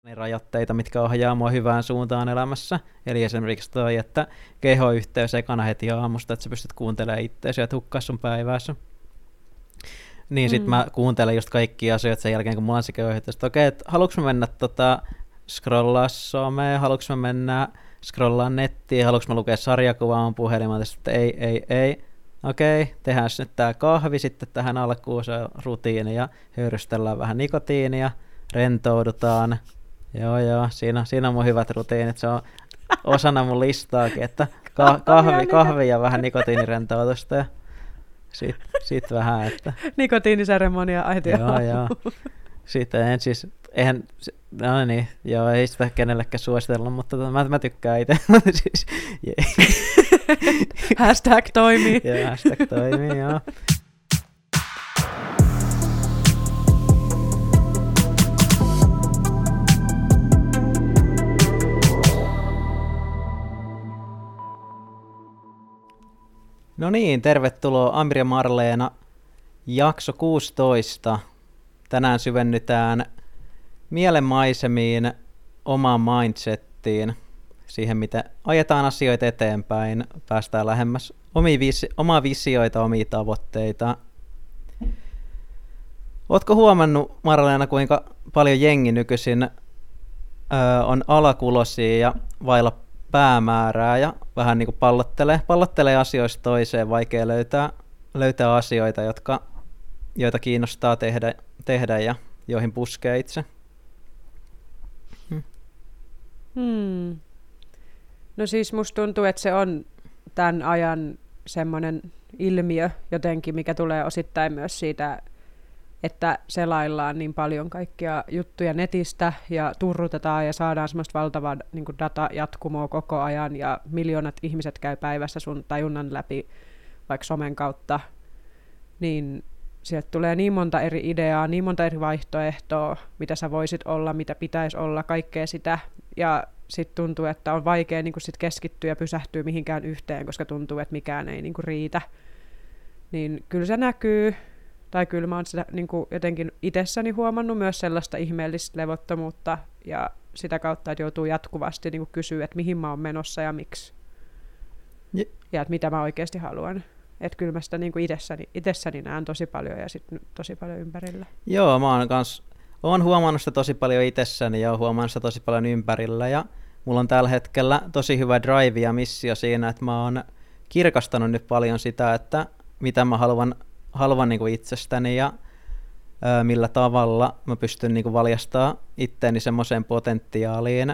rajoitteita, mitkä ohjaa mua hyvään suuntaan elämässä. Eli esimerkiksi toi, että kehoyhteys ekana heti aamusta, että sä pystyt kuuntelemaan itseäsi ja tukkaa sun päiväässä. Niin sit mä kuuntelen just kaikkia asioita sen jälkeen, kun mulla on se kehoyhteys. Okei, että haluanko mä mennä scrollaa somea, haluanko mä mennä scrollaan nettiin, haluanko mä lukea sarjakuvaa mun puhelimelta, että ei. Okei, tehdään nyt tää kahvi sitten tähän alkuun, se on rutiini ja höyrystellään vähän nikotiinia, rentoudutaan. Joo, siinä on mun hyvät rutiinit, se on osana mun listaakin, että kahvi ja vähän nikotiinirentoutusta ja sit vähän, että... Nikotiiniseremonia, äiti. Joo. Sitten ei sitä kenellekään suositella, mutta mä tykkään itse. Siis, Hashtag toimii. Joo, hashtag toimii, joo. No niin, tervetuloa Amir ja Marleena, jakso 16. Tänään syvennytään mielenmaisemiin, omaan mindsettiin, siihen miten ajetaan asioita eteenpäin, päästään lähemmäs omaa visioita, omia tavoitteita. Ootko huomannut, Marleena, kuinka paljon jengi nykyisin on alakuloisia ja vailla päämäärää ja vähän niin kuin pallottelee asioista toiseen, vaikea löytää asioita, joita kiinnostaa tehdä ja joihin puskee itse. No siis musta tuntuu, että se on tämän ajan semmoinen ilmiö jotenkin, mikä tulee osittain myös siitä, että selaillaan niin paljon kaikkia juttuja netistä ja turrutetaan ja saadaan semmoista valtavaa niin kuin datajatkumoa koko ajan ja miljoonat ihmiset käy päivässä sun tajunnan läpi vaikka somen kautta, niin sieltä tulee niin monta eri ideaa, niin monta eri vaihtoehtoa, mitä sä voisit olla, mitä pitäisi olla, kaikkea sitä. Ja sitten tuntuu, että on vaikea niin sit keskittyä ja pysähtyä mihinkään yhteen, koska tuntuu, että mikään ei niin riitä. Niin kyllä se näkyy, tai kyllä mä oon sitä niin jotenkin itsessäni huomannut myös sellaista ihmeellistä levottomuutta, ja sitä kautta, että joutuu jatkuvasti niin kysyä, että mihin mä oon menossa ja miksi. Ja että mitä mä oikeasti haluan. Että kyllä mä sitä niin itsessäni näen tosi paljon ja sitten tosi paljon ympärillä. Joo, mä oon huomannut sitä tosi paljon itsessäni ja oon huomannut sitä tosi paljon ympärillä. Ja mulla on tällä hetkellä tosi hyvä drive ja missio siinä, että mä oon kirkastanut nyt paljon sitä, että mitä mä haluan niin kuin itsestäni ja millä tavalla mä pystyn niin kuin valjastamaan itteeni semmoiseen potentiaaliin,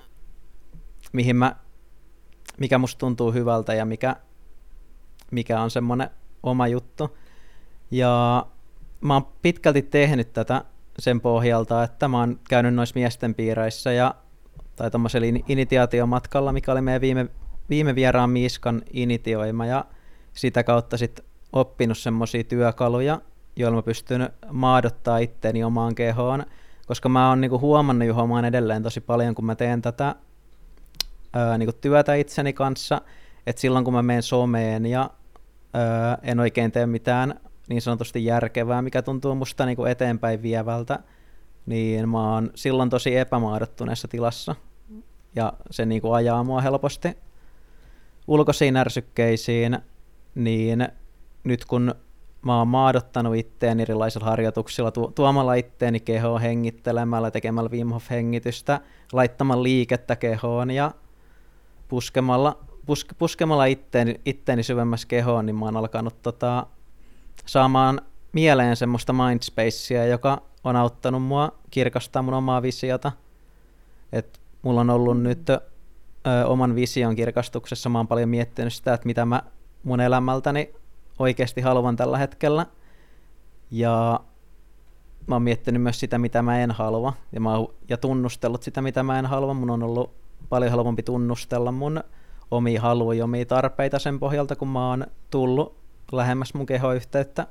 mikä musta tuntuu hyvältä ja mikä on semmoinen oma juttu. Ja mä oon pitkälti tehnyt tätä sen pohjalta, että mä oon käynyt noissa miesten piireissä tai tommosella initiaatiomatkalla, mikä oli meidän viime vieraan Miiskan initioima, ja sitä kautta sit oppinut semmosia työkaluja, joilla mä pystyn maadottaa itteeni omaan kehoon, koska mä oon niinku huomannut ja huomaan edelleen tosi paljon, kun mä teen tätä niinku työtä itseni kanssa, että silloin kun mä menen someen ja en oikein tee mitään niin sanotusti järkevää, mikä tuntuu musta niinku eteenpäin vievältä, niin mä oon silloin tosi epämaadottuneessa tilassa. Ja se niinku ajaa mua helposti ulkoisiin ärsykkeisiin, niin nyt kun mä oon maadottanut itteen erilaisilla harjoituksilla, tuomalla itteeni kehoon, hengittelemällä, tekemällä Wim Hof-hengitystä, laittamalla liikettä kehoon ja puskemalla itteeni syvemmässä kehoon, niin mä oon alkanut saamaan mieleen semmoista mindspacea, joka on auttanut mua kirkastaa mun omaa visiota. Et mulla on ollut nyt oman vision kirkastuksessa, mä oon paljon miettinyt sitä, että mitä mä mun elämältäni oikeasti haluan tällä hetkellä. Ja mä oon miettinyt myös sitä, mitä mä en halua. Ja tunnustellut sitä, mitä mä en halua. Mun on ollut paljon helpompi tunnustella mun omia haluja, omia tarpeita sen pohjalta, kun mä oon tullut lähemmäs mun kehoyhteyttä.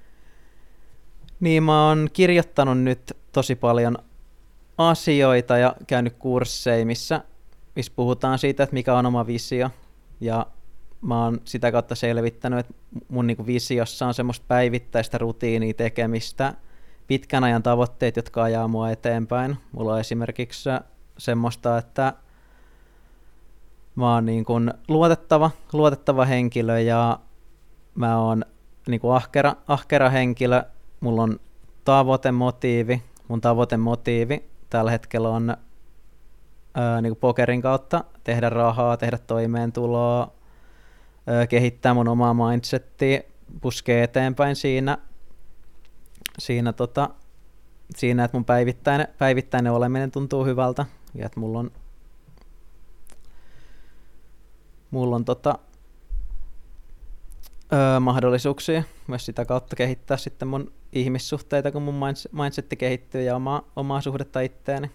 Niin mä oon kirjoittanut nyt tosi paljon asioita ja käynyt kursseja, missä puhutaan siitä, että mikä on oma visio. Ja mä oon sitä kautta selvittänyt, että mun niinku visiossa on semmoista päivittäistä rutiinia tekemistä, pitkän ajan tavoitteet, jotka ajaa mua eteenpäin. Mulla on esimerkiksi semmoista, että mä oon niin kuin luotettava henkilö ja mä oon niin kuin ahkera henkilö. Mulla on tavoitemotiivi. Mun tavoitemotiivi tällä hetkellä on niin kuin pokerin kautta tehdä rahaa, tehdä toimeentuloa, kehittää mun omaa mindsettiä, puskee eteenpäin siinä, että mun päivittäinen oleminen tuntuu hyvältä ja että mulla on mahdollisuuksia myös sitä kautta kehittää sitten mun ihmissuhteita, kun mun mindsetti kehittyy ja omaa suhdetta itteeni.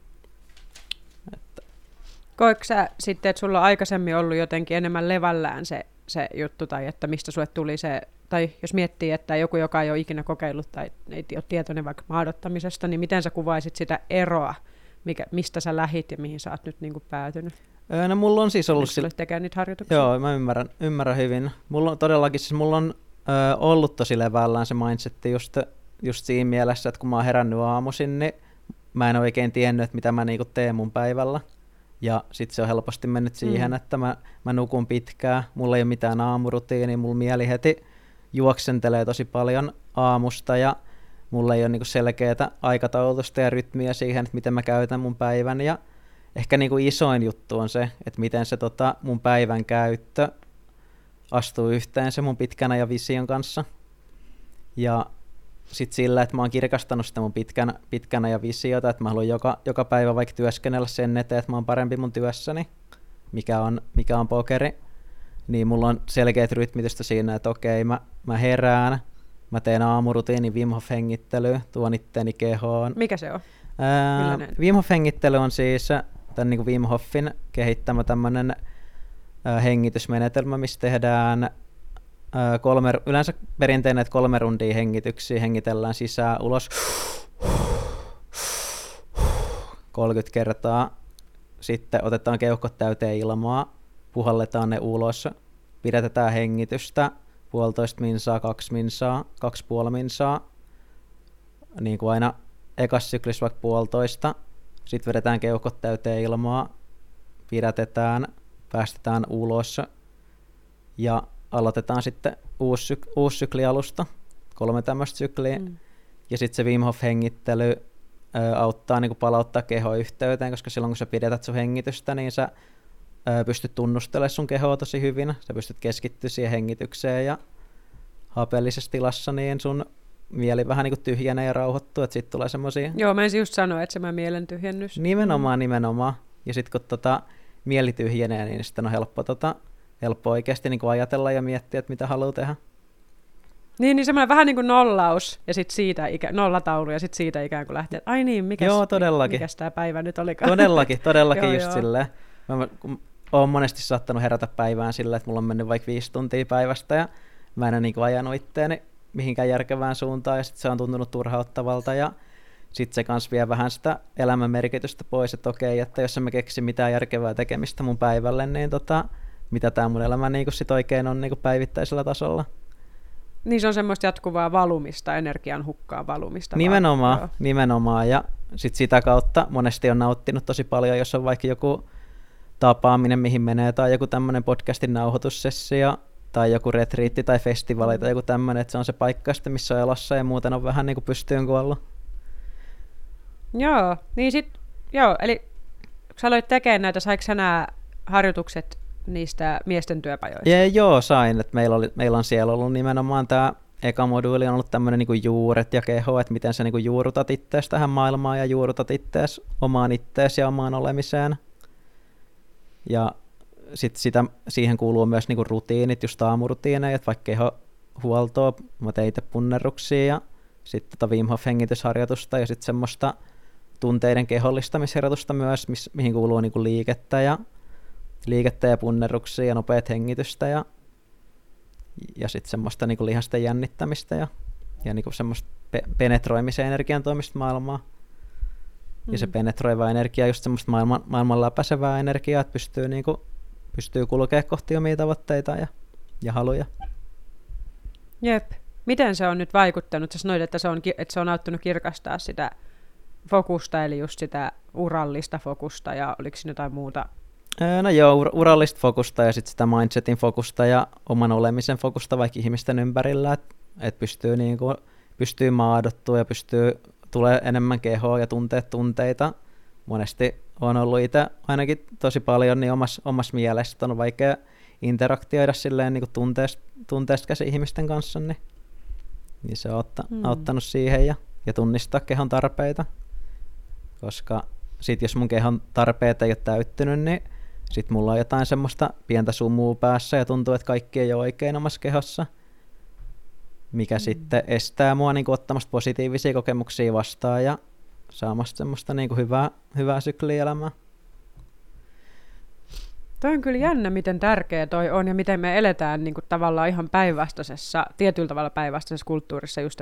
Koetko sä sitten, että sulla on aikaisemmin ollut jotenkin enemmän levällään se juttu, tai että mistä sulle tuli se, tai jos miettii, että joku, joka ei ole ikinä kokeillut tai ei ole tietoinen vaikka maadottamisesta, niin miten sä kuvaisit sitä eroa, mistä sä lähit ja mihin sä oot nyt niin kuin päätynyt? No mulla on siis ollut... tekemään niitä harjoituksia? Joo, mä ymmärrän hyvin. Mulla on todellakin, siis mulla on ollut tosi levällään se mindsetti just siinä mielessä, että kun mä oon herännyt aamuisin, niin mä en oikein tiennyt, että mitä mä niinku teen mun päivällä. Ja sit se on helposti mennyt siihen, että mä nukun pitkään, mulla ei ole mitään aamurutiinia, mulla mieli heti juoksentelee tosi paljon aamusta ja mulla ei ole niinku selkeää aikataulutusta ja rytmiä siihen, että miten mä käytän mun päivän. Ja ehkä niinku isoin juttu on se, että miten se mun päivän käyttö astuu yhteen se mun pitkän ajan vision kanssa. Ja sitten sillä, että mä oon kirkastanut sitä mun pitkän ajan visiota, että mä haluan joka päivä vaikka työskennellä sen eteen, että mä oon parempi mun työssäni, mikä on pokeri, niin mulla on selkeät rytmitystä siinä, että okei, mä herään, mä teen aamurutiinin Wim Hof-hengittelyä, tuon itteeni kehoon. Mikä se on? Wim Hof-hengittely on siis tämän niin kuin Wim Hofin kehittämä tämmönen hengitysmenetelmä, missä tehdään yleensä perinteinen, että 3 rundia hengityksiä, hengitellään sisään ulos 30 kertaa, sitten otetaan keuhkot täyteen ilmaa, puhalletaan ne ulos, pidätetään hengitystä 1,5 minsaa, 2 minsaa, 2,5 minsaa, niin kuin aina ekas syklissä vaikka 1,5, sitten vedetään keuhkot täyteen ilmaa, pidätetään, päästetään ulos ja aloitetaan sitten uusi sykli alusta, 3 tämmöistä sykliä. Ja sitten se Wim Hof-hengittely auttaa niin kuin palauttaa kehoa yhteyteen, koska silloin kun sä pidetät sun hengitystä, niin sä pystyt tunnustelemaan sun kehoa tosi hyvin. Sä pystyt keskittyä siihen hengitykseen ja hapeellisessa tilassa, niin sun mieli vähän niin kuin tyhjenee ja rauhoittuu, että sitten tulee semmosia... Joo, mä ensin just sanoa, että se mielen tyhjennys. Nimenomaan. Ja sitten kun mieli tyhjenee, niin sitten on helppo oikeasti niin kuin ajatella ja miettiä, että mitä haluaa tehdä. Niin semmoinen vähän niin kuin nollaus ja sitten siitä nollataulu ja sitten siitä ikään kuin lähtee, että ai niin, mikäs tämä päivä nyt olikaan. Todellakin just silleen. Mä oon monesti saattanut herätä päivään silleen, että mulla on mennyt vaikka 5 tuntia päivästä ja mä en ole niin kuin ajanut itteeni mihinkään järkevään suuntaan ja sitten se on tuntunut turhauttavalta ja sitten se kans vie vähän sitä elämän merkitystä pois, että okei, että jos en mä keksi mitään järkevää tekemistä mun päivälle, niin mitä tää mun elämä niinku sit oikein on niinku päivittäisellä tasolla. Niin se on semmoista jatkuvaa valumista, energian hukkaan valumista. Nimenomaan. Ja sit sitä kautta monesti on nauttinut tosi paljon, jos on vaikka joku tapaaminen, mihin menee, tai joku tämmönen podcastin nauhoitussessio, tai joku retriitti tai festivaali, tai joku tämmönen, että se on se paikka sitten, missä on elossa, ja muuten on vähän niinku pystyyn kuollut. Eli kun sä aloit tekemään näitä, saiko sä nämä harjoitukset niistä miesten työpajoista? Joo, sain. Että meillä on siellä ollut nimenomaan tämä eka moduuli on ollut tämmöinen niinku juuret ja keho, että miten sä niinku juurutat ittees tähän maailmaan ja juurutat ittees omaan ittees ja omaan olemiseen. Ja sitten siihen kuuluu myös niinku rutiinit, just aamurutiineja, että vaikka kehohuoltoa, mä tein itse punnerruksia ja sitten Wim Hof-hengitysharjoitusta ja sitten semmoista tunteiden kehollistamisharjoitusta myös, mihin kuuluu niinku liikettä ja punnerruksia ja nopeat hengitystä ja sitten semmoista niinku lihasten jännittämistä ja niinku semmoista penetroimisen energian toimista maailmaa. Ja se penetroiva energia just semmoista maailman läpäisevää energiaa, että pystyy kulkemaan kohti omia tavoitteita ja haluja. Jep. Miten se on nyt vaikuttanut? Sä sanoit, että se on auttanut kirkastaa sitä fokusta, eli just sitä urallista fokusta, ja oliko siinä jotain muuta? No joo, urallista fokusta ja sitten sitä mindsetin fokusta ja oman olemisen fokusta vaikka ihmisten ympärillä, että pystyy maadottua ja tulee enemmän kehoa ja tunteita. Monesti on ollut itse ainakin tosi paljon niin omassa mielessä, on vaikea interaktioida silleen niin tunteesta käsin ihmisten kanssa, niin se on auttanut siihen ja tunnistaa kehon tarpeita, koska sit jos mun kehon tarpeet ei ole täyttynyt, niin sit mulla on jotain semmoista pientä sumua päässä ja tuntuu, että kaikki ei ole oikein omassa kehossa, mikä sitten estää mua niin ottamasta positiivisia kokemuksia vastaan ja saamasta semmoista niin hyvää syklielämää. Toi on kyllä jännä, miten tärkeä toi on ja miten me eletään niin kuin tavallaan ihan tietyllä tavalla päinvastaisessa kulttuurissa just,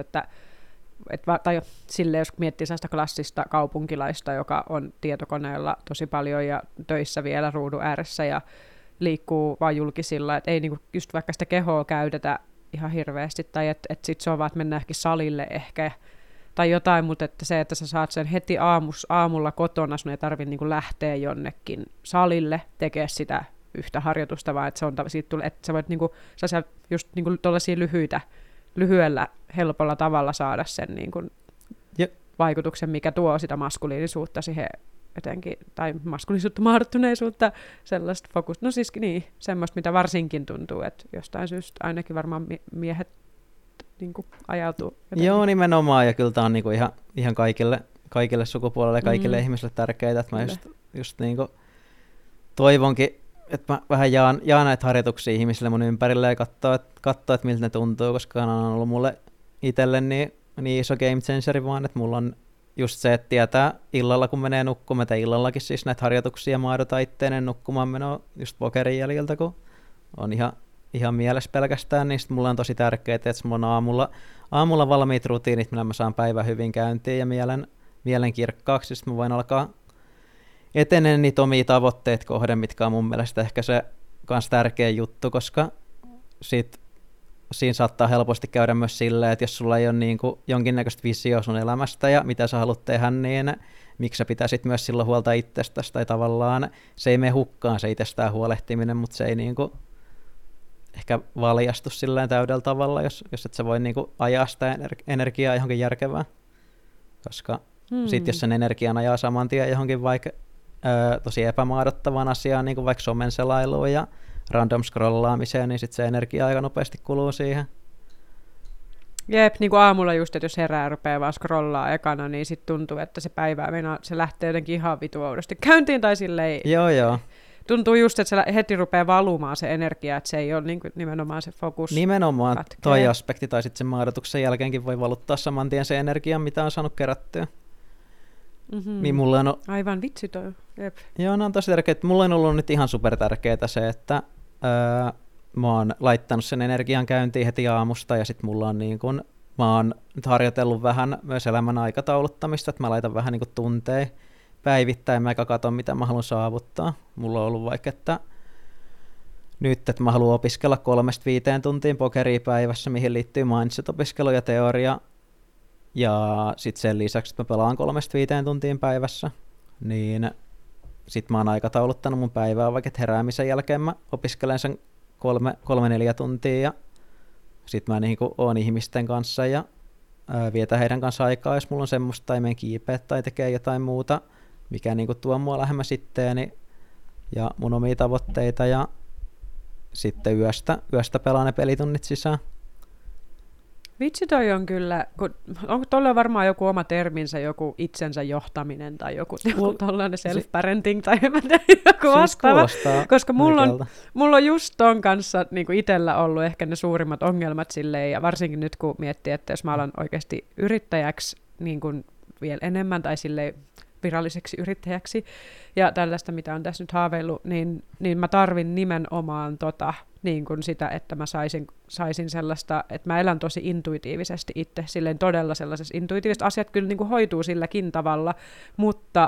tai sille jos miettii sellaista klassista kaupunkilaista, joka on tietokoneella tosi paljon ja töissä vielä ruudun ääressä ja liikkuu vaan julkisilla, että ei niin kuin just vaikka sitä kehoa käytetä ihan hirveästi, tai että sit se on vaan, että mennään ehkä salille ehkä, tai jotain, mutta että se, että sä saat sen heti aamulla kotona, sun ei tarvitse niin kuin lähteä jonnekin salille tekemään sitä yhtä harjoitusta, vaan että se on siitä tulee, että sä voit niin kuin, just niin kuin tuollaisia lyhyellä, helpolla tavalla saada sen niin kuin vaikutuksen, mikä tuo sitä maskuliinisuutta siihen jotenkin, tai maskuliinisuutta, mahdottuneisuutta, sellaista fokusta. No siis niin, semmoista, mitä varsinkin tuntuu, että jostain syystä ainakin varmaan miehet niin kuin ajautuu jotenkin. Joo, nimenomaan, ja kyllä tämä on niin kuin ihan kaikille sukupuolelle ja kaikille ihmisille tärkeää, että mä just niin kuin toivonkin, että mä vähän jaan näitä harjoituksia ihmisille mun ympärille ja katsoo, että miltä ne tuntuu, koska ne on ollut mulle itselle niin iso game changeri vaan, että mulla on just se, että tietää illalla, kun menee nukkumaan, mä teen illallakin siis näitä harjoituksia maadota itteenen nukkumaan menoa just pokerin jäljiltä, kun on ihan mielessä pelkästään, niin mulla on tosi tärkeää, että mulla on aamulla valmiit rutiinit, millä mä saan päivän hyvin käyntiin ja mielen kirkkaaksi, sitten mä voin alkaa etenee niitä omia tavoitteet kohden, mitkä on mun mielestä ehkä se kans tärkeä juttu, koska siinä saattaa helposti käydä myös silleen, että jos sulla ei ole niin kuin jonkinnäköistä visioa sun elämästä ja mitä sä haluat tehdä, niin miksi sä pitäisit myös silloin huolta itsestäsi, tai tavallaan se ei mene hukkaan se itsestään huolehtiminen, mutta se ei niin kuin ehkä valjastu silleen täydellä tavalla, jos et sä voi niin kuin ajaa sitä energiaa johonkin järkevään, koska sitten jos sen energian ajaa saman tien johonkin vaikka tosi epämaadottavaan asiaan, niin kuin vaikka somen selailuun ja random scrollaamiseen, niin sitten se energia aika nopeasti kuluu siihen. Jep, niin kuin aamulla just, että jos herää rupeaa vaan scrollaa ekana, niin sitten tuntuu, että se päivä se lähtee jotenkin ihan vituoudosti käyntiin, tai silleen. Joo. Tuntuu just, että se heti rupeaa valumaan se energia, että se ei ole niin kuin nimenomaan se fokus. Nimenomaan toi aspekti, tai sitten sen maadotuksen jälkeenkin voi valuttaa saman tien se energia, mitä on saanut kerättyä. Niin mulla on aivan vitsi toi. Jep. Joo, ne on tosi tärkeää. Mulla on ollut nyt ihan super tärkeää se, että mä oon laittanut sen energian käyntiin heti aamusta ja sitten mulla on niin kun, mä oon nyt harjoitellut vähän myös elämän aikatauluttamista, että mä laitan vähän niin kun tunteja päivittäin, mä katson mitä mä haluan saavuttaa. Mulla on ollut vaikka, että nyt, että mä haluan opiskella 3-5 tuntia pokeria päivässä, mihin liittyy mindset-opiskelu ja teoria. Ja sitten sen lisäksi, että mä pelaan 3-5 tuntiin päivässä, niin sitten mä oon aikatauluttanut mun päivää, vaikka heräämisen jälkeen mä opiskelen sen 3-4 tuntia ja sitten mä niinku oon ihmisten kanssa ja vietän heidän kanssa aikaa, jos mulla on semmoista tai menen kiipeät tai tekee jotain muuta, mikä niinku tuo mua lähemmä itteeni ja mun omia tavoitteita ja sitten yöstä pelaan ne pelitunnit sisään. Vitsi toi on kyllä, onko tuolla varmaan joku oma terminsä, joku itsensä johtaminen tai joku tollainen self-parenting tai joku vastaava, koska mulla on just ton kanssa niin kuin itsellä ollut ehkä ne suurimmat ongelmat silleen, ja varsinkin nyt kun miettii, että jos mä alan oikeasti yrittäjäksi niin kuin vielä enemmän tai silleen viralliseksi yrittäjäksi ja tällaista, mitä on tässä nyt haaveillut, niin mä tarvin nimenomaan niin kuin sitä, että mä saisin sellaista, että mä elän tosi intuitiivisesti itse, silleen todella sellaisessa intuitiiviset asiat kyllä niin kuin hoituu silläkin tavalla, mutta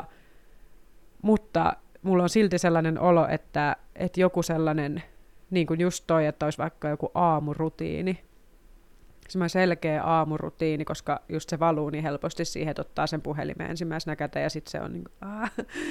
mulla on silti sellainen olo, että joku sellainen, niin kuin just toi, että olisi vaikka joku aamurutiini, semmoinen selkeä aamurutiini, koska just se valuu niin helposti siihen, että ottaa sen puhelimen ensimmäisenä käteen ja sitten se on niin kuin,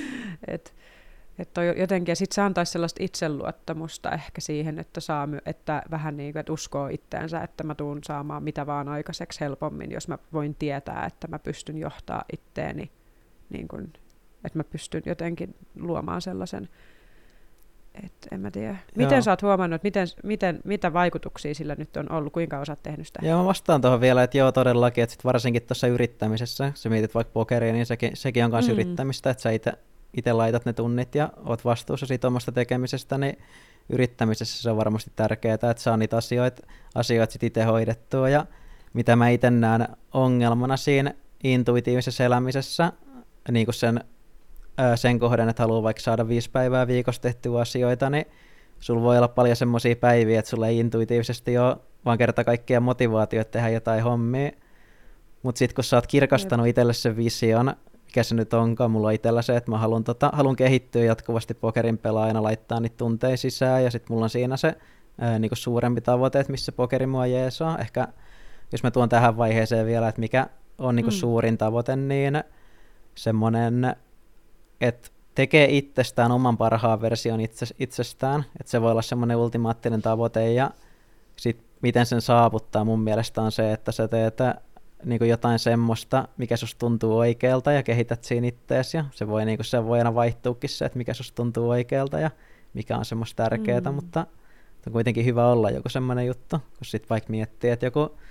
että jotenkin, ja sitten se antaisi sellaista itseluottamusta ehkä siihen, että, että vähän niin kuin, että uskoo itteensä, että mä tuun saamaan mitä vaan aikaiseksi helpommin, jos mä voin tietää, että mä pystyn johtaa itteeni, niin kuin, että mä pystyn jotenkin luomaan sellaisen, että en mä tiedä. Miten sä oot huomannut, mitä vaikutuksia sillä nyt on ollut, kuinka oot tehnyt sitä? Joo, mä vastaan tuohon vielä, että joo todellakin, että sit varsinkin tuossa yrittämisessä, sä mietit vaikka pokeria, niin sekin on myös yrittämistä, että sä itse laitat ne tunnit ja oot vastuussa siitä omasta tekemisestä, niin yrittämisessä se on varmasti tärkeää, että saa niitä asioita sit itse hoidettua. Ja mitä mä itse näen ongelmana siinä intuitiivisessa elämisessä, niin kuin sen kohden, että haluaa vaikka saada 5 päivää viikossa tehtyä asioita, niin sulla voi olla paljon semmoisia päiviä, että sulla ei intuitiivisesti ole vaan kerta kaikkiaan motivaatio tehdä jotain hommia. Mutta sitten kun sä oot kirkastanut itselle sen vision, mikä se nyt onkaan, mulla on itsellä se, että mä haluan kehittyä jatkuvasti pokerin pelaajana, laittaa niitä tunteja sisään, ja sitten mulla on siinä se niinku suurempi tavoite, että missä pokeri mua jeesaa. Ehkä jos mä tuon tähän vaiheeseen vielä, että mikä on niinku suurin tavoite, niin semmoinen, että tekee itsestään oman parhaan version itsestään, että se voi olla semmoinen ultimaattinen tavoite, ja sitten miten sen saavuttaa mun mielestä on se, että sä teet niin kuin jotain semmoista, mikä susta tuntuu oikealta ja kehität siinä ittees, ja se voi aina vaihtuukin se, että mikä susta tuntuu oikealta ja mikä on semmoista tärkeää, mutta on kuitenkin hyvä olla joku semmoinen juttu, kun sitten vaikka miettii, että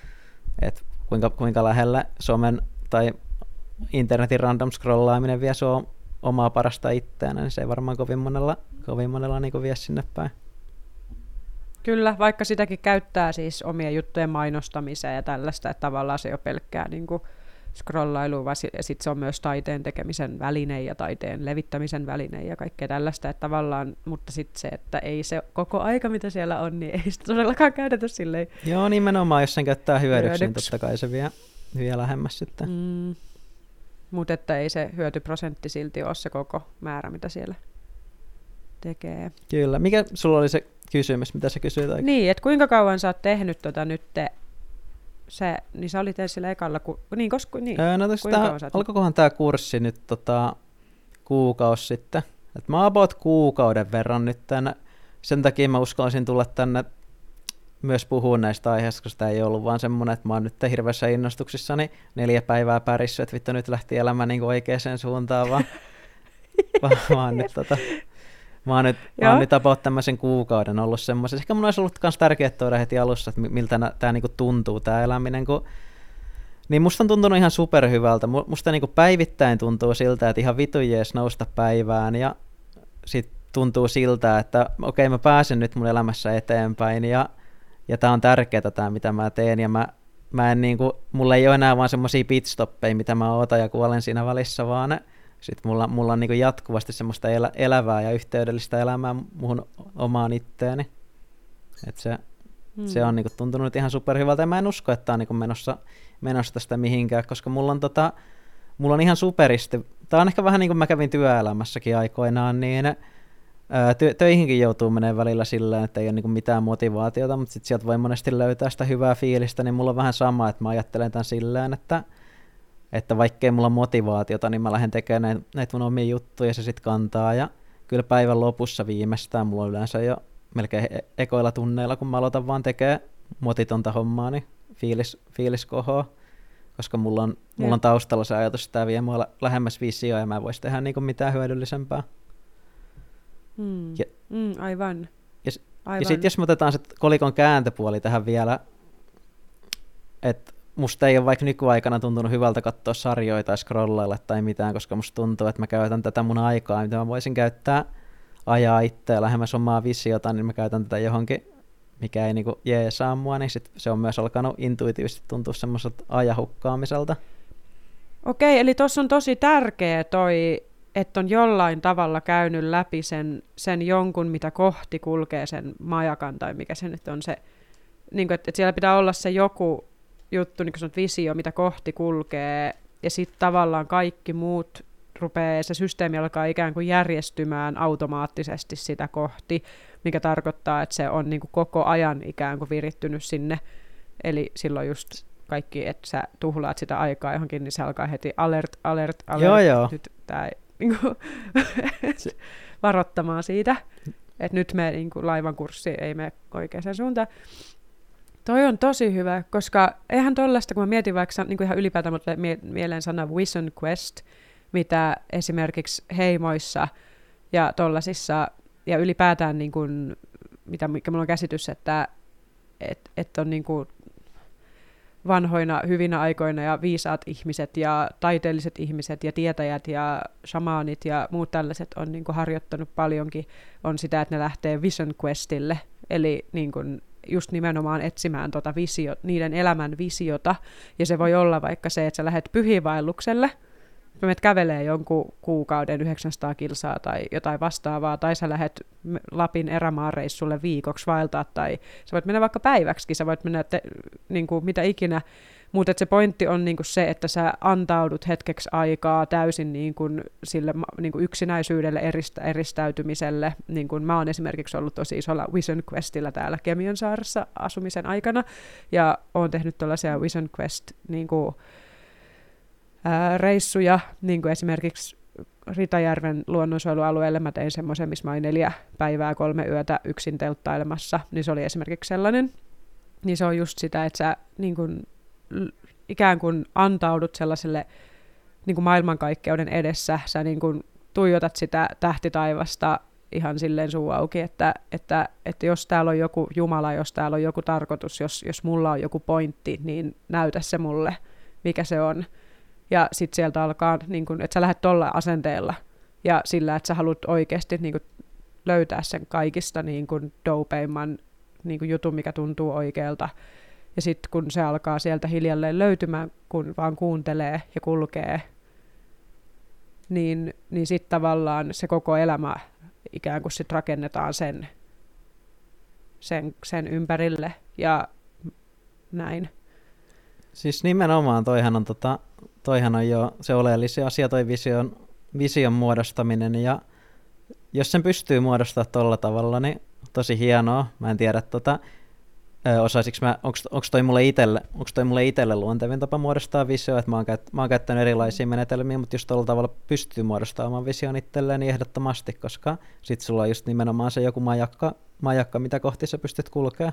kuinka lähellä somen tai internetin random scrollaaminen vie sua omaa parasta itseään, niin se ei varmaan kovin monella niin kuin vie sinne päin. Kyllä, vaikka sitäkin käyttää siis omien juttujen mainostamiseen ja tällaista, että tavallaan se ei ole pelkkää niin kuin scrollailua, vaan sitten se on myös taiteen tekemisen väline ja taiteen levittämisen väline ja kaikkea tällaista, että tavallaan, mutta sitten se, että ei se koko aika, mitä siellä on, niin ei sitä todellakaan käytetä silleen. Joo, nimenomaan, jos sen käyttää hyödyksi, niin totta kai se vie lähemmäs sitten. Mutta että ei se hyötyprosentti silti ole se koko määrä, mitä siellä tekee. Kyllä. Mikä sulla oli se kysymys, mitä sä kysyit oikein? Niin, että kuinka kauan sä oot tehnyt nyt, niin sä olit sillä ekalla, alkoikohan tää kurssi nyt kuukausi sitten. Et mä oon about kuukauden verran nyt sen takia mä uskallisin tulla tänne myös puhua näistä aiheista, koska sitä ei ollut vaan semmoinen, että mä oon nyt hirveässä innostuksissani 4 päivää pärissä, että vittu nyt lähti elämä niin oikeaan suuntaan, vaan Mä oon nyt about tämmöisen kuukauden ollut semmoisen. Ehkä mun olisi ollut myös tärkeää tuoda heti alussa, että miltä tää niinku tuntuu tää eläminen. Niin musta on tuntunut ihan superhyvältä. Musta niinku päivittäin tuntuu siltä, että ihan vitun jees nousta päivään. Ja sit tuntuu siltä, että okei, mä pääsen nyt mun elämässä eteenpäin. Ja tää on tärkeää tää, mitä mä teen. Ja mä en mulla ei ole enää vaan semmosia pitstoppeja, mitä mä ootan ja kuolen siinä välissä, vaan sitten mulla on niinku jatkuvasti semmoista elävää ja yhteydellistä elämää muhun omaan itteeni. Et se on niinku tuntunut ihan superhyvältä, ja mä en usko, että tää on niinku menossa tästä mihinkään, koska mulla on ihan superisti. Tää on ehkä vähän niin kuin mä kävin työelämässäkin aikoinaan, niin töihinkin joutuu menemään välillä silleen, että ei ole niinku mitään motivaatiota, mutta sitten sieltä voi monesti löytää sitä hyvää fiilistä, niin mulla on vähän sama, että mä ajattelen tämän silleen, että vaikkei mulla on motivaatiota, niin mä lähden tekemään näitä mun omia juttuja ja se sitten kantaa. Ja kyllä päivän lopussa viimeistään mulla on yleensä jo melkein ekoilla tunneilla, kun mä aloitan vaan tekemään motitonta hommaa, niin fiilis kohoo. Koska mulla on taustalla se ajatus, että tämä vie mua lähemmäs visioa ja mä en voisi tehdä niinku mitään hyödyllisempää. Aivan. Ja sitten jos me otetaan se kolikon kääntöpuoli tähän vielä, että musta ei ole vaikka nykyaikana tuntunut hyvältä katsoa sarjoja tai scrollailla tai mitään, koska musta tuntuu, että mä käytän tätä mun aikaa, mitä mä voisin käyttää ajaa itseä lähemmäs omaa visiota, niin mä käytän tätä johonkin, mikä ei niinku jeesaa mua, niin sit se on myös alkanut intuitiivisesti tuntua semmoiselta ajahukkaamiselta. Okei, eli tuossa on tosi tärkeä toi, että on jollain tavalla käynyt läpi sen jonkun, mitä kohti kulkee sen majakan, tai mikä se nyt on se, niin kuin, että siellä pitää olla se joku juttu, niin kuin sanot, visio, mitä kohti kulkee, ja sitten tavallaan kaikki muut se systeemi alkaa ikään kuin järjestymään automaattisesti sitä kohti, mikä tarkoittaa, että se on niin kuin koko ajan ikään kuin virittynyt sinne Eli silloin just kaikki, että sä tuhlaat sitä aikaa johonkin, niin se alkaa heti alert. Joo. Nyt tää niinku, varoittamaan siitä, että nyt me niinku, laivan kurssi ei mene oikeaan suuntaan. Toi on tosi hyvä, koska eihän tollaista, kun mä mietin vaikka niin kuin ihan ylipäätään mieleen sana Vision Quest, mitä esimerkiksi heimoissa ja tollasissa, ja ylipäätään niin kuin, mikä mulla on käsitys, että on niin kuin vanhoina, hyvinä aikoina ja viisaat ihmiset ja taiteelliset ihmiset ja tietäjät ja shamaanit ja muut tällaiset on niin kuin harjoittanut paljonkin, on sitä, että ne lähtee Vision Questille, eli niin kuin just nimenomaan etsimään niiden elämän visiota, ja se voi olla vaikka se, että sä lähdet pyhiinvaellukselle, menet kävelee jonkun kuukauden 900 kilsaa tai jotain vastaavaa, tai sä lähdet Lapin erämaareissulle viikoksi vaeltaa, tai sä voit mennä vaikka päiväksikin, sä voit mennä niin kuin mitä ikinä, mutta se pointti on niin kuin se, että sä antaudut hetkeksi aikaa täysin niin kuin sille niin kuin yksinäisyydelle, eristäytymiselle. Niin kuin mä oon esimerkiksi ollut tosi isolla Vision Questillä täällä Kemiönsaaressa asumisen aikana, ja oon tehnyt tällaisia Vision Quest niin kuin reissuja, niin kuin esimerkiksi Ritajärven luonnonsuojelualueelle mä tein semmoisen, missä mä olin 4 päivää 3 yötä yksin telttailemassa, niin se oli esimerkiksi sellainen. Niin se on just sitä, että sä niin kuin, ikään kuin antaudut sellaiselle niin kuin maailmankaikkeuden edessä, sä niin kuin tuijotat sitä tähtitaivasta ihan silleen suu auki, että jos täällä on joku Jumala, jos täällä on joku tarkoitus, jos mulla on joku pointti, niin näytä se mulle, mikä se on. Ja sitten sieltä alkaa, niin kun, että sä lähdet tuolla asenteella ja sillä, että sä haluat oikeasti niin kun, löytää sen kaikista niin kun, dopeimman niin kun, jutun, mikä tuntuu oikealta. Ja sitten kun se alkaa sieltä hiljalleen löytymään, kun vaan kuuntelee ja kulkee, niin sitten tavallaan se koko elämä ikään kuin sit rakennetaan sen ympärille ja näin. Siis nimenomaan toihan on jo se oleellinen asia, toi vision muodostaminen, ja jos sen pystyy muodostamaan tolla tavalla, niin tosi hienoa. Mä en tiedä, onko toi mulle itselle luontevin tapa muodostaa visio, että mä oon käyttänyt erilaisia menetelmiä, mutta jos tolla tavalla pystyy muodostamaan vision itselleen, niin ehdottomasti, koska sit sulla on just nimenomaan se joku majakka, mitä kohti sä pystyt kulkemaan.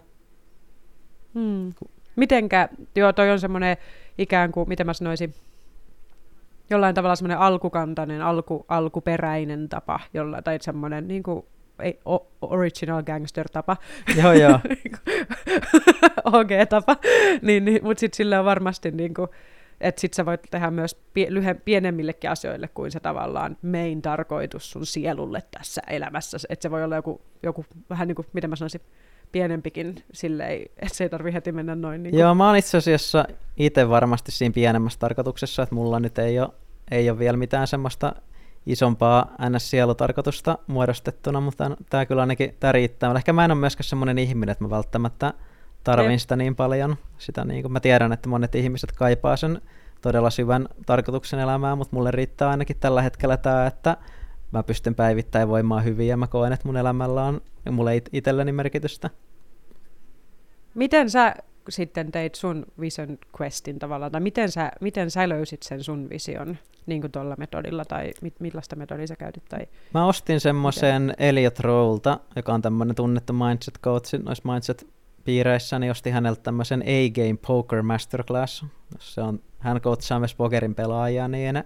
Mitenkä, toi on semmoinen ikään kuin, miten mä sanoisin, jollain tavalla semmoinen alkukantainen, alkuperäinen tapa, tai semmoinen niin kuin, original gangster-tapa. Joo. OG-tapa. Mutta sitten sillä on varmasti, niin kuin, että sit sä voit tehdä myös pienemmillekin asioille kuin se tavallaan main tarkoitus sun sielulle tässä elämässä. Että se voi olla joku vähän niin kuin, miten mä sanoisin, pienempikin silleen, että se ei tarvitse heti mennä noin. Niin kuin. Joo, mä oon itse asiassa itse varmasti siinä pienemmässä tarkoituksessa, että mulla nyt ei ole vielä mitään semmoista isompaa NS-sielutarkoitusta muodostettuna, mutta tämä kyllä ainakin riittää. Ehkä mä en ole myöskään semmoinen ihminen, että mä välttämättä tarvin sitä niin paljon. Sitä niin kuin mä tiedän, että monet ihmiset kaipaa sen todella syvän tarkoituksen elämään, mutta mulle riittää ainakin tällä hetkellä tämä, että mä pystyn päivittäin voimaan hyvin ja mä koen, että mun elämällä on mulle itselleni merkitystä. Miten sä sitten teit sun Vision Questin tavallaan, tai miten sä löysit sen sun vision niin kuin tuolla metodilla, tai millaista metodia sä käytit? Tai mä ostin semmoisen Elliot Rollta, joka on tämmöinen tunnettu mindset coach noissa mindset-piireissä, niin ostin häneltä tämmöisen A-Game Poker Masterclass. Hän coachaa myös pokerin pelaajia, niin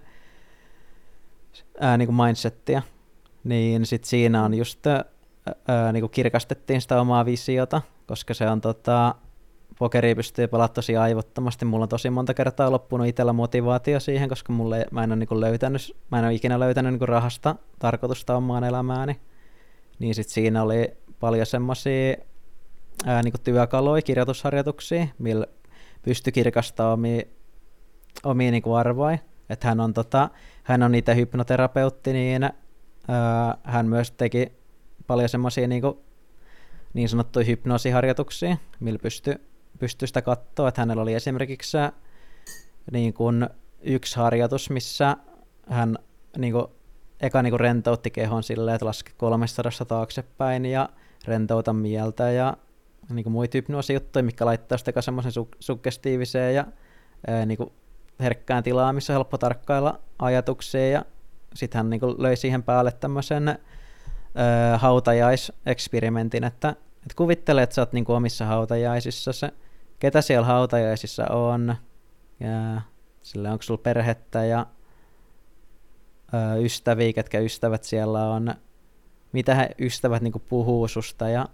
kuin mindsettiä. Niin sit siinä on just niin kuin kirkastettiin sitä omaa visiota, koska se on pokeria pystyy pelaamaan tosi aivottomasti. Mulla on tosi monta kertaa loppunut itsellä motivaatio siihen, koska mä en ole ikinä löytänyt niin kuin rahasta tarkoitusta omaan elämääni. Niin sit siinä oli paljon semmosia niin kuin työkaluja, kirjoitusharjoituksia, millä pystyi kirkastamaan omia niin kuin arvoja. Että hän on itse hypnoterapeutti, niin hän myös teki paljon semmoisia niin sanottuja hypnoosiharjoituksia, millä pystyi sitä katsoa. Että hänellä oli esimerkiksi niin kuin yksi harjoitus, missä hän eka rentoutti kehon silleen, että laski 300 taaksepäin ja rentouta mieltä ja niin muita hypnoosijuttuja, mitkä laittaa sitä semmoisen suggestiiviseen ja niin herkkään tilaan, missä on helppo tarkkailla ajatuksia, ja sitten hän niin löi siihen päälle tämmöisen hautajaiseksperimentin, että kuvittele, että sä oot niin omissa hautajaisissa, ketä siellä hautajaisissa on, ja sille onko sulla perhettä ja ystäviä, ketkä ystävät siellä on, mitä he ystävät niin puhuu susta, ja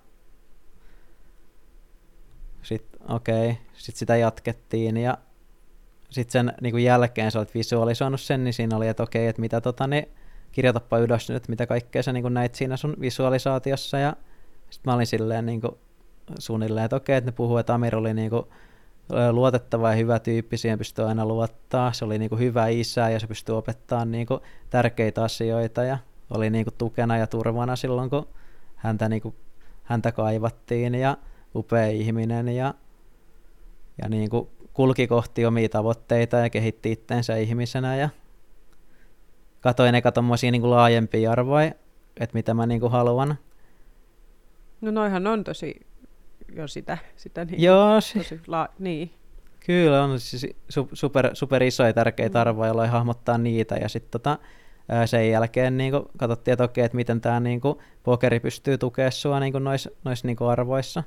sitten sit sitä jatkettiin, ja sitten sen niin jälkeen sä olet visualisoinut sen, niin siinä oli, että että mitä niin kirjoitapa ylös nyt, mitä kaikkea sä niin näit siinä sun visualisaatiossa, ja sitten mä olin silleen niin suunnilleen, että että ne puhuu, että Amir oli niin luotettava ja hyvä tyyppi, siihen pystyy aina luottaa, se oli niin hyvä isä ja se pystyy opettamaan niin tärkeitä asioita ja oli niin tukena ja turvana silloin, kun häntä kaivattiin ja upea ihminen ja niin kulki kohti omia tavoitteita ja kehitti itteensä ihmisenä ja katoin eka tommosia niin laajempia arvoja, että mitä mä niin haluan. No noihan on tosi jo sitä niin, joo, niin. Kyllä on siis super isoja ja tärkeitä arvoja, jolloin hahmottaa niitä ja sitten sen jälkeen niin katsottiin, että että miten tämä niin pokeri pystyy tukemaan sua niin noissa niin arvoissa.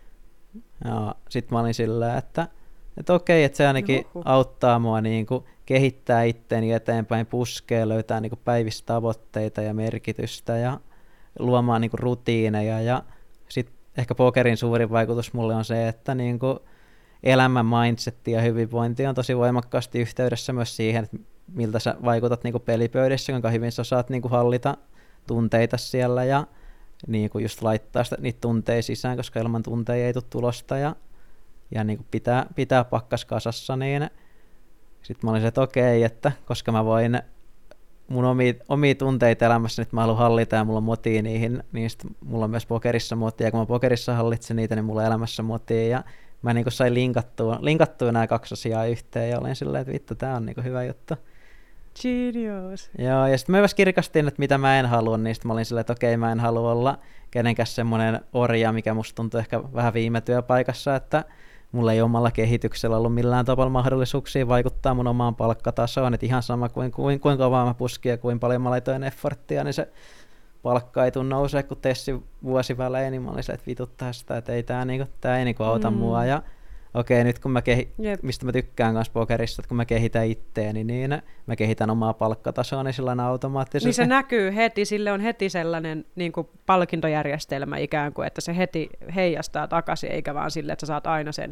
Ja sitten mä olin silleen, että että se ainakin auttaa mua niin kehittää itteeni eteenpäin, puskee, löytää niin päivistä tavoitteita ja merkitystä ja luomaan niin rutiineja ja sitten ehkä pokerin suurin vaikutus mulle on se, että niin elämän mindset ja hyvinvointi on tosi voimakkaasti yhteydessä myös siihen, että miltä sä vaikutat niin pelipöydissä, kuinka hyvin sä osaat niin hallita tunteita siellä ja niin just laittaa niitä tunteja sisään, koska ilman tunteja ei tule tulosta ja niin pitää pakkas kasassa, niin sitten mä olin se, että että koska mä voin mun omia tunteita elämässä, nyt mä haluan hallita ja mulla on motia niihin, niin sit mulla on myös pokerissa motia, ja kun mä pokerissa hallitsen niitä, niin mulla on elämässä motia, ja mä niin sain linkattua nämä kaksi asiaa yhteen, ja olin silleen, että vittu, tää on niin hyvä juttu. Genius. Joo, ja sitten mä myös kirkastin, että mitä mä en halua, niin sitten mä olin silleen, että mä en halua olla kenenkään semmoinen orja, mikä musta tuntuu ehkä vähän viime työpaikassa, että mulla ei omalla kehityksellä ollut millään tavalla mahdollisuuksia vaikuttaa mun omaan palkkatasoon, että ihan sama kuinka kovaa mä puskin ja kuinka paljon mä laitoin efforttia, niin se palkka ei tule nousee kuin tessi vuosivälein, niin mä olin se, että vituttaa sitä, että ei tää ei auta mua. Ja nyt kun mistä mä tykkään kanssa pokerissa, että kun mä kehitän itteeni, niin mä kehitän omaa palkkatasoa, niin sellainen automaattisesti. Niin se näkyy heti, sille on heti sellainen niin kuin palkintojärjestelmä ikään kuin, että se heti heijastaa takaisin, eikä vaan sille, että sä saat aina sen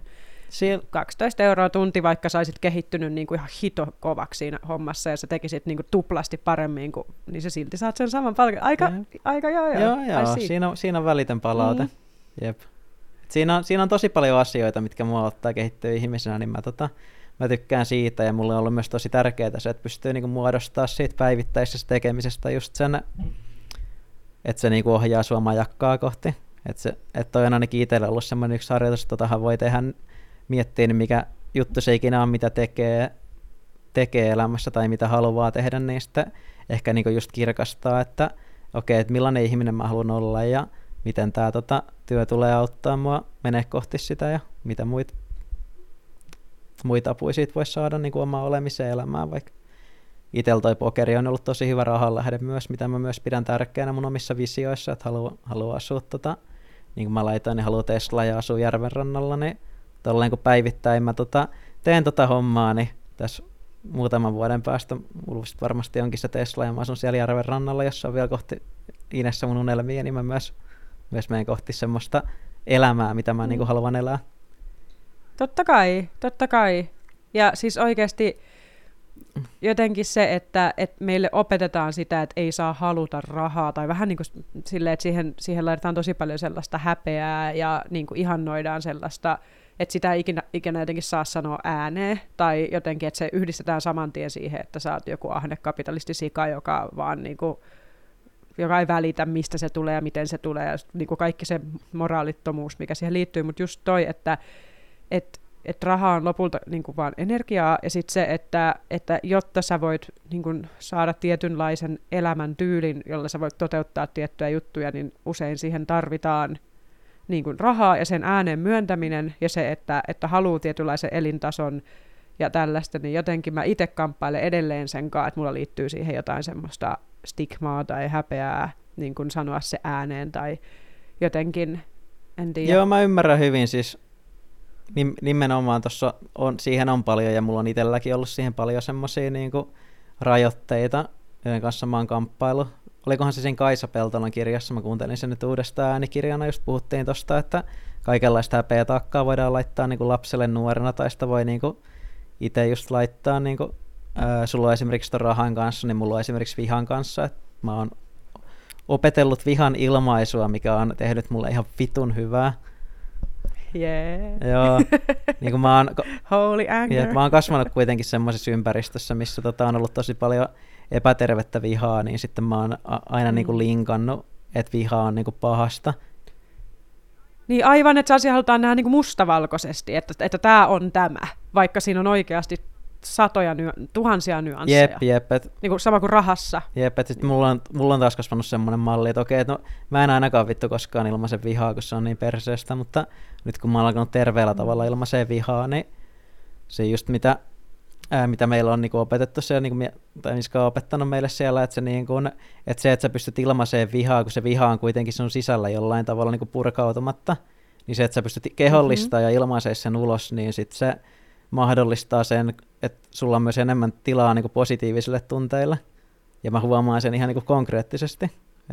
12 € tunti, vaikka sä olisit kehittynyt niin kuin ihan hito kovaksi siinä hommassa, ja sä tekisit niin kuin tuplasti paremmin, niin se silti saat sen saman palkin. Aika joo. Siinä on välitön palaute. Jep. Siinä on tosi paljon asioita, mitkä mua ottaa kehittyä ihmisenä, niin mä tykkään siitä, ja mulle on ollut myös tosi tärkeää se, että pystyy niinku muodostaa siitä päivittäisestä tekemisestä just sen, että se niinku ohjaa sua majakkaa kohti. Että toi on ainakin itsellä ollut semmoinen yksi harjoitus, että voi tehdä miettiä, niin mikä juttu se ikinä on, mitä tekee elämässä tai mitä haluaa tehdä, niin sitten ehkä niinku just kirkastaa, että että millainen ihminen mä haluan olla ja miten tämä työ tulee auttaa mua menee kohti sitä ja mitä muita apuja siitä voisi saada niin kuin omaan olemiseen elämään. Vaikka itsellä toi pokeri on ollut tosi hyvä rahanlähde myös, mitä mä myös pidän tärkeänä mun omissa visioissa, että haluaa asua, niin kuin mä laitoin, niin haluaa Tesla ja asua järven rannalla, niin tolleen kun päivittäin mä teen hommaa, niin tässä muutaman vuoden päästä mulla varmasti onkin se Tesla ja mä asun siellä järven rannalla, jossa on vielä kohti Inessä mun unelmia, niin mä myös menen kohti semmoista elämää, mitä mä niinku haluan elää. Totta kai. Ja siis oikeasti jotenkin se, että meille opetetaan sitä, että ei saa haluta rahaa, tai vähän niin kuin silleen, että siihen laitetaan tosi paljon sellaista häpeää, ja niin kuin ihannoidaan sellaista, että sitä ei ikinä jotenkin saa sanoa ääneen, tai jotenkin, että se yhdistetään saman tien siihen, että sä oot joku ahne kapitalistisika, joka vaan niin kuin joka ei välitä, mistä se tulee ja miten se tulee, ja niin kuin kaikki se moraalittomuus, mikä siihen liittyy, mutta just toi, että raha on lopulta niin kuin vaan energiaa, ja sitten se, että jotta sä voit niin kuin saada tietynlaisen elämän tyylin, jolla sä voit toteuttaa tiettyjä juttuja, niin usein siihen tarvitaan niin kuin rahaa ja sen ääneen myöntäminen ja se, että haluaa tietynlaisen elintason ja tällaista, niin jotenkin mä itse kamppailen edelleen sen kanssa, että mulla liittyy siihen jotain semmoista stigmaa tai häpeää niin kuin sanoa se ääneen tai jotenkin, en tiedä. Joo, mä ymmärrän hyvin siis. Nimenomaan tuossa siihen on paljon, ja mulla on itselläkin ollut siihen paljon semmoisia niinku rajoitteita, joiden kanssa mä oon kamppailu. Olikohan se siinä Kaisa Peltolan kirjassa, mä kuuntelin sen nyt uudestaan äänikirjana, just puhuttiin tosta, että kaikenlaista häpeätaakkaa voidaan laittaa niinku lapselle nuorena, tai sitä voi niinku itse just laittaa, niinku, sulla on esimerkiksi ton rahan kanssa, niin mulla on esimerkiksi vihan kanssa, että mä oon opetellut vihan ilmaisua, mikä on tehnyt mulle ihan vitun hyvää. Yeah. Joo, niin kuin mä oon, Holy anger. mä oon kasvanut kuitenkin semmoisessa ympäristössä, missä on ollut tosi paljon epätervettä vihaa, niin sitten mä oon aina niin kuin linkannut, että viha on niin kuin pahasta. Niin aivan, että se asia halutaan nähdä niin kuin mustavalkoisesti, että tämä on tämä, vaikka siinä on oikeasti tuhansia nyansseja. Jep. Niin kuin sama kuin rahassa. Jep, että sitten mulla on taas kasvanut semmoinen malli, että okei, no mä en ainakaan vittu koskaan ilmaise vihaa, kun se on niin perseestä, mutta nyt kun mä oon alkanut terveellä tavalla ilmaisee vihaa, niin se just mitä meillä on niinku opetettu siellä, niinku, tai Miska on opettanut meille siellä, että että sä pystyt ilmaiseen vihaa, kun se viha on kuitenkin sun sisällä jollain tavalla niinku purkautumatta, niin se, että sä pystyt kehollistamaan ja ilmaisemaan sen ulos, niin sitten se mahdollistaa sen, että sulla on myös enemmän tilaa niinku positiivisille tunteille. Ja mä huomaan sen ihan niinku konkreettisesti.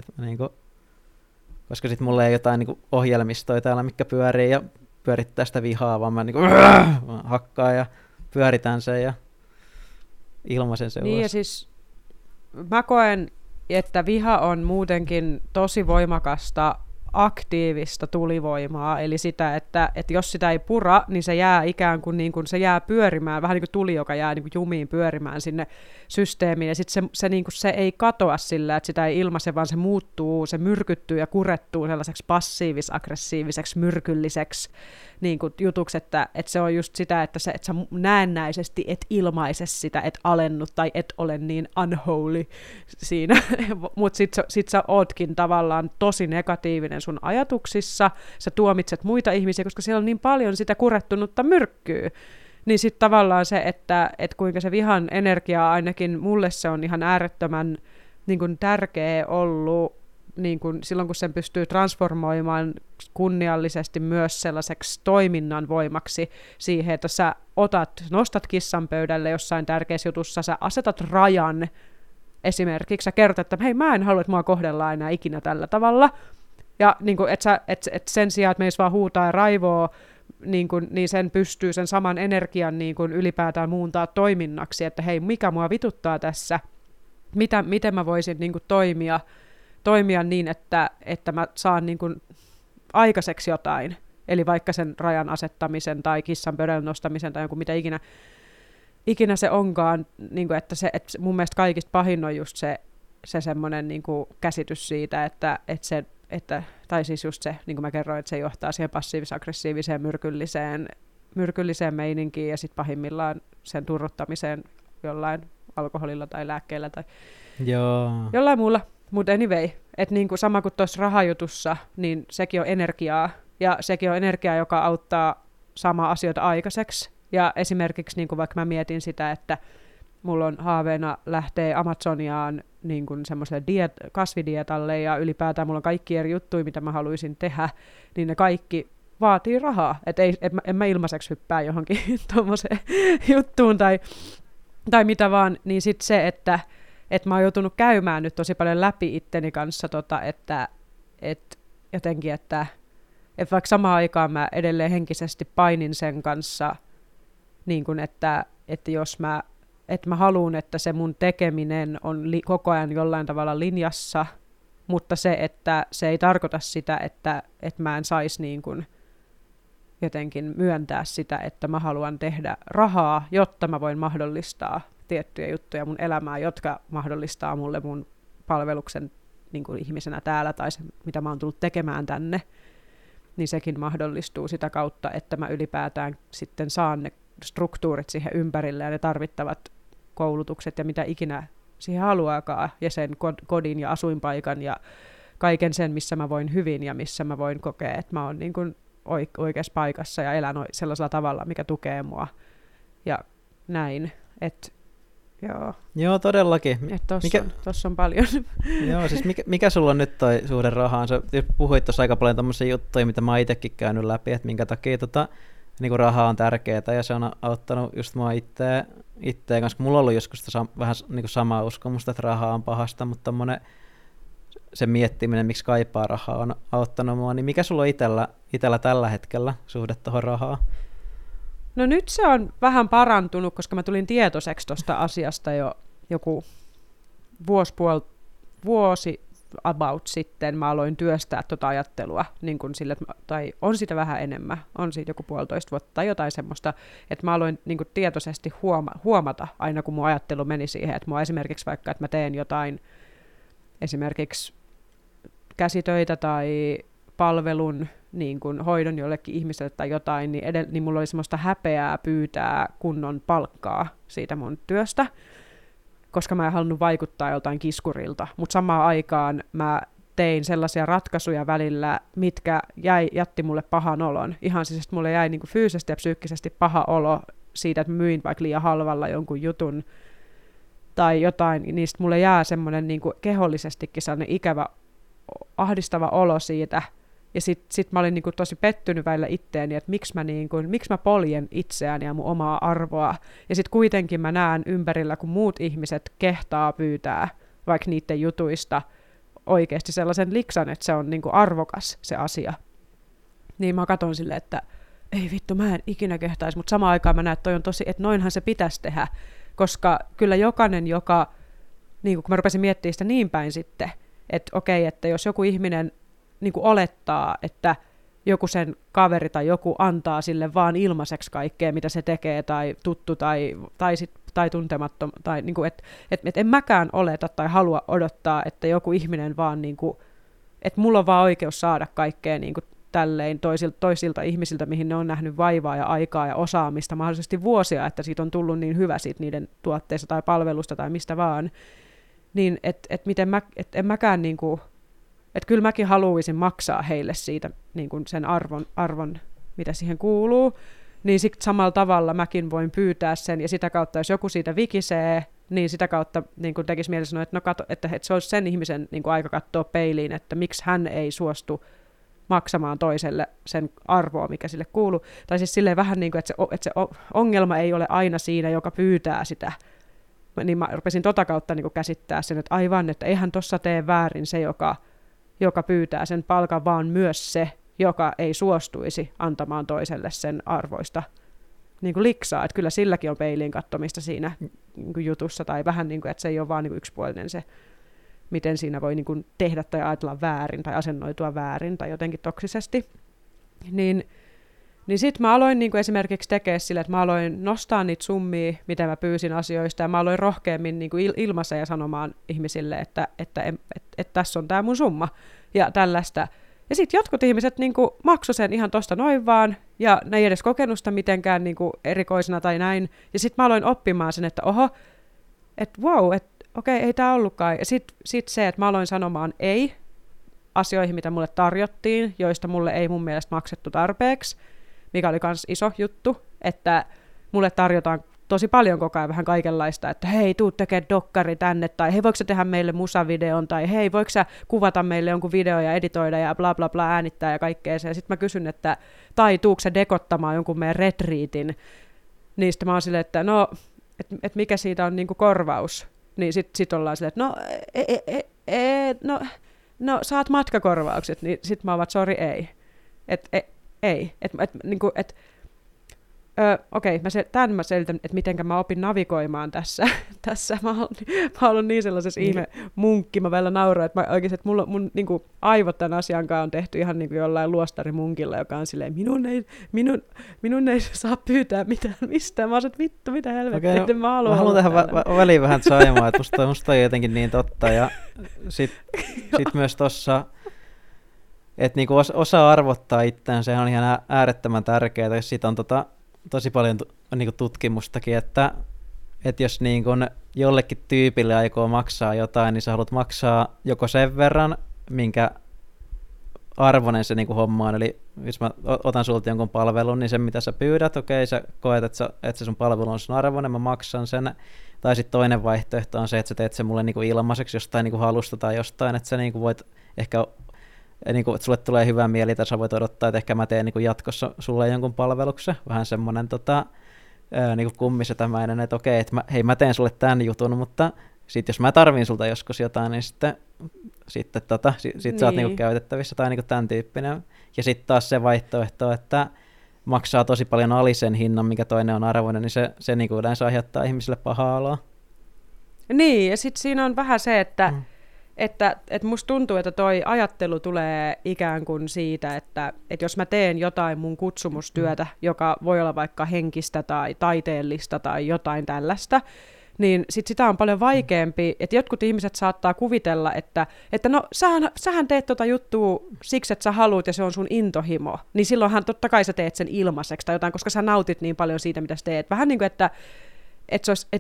Koska sitten mulla ei jotain niinku ohjelmistoja täällä, mikä pyörii ja pyörittää sitä vihaa, vaan mä niinku hakkaan ja pyöritän sen ja ilmaisen sen niin ulos. Ja siis mä koen, että viha on muutenkin tosi voimakasta aktiivista tulivoimaa, eli sitä, että jos sitä ei pura, niin se jää ikään kuin, se jää pyörimään, vähän niin kuin tuli, joka jää niin kuin jumiin pyörimään sinne systeemiin, ja sitten se ei katoa sillä, että sitä ei ilmaise, vaan se muuttuu, se myrkyttyy ja kurettuu sellaiseksi passiivis-aggressiiviseksi, myrkylliseksi niin kuin jutuksi, että se on just sitä, että sä näennäisesti et ilmaise sitä, et alennut tai et ole niin unholy siinä, mutta sit sä ootkin tavallaan tosi negatiivinen sun ajatuksissa, sä tuomitset muita ihmisiä, koska siellä on niin paljon sitä kurettunutta myrkkyä, niin sitten tavallaan se, että kuinka se vihan energia, ainakin mulle se on ihan äärettömän niin kuin tärkeä ollut, niin kuin silloin kun sen pystyy transformoimaan kunniallisesti myös sellaiseksi toiminnan voimaksi siihen, että sä nostat kissan pöydälle jossain tärkeässä jutussa, sä asetat rajan, esimerkiksi sä kerrot, että hei, mä en halua, että mua kohdellaan enää ikinä tällä tavalla, ja niin kuin, et sen sijaan, että meissä vaan huutaa ja raivoo, niin sen pystyy sen saman energian niin kuin ylipäätään muuntaa toiminnaksi, että hei, mikä mua vituttaa tässä, miten mä voisin niin kuin toimia niin, että mä saan niin kuin aikaiseksi jotain, eli vaikka sen rajan asettamisen tai kissan pöydälle nostamisen tai joku mitä ikinä se onkaan, niin kuin että mun mielestä kaikista pahin on just se semmoinen niin kuin käsitys siitä, tai siis just se, niin kuin mä kerroin, että se johtaa siihen passiivis-aggressiiviseen myrkylliseen meininkiin ja sitten pahimmillaan sen turruttamiseen jollain alkoholilla tai lääkkeellä tai jollain muulla. Mutta anyway, että niinku sama kuin tuossa rahajutussa, niin sekin on energiaa, ja sekin on energiaa, joka auttaa saamaan asioita aikaiseksi. Ja esimerkiksi niinku vaikka mä mietin sitä, että mulla on haaveena lähteä Amazoniaan niinku semmoiselle kasvidietalle, ja ylipäätään mulla on kaikki eri juttuja, mitä mä haluaisin tehdä, niin ne kaikki vaatii rahaa. Että en mä ilmaiseksi hyppää johonkin tommoseen juttuun tai mitä vaan, niin sitten se, että mä oon joutunut käymään nyt tosi paljon läpi itteni kanssa, että jotenkin, että vaikka samaan aikaan mä edelleen henkisesti painin sen kanssa, niin kun että jos mä haluan, että se mun tekeminen on koko ajan jollain tavalla linjassa, mutta se, että se ei tarkoita sitä, että mä en saisi niin kun jotenkin myöntää sitä, että mä haluan tehdä rahaa, jotta mä voin mahdollistaa tiettyjä juttuja mun elämää, jotka mahdollistaa mulle mun palveluksen niin kuin ihmisenä täällä tai se, mitä mä oon tullut tekemään tänne, niin sekin mahdollistuu sitä kautta, että mä ylipäätään sitten saan ne struktuurit siihen ympärille ja ne tarvittavat koulutukset ja mitä ikinä siihen haluaakaan ja sen kodin ja asuinpaikan ja kaiken sen, missä mä voin hyvin ja missä mä voin kokea, että mä oon niin kuin oikeassa paikassa ja elän sellaisella tavalla, mikä tukee mua ja näin, että joo. Joo, todellakin. Tossa on paljon. Joo, siis mikä sulla on nyt toi suhde rahaan? Sä puhuit tuossa aika paljon tommosia juttuja, mitä mä oon itsekin käynyt läpi, että minkä takia niin raha on tärkeää ja se on auttanut just mua itteen kanssa. Mulla on ollut joskus vähän niin samaa uskomusta, että raha on pahasta, mutta tommonen se miettiminen, miksi kaipaa rahaa, on auttanut mua. Niin mikä sulla on itellä tällä hetkellä suhde tuohon rahaan? No nyt se on vähän parantunut, koska mä tulin tietoiseksi tuosta asiasta jo joku vuosi about sitten. Mä aloin työstää tuota ajattelua, niin kuin sille, tai on sitä vähän enemmän, on siitä joku 1,5 vuotta tai jotain semmoista, että mä aloin niin kuin tietoisesti huomata aina, kun mun ajattelu meni siihen, että mua esimerkiksi vaikka, että mä teen jotain, esimerkiksi käsitöitä tai palvelun, niin kuin hoidon jollekin ihmiselle tai jotain, niin mulla oli semmoista häpeää pyytää kunnon palkkaa siitä mun työstä, koska mä en halunnut vaikuttaa joltain kiskurilta, mutta samaan aikaan mä tein sellaisia ratkaisuja välillä, mitkä jätti mulle pahan olon. Ihan siis, että mulle jäi niin kuin fyysisesti ja psyykkisesti paha olo siitä, että mä myin vaikka liian halvalla jonkun jutun tai jotain, niin sitten mulle jää semmoinen niin kuin kehollisestikin sellainen ikävä, ahdistava olo siitä. Ja sit mä olin niin kuin tosi pettynyt välillä itteeni, että miksi mä poljen itseäni ja mun omaa arvoa. Ja sitten kuitenkin mä näen ympärillä, kun muut ihmiset kehtaa pyytää vaikka niiden jutuista oikeasti sellaisen liksan, että se on niin kuin arvokas se asia. Niin mä katson silleen, että ei vittu, mä en ikinä kehtaisi, mutta samaan aikaan mä näen, että toi on tosi, että noinhan se pitäisi tehdä. Koska kyllä jokainen, joka, niin kun mä rupesin miettimään sitä niin päin sitten, että okei, että jos joku ihminen niin kuin olettaa, että joku sen kaveri tai joku antaa sille vaan ilmaiseksi kaikkea, mitä se tekee, tai tuttu tai tuntematon, tai niin kuin, et en mäkään oleta tai halua odottaa, että joku ihminen vaan, niin kuin, että mulla on vaan oikeus saada kaikkea niin kuin tälleen toisilta ihmisiltä, mihin ne on nähnyt vaivaa ja aikaa ja osaamista, mahdollisesti vuosia, että siitä on tullut niin hyvä siitä niiden tuotteista tai palvelusta tai mistä vaan, niin en mäkään niin kuin, että kyllä mäkin haluaisin maksaa heille siitä niin kuin sen arvon, mitä siihen kuuluu, niin sitten samalla tavalla mäkin voin pyytää sen, ja sitä kautta, jos joku siitä vikisee, niin sitä kautta niin kuin tekisi mielessä sanoa, että, no että se olisi sen ihmisen niin kuin aika katsoa peiliin, että miksi hän ei suostu maksamaan toiselle sen arvoa, mikä sille kuuluu. Tai siis silleen vähän niin kuin, että se ongelma ei ole aina siinä, joka pyytää sitä. Niin mä rupesin tota kautta niin kuin käsittää sen, että aivan, että eihän tossa tee väärin se, joka pyytää sen palkan, vaan myös se, joka ei suostuisi antamaan toiselle sen arvoista niin kuin liksaa. Että kyllä silläkin on peiliin katsomista siinä niin kuin jutussa, tai vähän niin kuin, että se ei ole vaan niin kuin yksipuolinen se, miten siinä voi niin kuin tehdä tai ajatella väärin, tai asennoitua väärin, tai jotenkin toksisesti. Niin sitten mä aloin niin kuin esimerkiksi tekemään sille, että mä aloin nostaa niitä summia, mitä mä pyysin asioista, ja mä aloin rohkeammin niin kuin ilmaisen ja sanomaan ihmisille, että tässä on tää mun summa, ja tällaista. Ja sitten jotkut ihmiset niin kuin maksoi sen ihan tosta noin vaan, ja ne ei edes kokenut sitä mitenkään niin kuin erikoisena tai näin. Ja sitten mä aloin oppimaan sen, että oho, että wow, että okei, ei tää ollutkaan. Ja sit se, että mä aloin sanomaan ei asioihin, mitä mulle tarjottiin, joista mulle ei mun mielestä maksettu tarpeeksi, mikä oli myös iso juttu, että mulle tarjotaan tosi paljon koko ajan vähän kaikenlaista, että hei, tuu tekemään dokkari tänne, tai hei, voiko sä tehdä meille musavideon, tai hei, voiko sä kuvata meille jonkun video ja editoida ja bla bla bla äänittää ja kaikkea se. Ja sitten mä kysyn, että tai tuuko sä dekottamaan jonkun meidän retriitin, niin sitten mä oon silleen, että no, että mikä siitä on niinku korvaus. Niin sit ollaan silleen, että no saat matkakorvaukset, niin sit mä oon, että sori, ei. Ei. Okei, tämän mä selitän, että mitenkä mä opin navigoimaan tässä. Mä oon niin sellaisessa ihme munkki, mä välillä nauroin, että mä oikeasti, että mun niin kuin aivot tämän asian kanssa on tehty ihan niin kuin jollain luostarimunkilla, joka on silleen, minun ei saa pyytää mitään mistään. Mä oon että vittu, mitä helvettiä, että mä haluan tähän väliin vähän saimaa, että musta on jotenkin niin totta. Ja sit myös tossa, että niinku osaa arvottaa itseään, sehän on ihan äärettömän tärkeää, jos siitä on tosi paljon niinku tutkimustakin, että jos niinku jollekin tyypille aikoo maksaa jotain, niin sä haluat maksaa joko sen verran minkä arvoinen se niinku homma on. Eli jos mä otan sulta jonkun palvelun, niin se mitä sä pyydät, okei, sä koet, että se sun palvelu on sun arvoinen, mä maksan sen. Tai sitten toinen vaihtoehto on se, että sä teet sen mulle niinku ilmaiseksi jostain niinku halusta tai jostain, että sä niinku voit ehkä, niinku, että sulle tulee hyvä mieli, tai sä voit odottaa, että ehkä mä teen niinku jatkossa sulle jonkun palveluksen. Vähän semmoinen niinku kummisetämäinen, että okei, että hei mä teen sulle tämän jutun, mutta sitten jos mä tarvin sulta joskus jotain, niin sitten niin. Sä oot niinku käytettävissä tai niinku tämän tyyppinen. Ja sitten taas se vaihtoehto, että maksaa tosi paljon alisen hinnan, mikä toinen on arvoinen, niin se niinku yleensä aiheuttaa ihmisille pahaa oloa. Niin, ja sitten siinä on vähän se, että musta tuntuu, että toi ajattelu tulee ikään kuin siitä, että jos mä teen jotain mun kutsumustyötä, joka voi olla vaikka henkistä tai taiteellista tai jotain tällaista, niin sitä on paljon vaikeampi, että jotkut ihmiset saattaa kuvitella, että no sähän teet tota juttua siksi, että sä haluut ja se on sun intohimo, niin silloinhan totta kai sä teet sen ilmaiseksi tai jotain, koska sä nautit niin paljon siitä, mitä sä teet. Vähän niin kuin, että se olisi,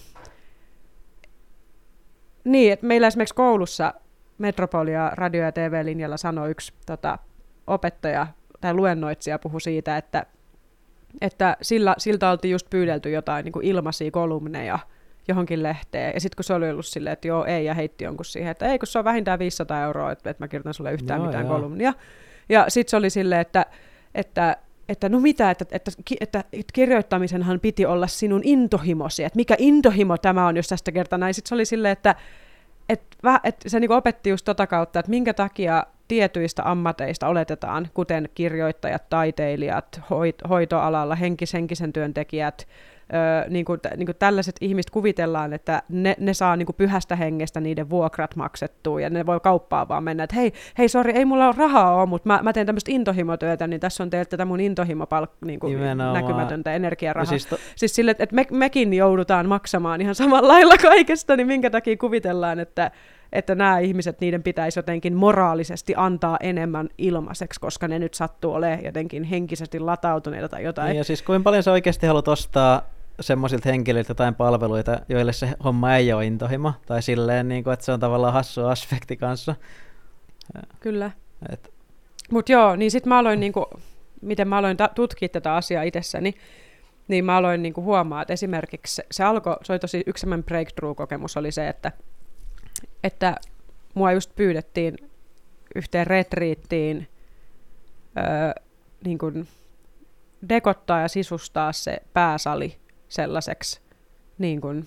niin, että meillä esimerkiksi koulussa Metropolia radio- ja TV-linjalla sanoi yksi opettaja tai luennoitsija puhui siitä, että siltä oltiin just pyydelty jotain niin kuin ilmaisia kolumneja johonkin lehteen, ja sitten kun se oli ollut silleen, että joo, ei, ja heitti jonkun siihen, että ei, kun se on vähintään 500 €, että mä kirjoitan sulle yhtään mitään kolumnia. Ja sitten se oli silleen, että no mitä, että kirjoittamisenhan piti olla sinun intohimosi, että mikä intohimo tämä on, jos tästä kertaa näin. Sitten se oli silleen, että se niinku opetti just tota kautta, että minkä takia tietyistä ammateista oletetaan, kuten kirjoittajat, taiteilijat, hoitoalalla, henkisen työntekijät, niin kuin tällaiset ihmiset kuvitellaan, että ne saa niin kuin pyhästä hengestä niiden vuokrat maksettua, ja ne voi kauppaan vaan mennä, että hei, sori, ei mulla ole rahaa, mutta mä teen tämmöistä intohimotyötä, niin tässä on teiltä tätä mun niin kuin näkymätöntä energiarahaa. Siis sille, että mekin joudutaan maksamaan ihan samalla lailla kaikesta, niin minkä takia kuvitellaan, että nämä ihmiset, niiden pitäisi jotenkin moraalisesti antaa enemmän ilmaiseksi, koska ne nyt sattuu olemaan jotenkin henkisesti latautuneita tai jotain. Niin, ja siis kuinka paljon sä oikeasti haluat ostaa semmoisilta henkilöiltä jotain palveluita, joille se homma ei ole intohimo, tai silleen, niin kuin, että se on tavallaan hassu aspekti kanssa. Kyllä. Mutta joo, niin sitten mä aloin, niin kuin, miten mä aloin tutkia tätä asiaa itsessäni, niin mä aloin niin kuin huomaa, että esimerkiksi se oli tosi yksi semmoinen breakthrough-kokemus oli se, että mua just pyydettiin yhteen retriittiin niin kuin dekottaa ja sisustaa se pääsali sellaiseksi, niin kuin,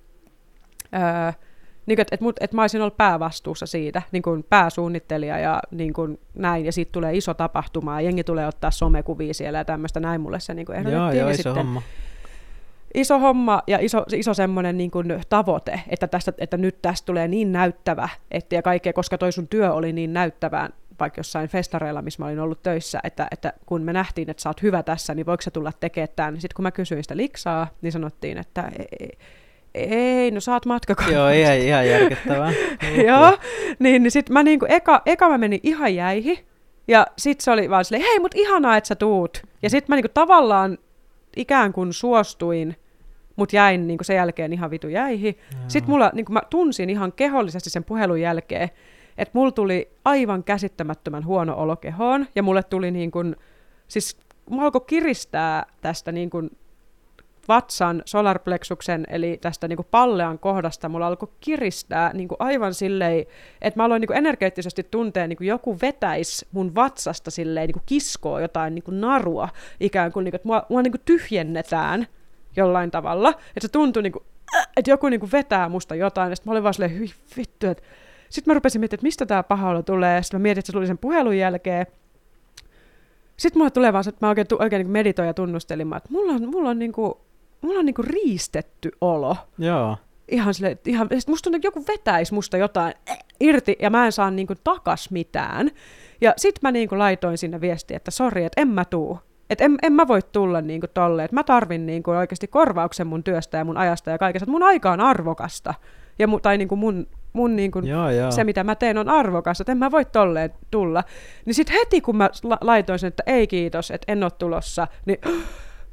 että mä olisin ollut päävastuussa siitä, niin kuin pääsuunnittelija ja niin kuin näin, ja siitä tulee iso tapahtuma, ja jengi tulee ottaa somekuvia siellä ja tämmöistä, näin mulle se niin kuin ehdotettiin. Joo, ja iso sitten, homma. Iso homma ja iso semmoinen niin kuin tavoite, että nyt tästä tulee niin näyttävä, ja kaikkea, koska toi sun työ oli niin näyttävää, vaikka jossain festareilla, missä mä olin ollut töissä, että kun me nähtiin, että sä oot hyvä tässä, niin voiko sä tulla tekemään tämän? Niin sitten kun mä kysyin sitä liksaa, niin sanottiin, että ei, no saat matkakauppaa. Joo, ihan järkyttävää. Joo, niin sitten mä niinku, eka mä menin ihan jäihin, ja sitten se oli vaan silleen, hei, mut ihanaa, että sä tuut. Ja sitten mä niinku tavallaan ikään kuin suostuin, mut jäin niinku sen jälkeen ihan vitu jäihin. Sitten mulla, niinku mä tunsin ihan kehollisesti sen puhelun jälkeen, että mulla tuli aivan käsittämättömän huono olo kehoon, ja mulle tuli niin kuin, siis mulla alkoi kiristää tästä niin kuin vatsan, solarplexuksen, eli tästä niin kuin pallean kohdasta, mulla alkoi kiristää niin kuin aivan silleen, että mä aloin niin kuin energeettisesti tuntea, niin kuin joku vetäisi mun vatsasta silleen, niin kuin kiskoo jotain niin kuin narua, ikään kuin, että mua niin kuin tyhjennetään jollain tavalla, että se tuntui, niin kuin, että joku niin kuin vetää musta jotain, ja sitten mä olin vaan silleen, hyi vittu, että sitten mä rupesin miettimään, että mistä tää paha olo tulee. Sitten mä mietin, että se tuli sen puhelun jälkeen. Sitten mulle tulee vaan se, että mä oikein niin meditoin ja tunnustelin, että mulla on niinku riistetty olo. Joo. Ihan silleen, musta tuntuu, että joku vetäisi musta jotain irti, ja mä en saa niinku takas mitään. Ja sit mä niinku laitoin sinne viestiä, että sori, että en mä tuu. Että en mä voi tulla niinku tolleen, että mä tarvin niinku oikeasti korvauksen mun työstä ja mun ajasta ja kaikesta. Että mun aika on arvokasta. Tai niinku mun niinku se, mitä mä teen, on arvokasta, että en mä voi tolleen tulla. Niin sit heti, kun mä laitoin sen, että ei kiitos, että en ole tulossa, niin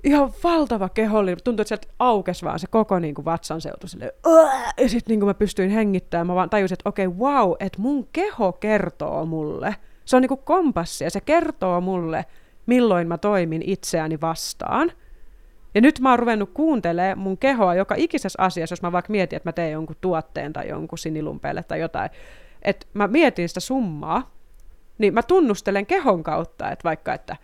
ihan valtava kehollinen. Tuntui, että sieltä aukesi vaan se koko niin kuin vatsanseutu silleen, ja sitten niin kuin mä pystyin hengittämään. Mä vaan tajusin, että okei, wow, että mun keho kertoo mulle. Se on niin kuin kompassi ja se kertoo mulle, milloin mä toimin itseäni vastaan. Ja nyt mä oon ruvennut kuuntelemaan mun kehoa joka ikisessä asiassa, jos mä vaikka mietin, että mä teen jonkun tuotteen tai jonkun sinilumpeelle tai jotain. Että mä mietin sitä summaa, niin mä tunnustelen kehon kautta, että vaikka, että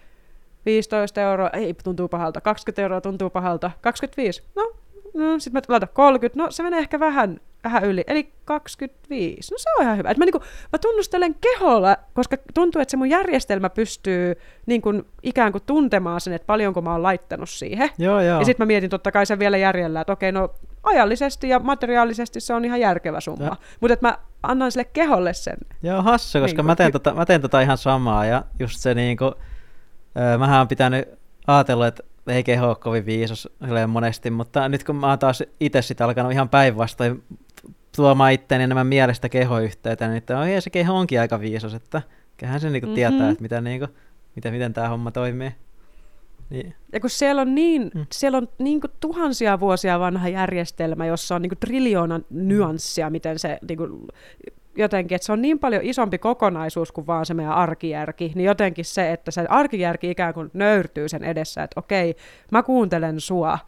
15 euroa, ei tuntuu pahalta, 20 euroa tuntuu pahalta, 25, no sitten mä laitan 30, no se menee ehkä vähän yli, eli 25, no se on ihan hyvä. Että mä tunnustelen keholla, koska tuntuu, että se mun järjestelmä pystyy niin kuin, ikään kuin tuntemaan sen, että paljonko mä oon laittanut siihen. Joo. Ja sitten mä mietin totta kai sen vielä järjellä, että okei, no ajallisesti ja materiaalisesti se on ihan järkevä summa. Mutta että mä annan sille keholle sen. Joo, hassu, koska niin mä teen tota ihan samaa ja just se niinku, mähän on pitänyt ajatella, että ei keho ole kovin viisas monesti, mutta nyt kun mä oon taas itse sitä alkanut ihan päinvastoin tuomaan itteeni enemmän mielestä kehoyhteyteen, niin se keho onkin aika viisas, että kyllähän se niinku tietää, että miten tämä homma toimii. Niin. Ja kun siellä on niinku tuhansia vuosia vanha järjestelmä, jossa on niinku triljoona nyanssia, miten se niinku, jotenkin, että se on niin paljon isompi kokonaisuus kuin vaan se meidän arkijärki, niin jotenkin se, että se arkijärki ikään kuin nöyrtyy sen edessä, että okei, mä kuuntelen sua.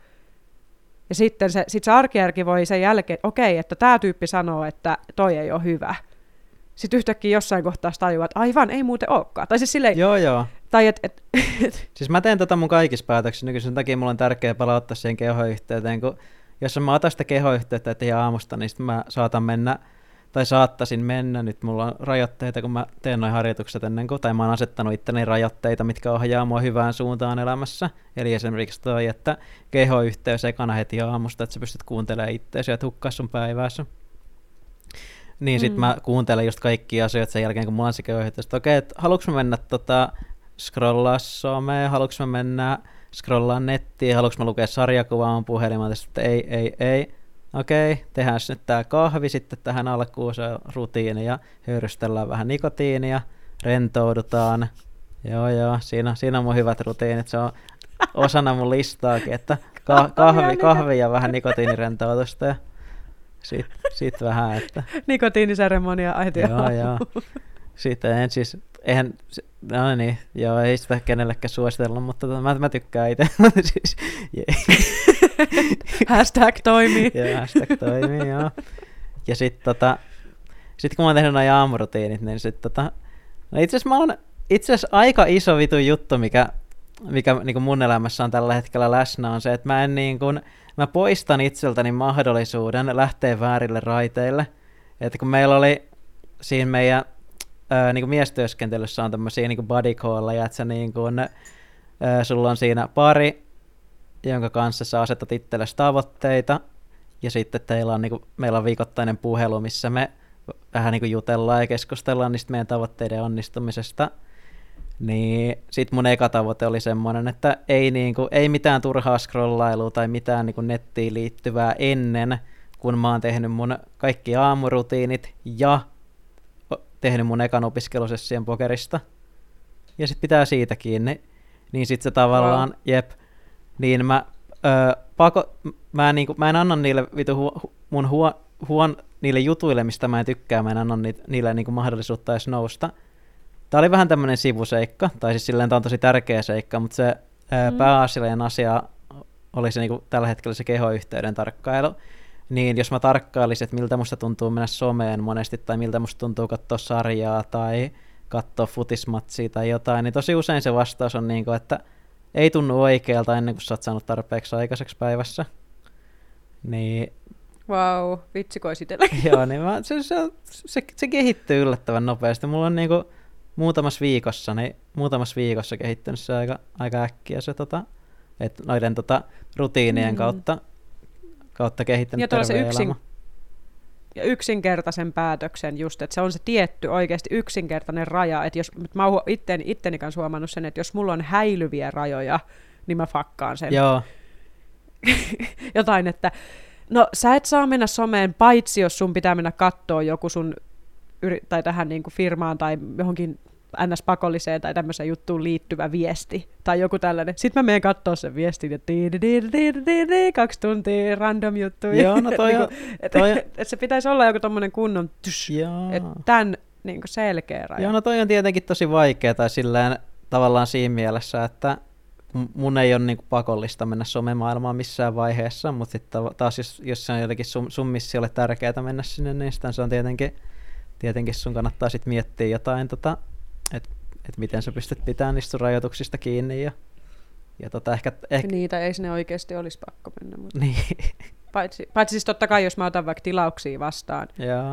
Ja sitten se arkijärki voi sen jälkeen, okei, että tämä tyyppi sanoo, että toi ei ole hyvä. Sitten yhtäkkiä jossain kohtaa tajuaa, että aivan, ei muuten olekaan. Tai siis silleen, Joo. Tai siis mä teen tota mun kaikissa päätöksissä, niin sen takia mulla on tärkeää palauttaa siihen kehoyhteyteen, kun jos mä otan sitä kehoyhteyttä ettei aamusta, niin sitten mä saattaisin mennä, nyt mulla on rajoitteita, kun mä teen noin harjoitukset tai mä oon asettanut itteni rajoitteita, mitkä ohjaa mua hyvään suuntaan elämässä. Eli esimerkiksi toi, että kehoyhteys ekana heti aamusta, että sä pystyt kuuntelemaan itseäsi ja hukkaa sun päiväässä. Niin sit mä kuuntelen just kaikkia asioita sen jälkeen, kun mulla on se kehoyhteys, että okei, että haluuks mä mennä scrollaa somea, haluuks mä mennä scrollaa nettiin, haluuks mä lukea sarjakuvaa mun puhelimella, että ei. Okei, tehdään nyt tää kahvi sitten tähän alkuun, se on rutiini ja höyrystellään vähän nikotiinia, rentoudutaan. Joo, siinä on mun hyvät rutiinit, se on osana mun listaakin, että kahvi ja vähän nikotiinirentoutusta ja sit vähän, että... Nikotiiniseremonia, aitio. Joo. Sitten ei sitä kenellekään suositella, mutta mä tykkään itse. Siis, Hashtag toimii. Joo, hashtag toimii, joo. Ja sit kun mä oon tehnyt noin aamurutiinit, niin itse asiassa aika iso vitu juttu, mikä niin kuin mun elämässä on tällä hetkellä läsnä, on se, että mä poistan itseltäni mahdollisuuden lähteä väärille raiteille. Että kun meillä oli siinä meidän niin kuin miestyöskentelyssä on tämmöisiä niin kuin body callia, että sulla on siinä pari, jonka kanssa sä asetat itsellesi tavoitteita, ja sitten meillä on viikoittainen puhelu, missä me vähän niin kuin jutellaan ja keskustellaan niistä meidän tavoitteiden onnistumisesta. Niin sit mun eka tavoite oli semmoinen, että ei mitään turhaa scrollailua tai mitään niin kuin nettiin liittyvää ennen, kun mä oon tehnyt mun kaikki aamurutiinit ja tehnyt mun ekan opiskelusession pokerista. Ja sit pitää siitä kiinni. Niin sit se tavallaan, niin mä en anna niille niille jutuille, mistä mä en tykkää, mä en anna niille niinku mahdollisuutta edes nousta. Tää oli vähän tämmönen sivuseikka, tai siis silleen tää on tosi tärkeä seikka, mutta se pääasiallinen asia oli se niinku tällä hetkellä se kehoyhteyden tarkkailu. Niin jos mä tarkkailisin, että miltä musta tuntuu mennä someen monesti, tai miltä musta tuntuu katsoa sarjaa, tai katsoa futismatsia tai jotain, niin tosi usein se vastaus on niinku, että ei tunnu oikealta ennen kuin sä oot saanut tarpeeksi aikaiseksi päivässä. Niin... Vau, vitsikois itselläkin. Joo, niin se kehittyy yllättävän nopeasti. Mulla on niinku muutamassa viikossa kehittynyt se aika äkkiä se että noiden rutiinien kautta kehittänyt terveen elämä. Ja yksinkertaisen päätöksen just, että se on se tietty oikeasti yksinkertainen raja, että jos mä oon itteni kanssa huomannut sen, että jos mulla on häilyviä rajoja, niin mä fakkaan sen. Joo. Jotain, että no sä et saa mennä someen, paitsi jos sun pitää mennä kattoo joku sun tai tähän niin kuin firmaan tai johonkin NS-pakolliseen tai tämmöiseen juttuun liittyvä viesti tai joku tällainen. Sitten mä menen katsoa sen viestin ja 2 tuntia random juttuja. Joo, no toi et se pitäisi olla joku tommonen kunnon tän niin selkeä raja. Joo, no toi on tietenkin tosi vaikeaa tai silleen tavallaan siinä mielessä, että mun ei ole niinku pakollista mennä somemaailmaan missään vaiheessa, mutta sitten taas jos se on jotenkin sun missiolle tärkeää mennä sinne, niin sitten se on tietenkin sun kannattaa sit miettiä jotain, että miten sä pystyt pitämään niistä sun rajoituksista kiinni. Ja ehkä... Niitä ei sinne oikeasti olisi pakko mennä. Mutta niin. Paitsi siis totta kai, jos mä otan vaikka tilauksia vastaan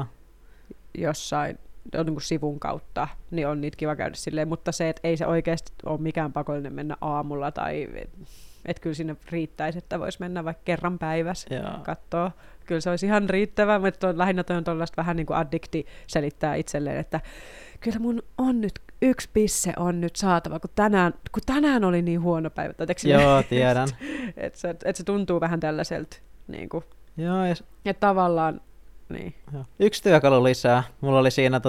jossain niin kuin sivun kautta, niin on niitä kiva käydä silleen, mutta se, että ei se oikeasti ole mikään pakollinen mennä aamulla, tai että kyllä sinne riittäisi, että voisi mennä vaikka kerran päivässä katsoa. Kyllä se olisi ihan riittävää, mutta lähinnä toi on tuollaista vähän niin kuin addikti selittää itselleen, että kyllä mun on nyt, yksi pisse on nyt saatava, kun tänään oli niin huono päivä. Joo, tiedän. Että se tuntuu vähän tällaiselta, niin kuin, joo, että tavallaan, niin. Joo. Yksi työkalu lisää. Mulla oli siinä,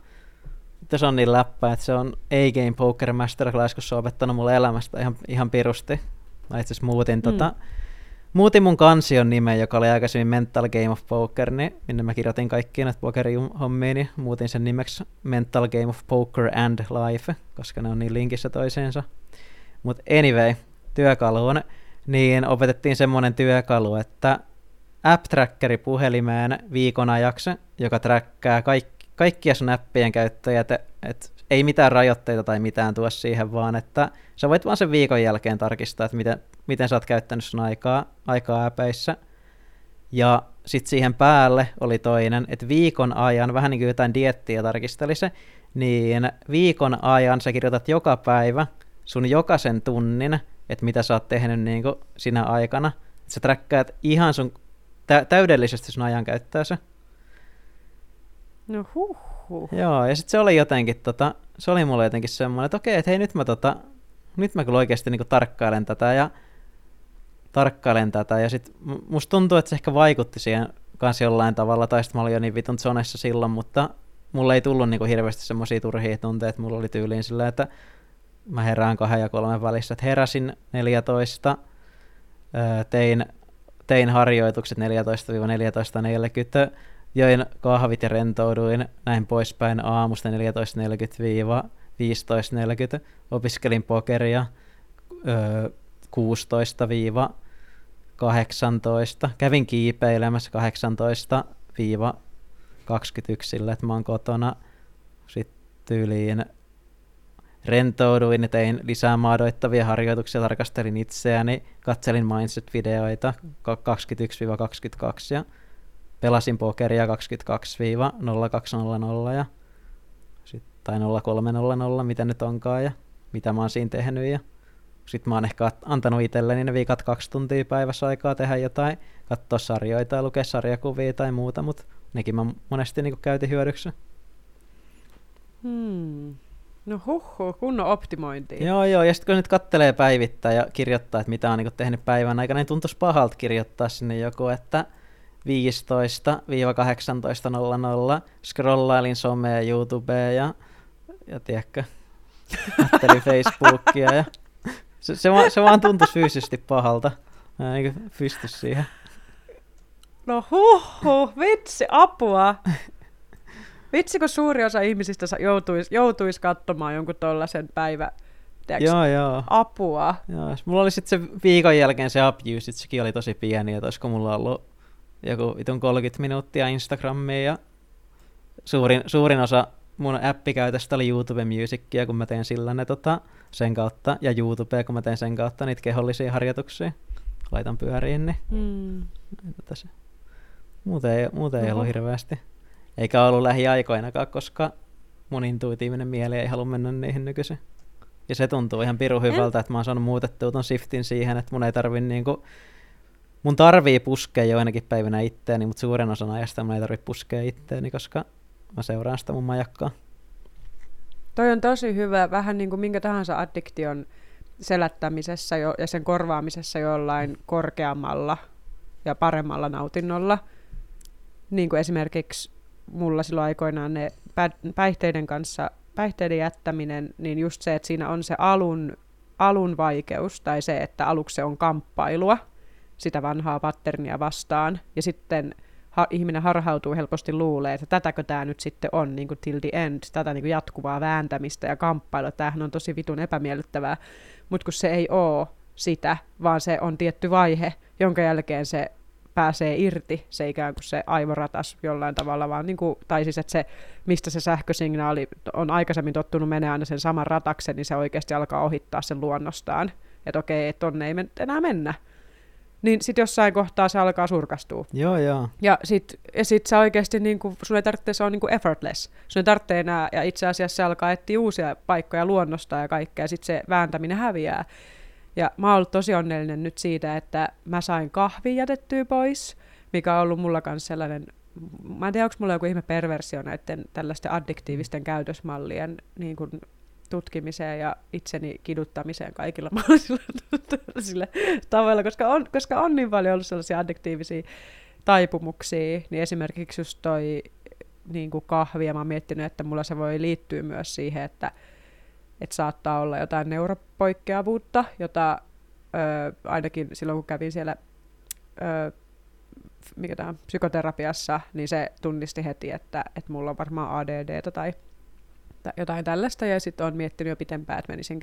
se on niin läppä, että se on A-Game Poker Masterclass, kun se on opettanut mulle elämästä ihan pirusti. Mä itse asiassa muutin mun kansion nimen, joka oli aikaisemmin Mental Game of Poker, niin minne mä kirjoitin kaikkia näitä pokerihommiin, niin muutin sen nimeksi Mental Game of Poker and Life, koska ne on niin linkissä toiseensa. Mutta anyway, työkaluun, niin opetettiin semmoinen työkalu, että app-trackeri puhelimeen viikon ajaksi, joka trackkaa kaikkia sun appien käyttöjä, et ei mitään rajoitteita tai mitään tuo siihen, vaan että sä voit vaan sen viikon jälkeen tarkistaa, että miten sä oot käyttänyt sun aikaa äpeissä. Ja sitten siihen päälle oli toinen, että viikon ajan, vähän niin kuin jotain diettiä tarkisteli se, niin viikon ajan sä kirjoitat joka päivä sun jokaisen tunnin, että mitä sä oot tehnyt niin kuin sinä aikana. Et sä trackkaat ihan sun täydellisesti sun ajan käyttöönsä. No Joo, ja sitten se oli jotenkin, se oli mulle jotenkin semmoinen, että okei, että hei, nyt mä kyllä oikeasti niinku tarkkailen tätä, ja sitten musta tuntuu, että se ehkä vaikutti siihen kanssa jollain tavalla, tai sitten mä olin jo niin vitun zonessa silloin, mutta mulle ei tullut niinku hirveästi semmoisia turhia tunteita, mulla oli tyyliin silleen, että mä herään 2 ja 3 välissä, että heräsin 14, tein harjoitukset 14-14.40, join kahvit ja rentouduin, näin poispäin aamusta 14.40-15.40, opiskelin pokeria 16-18, kävin kiipeilemässä 18-21 sillä, että mä oon kotona, sitten tyyliin rentouduin ja tein lisää maadoittavia harjoituksia, tarkastelin itseäni, katselin mindset-videoita 21-22 ja pelasin pokeria 22-0200 ja tai 0300, mitä nyt onkaan ja mitä mä oon siinä tehnyt. Ja sitten mä oon ehkä antanut itselleni ne viikat 2 tuntia päivässä aikaa tehdä jotain, katsoa sarjoita ja lukea sarjakuvia tai muuta, mutta nekin mä monesti niin käytin hyödyksi. No kunnon optimointia. Joo, ja sitten kun nyt kattelee päivittäin ja kirjoittaa, että mitä on niin tehnyt päivän aikana, niin tuntuisi pahalta kirjoittaa sinne joku, että 15-18.00 scrollailin somea, YouTubea ja tiedätkö, kattelin Facebookia ja se vaan tuntuisi fyysisesti pahalta. Mä en pysty siihen. No vitsi, apua. Vitsi, kun suuri osa ihmisistä joutuisi katsomaan jonkun tollaisen Joo. apua. Joo, mulla oli sitten se viikon jälkeen se app usage, sekin oli tosi pieni, että olisiko mulla ollut joku vitun 30 minuuttia Instagramia ja suurin osa mun appikäytöstä oli YouTube Musicia, kun mä teen sillä ne sen kautta, ja YouTubea, kun mä teen sen kautta niitä kehollisia harjoituksia. Laitan pyöriin, niin muuten ei ollut hirveästi. Eikä ollut lähiaikoinakaan, koska mun intuitiivinen mieli ei halua mennä niihin nykyisin. Ja se tuntuu ihan pirun hyvältä, että mä oon saanut muutettua ton shiftin siihen, että mun tarvii puskea joinakin päivinä itteeni, mutta suuren osan ajasta mun ei tarvitse puskea itteeni, koska mä seuraan sitä mun majakkaa. Toi on tosi hyvä, vähän niin kuin minkä tahansa addiktion selättämisessä ja sen korvaamisessa jollain korkeammalla ja paremmalla nautinnolla. Niin kuin esimerkiksi mulla silloin aikoinaan ne päihteiden kanssa päihteiden jättäminen, niin just se, että siinä on se alun vaikeus, tai se, että aluksi se on kamppailua sitä vanhaa patternia vastaan, ja sitten ihminen harhautuu helposti luulee, että tätäkö tämä nyt sitten on niin kuin till the end, tätä niin kuin jatkuvaa vääntämistä ja kamppailua, tämähän on tosi vitun epämiellyttävää, mutta kun se ei ole sitä, vaan se on tietty vaihe, jonka jälkeen se pääsee irti, se ikään kuin se aivoratas jollain tavalla, vaan niin kuin, tai siis, että se, mistä se sähkösignaali on aikaisemmin tottunut menee aina sen saman rataksen, niin se oikeasti alkaa ohittaa sen luonnostaan, että okei, tonne ei enää mennä. Niin sit jossain kohtaa se alkaa surkastua. Joo. Ja sit sä oikeasti, niinku, sun ei tarvitse, se on niinku effortless. Sun ei tarvitse enää, ja itse asiassa se alkaa etsiä uusia paikkoja luonnosta ja kaikkea, ja sit se vääntäminen häviää. Ja mä oon ollut tosi onnellinen nyt siitä, että mä sain kahvin jätettyä pois, mikä on ollut mulla kanssa sellainen, mä en tiedä, onko mulla joku ihme perversio näiden tällaisten addiktiivisten käytösmallien niin kuin tutkimiseen ja itseni kiduttamiseen kaikilla mahdollisilla tavoilla, koska on niin paljon ollut sellaisia addiktiivisia taipumuksia, niin esimerkiksi just toi niin kuin kahvi, ja mä oon miettinyt, että mulla se voi liittyä myös siihen, että saattaa olla jotain neuropoikkeavuutta, jota ainakin silloin, kun kävin siellä psykoterapiassa, niin se tunnisti heti, että mulla on varmaan ADD:tä tai jotain tällaista, ja sitten olen miettinyt jo pitempään, että menisin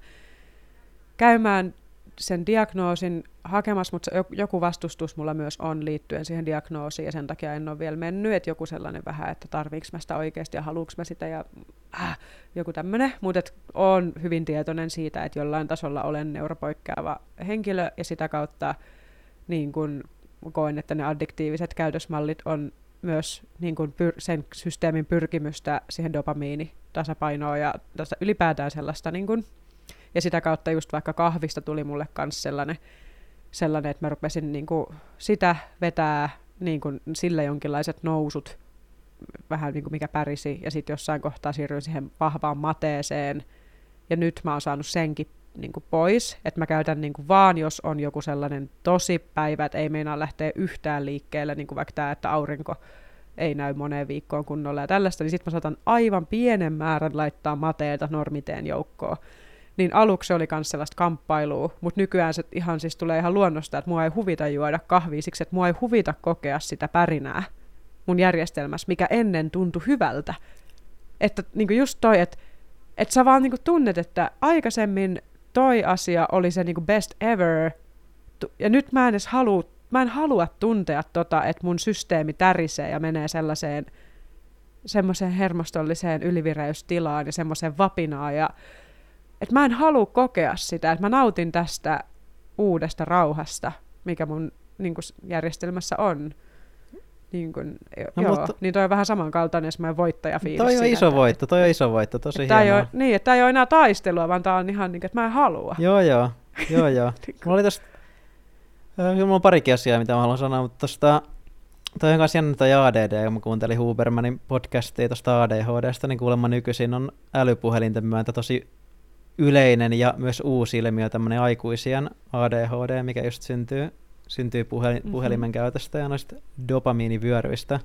käymään sen diagnoosin hakemassa, mutta joku vastustus mulla myös on liittyen siihen diagnoosiin, ja sen takia en ole vielä mennyt, että joku sellainen vähän, että tarviinko mä sitä oikeasti ja haluanko mä sitä, ja joku tämmöinen, mutta olen hyvin tietoinen siitä, että jollain tasolla olen neuropoikkeava henkilö, ja sitä kautta niin kun koen, että ne addiktiiviset käytösmallit on myös niin kun sen systeemin pyrkimystä siihen dopamiinitasapainoon ja ylipäätään sellaista, niin kun, ja sitä kautta just vaikka kahvista tuli mulle myös sellainen, että mä rupesin niin kun sitä vetää niin kun sille jonkinlaiset nousut, vähän niin kuin mikä pärisi, ja sitten jossain kohtaa siirryin siihen vahvaan mateeseen, ja nyt mä oon saanut senkin niin kuin pois, että mä käytän niin kuin vaan, jos on joku sellainen tosi päivä, että ei meinaa lähteä yhtään liikkeelle, niin kuin vaikka tämä, että aurinko ei näy moneen viikkoon kunnolla ja tällaista, niin sitten mä saatan aivan pienen määrän laittaa mateeta normiteen joukkoon. Niin aluksi oli myös sellaista kamppailua, mutta nykyään se ihan siis tulee ihan luonnosta, että mua ei huvita juoda kahvia siksi, että mua ei huvita kokea sitä pärinää mun järjestelmässä, mikä ennen tuntui hyvältä. Että niin kuin just toi, että sä vaan niin kuin tunnet, että aikaisemmin toi asia oli se niin kuin best ever, ja nyt mä en halua tuntea että mun systeemi tärisee ja menee semmoiseen hermostolliseen ylivireystilaan ja semmoiseen vapinaan, ja että mä en halua kokea sitä, että mä nautin tästä uudesta rauhasta, mikä mun niin kuin järjestelmässä on. Niin, niin toi on vähän samankaltainen semmoinen voittajafiilis. Toi on iso voitto, tosi hienoa. Niin, että tää ei ole enää taistelua, vaan tää on ihan niin, että mä en halua. Joo. Mulla oli mulla on parikin asiaa, mitä mä haluan sanoa, mutta toi on kanssa jännä toi ADD, kun mä kuuntelin Hubermanin podcastia tuosta ADHDsta, niin kuulemma nykyisin on älypuhelinten myötä tosi yleinen ja myös uusi ilmiö, tämmöinen aikuisien ADHD, mikä just syntyy puhelimen käytöstä ja noista dopamiinivyöryistä.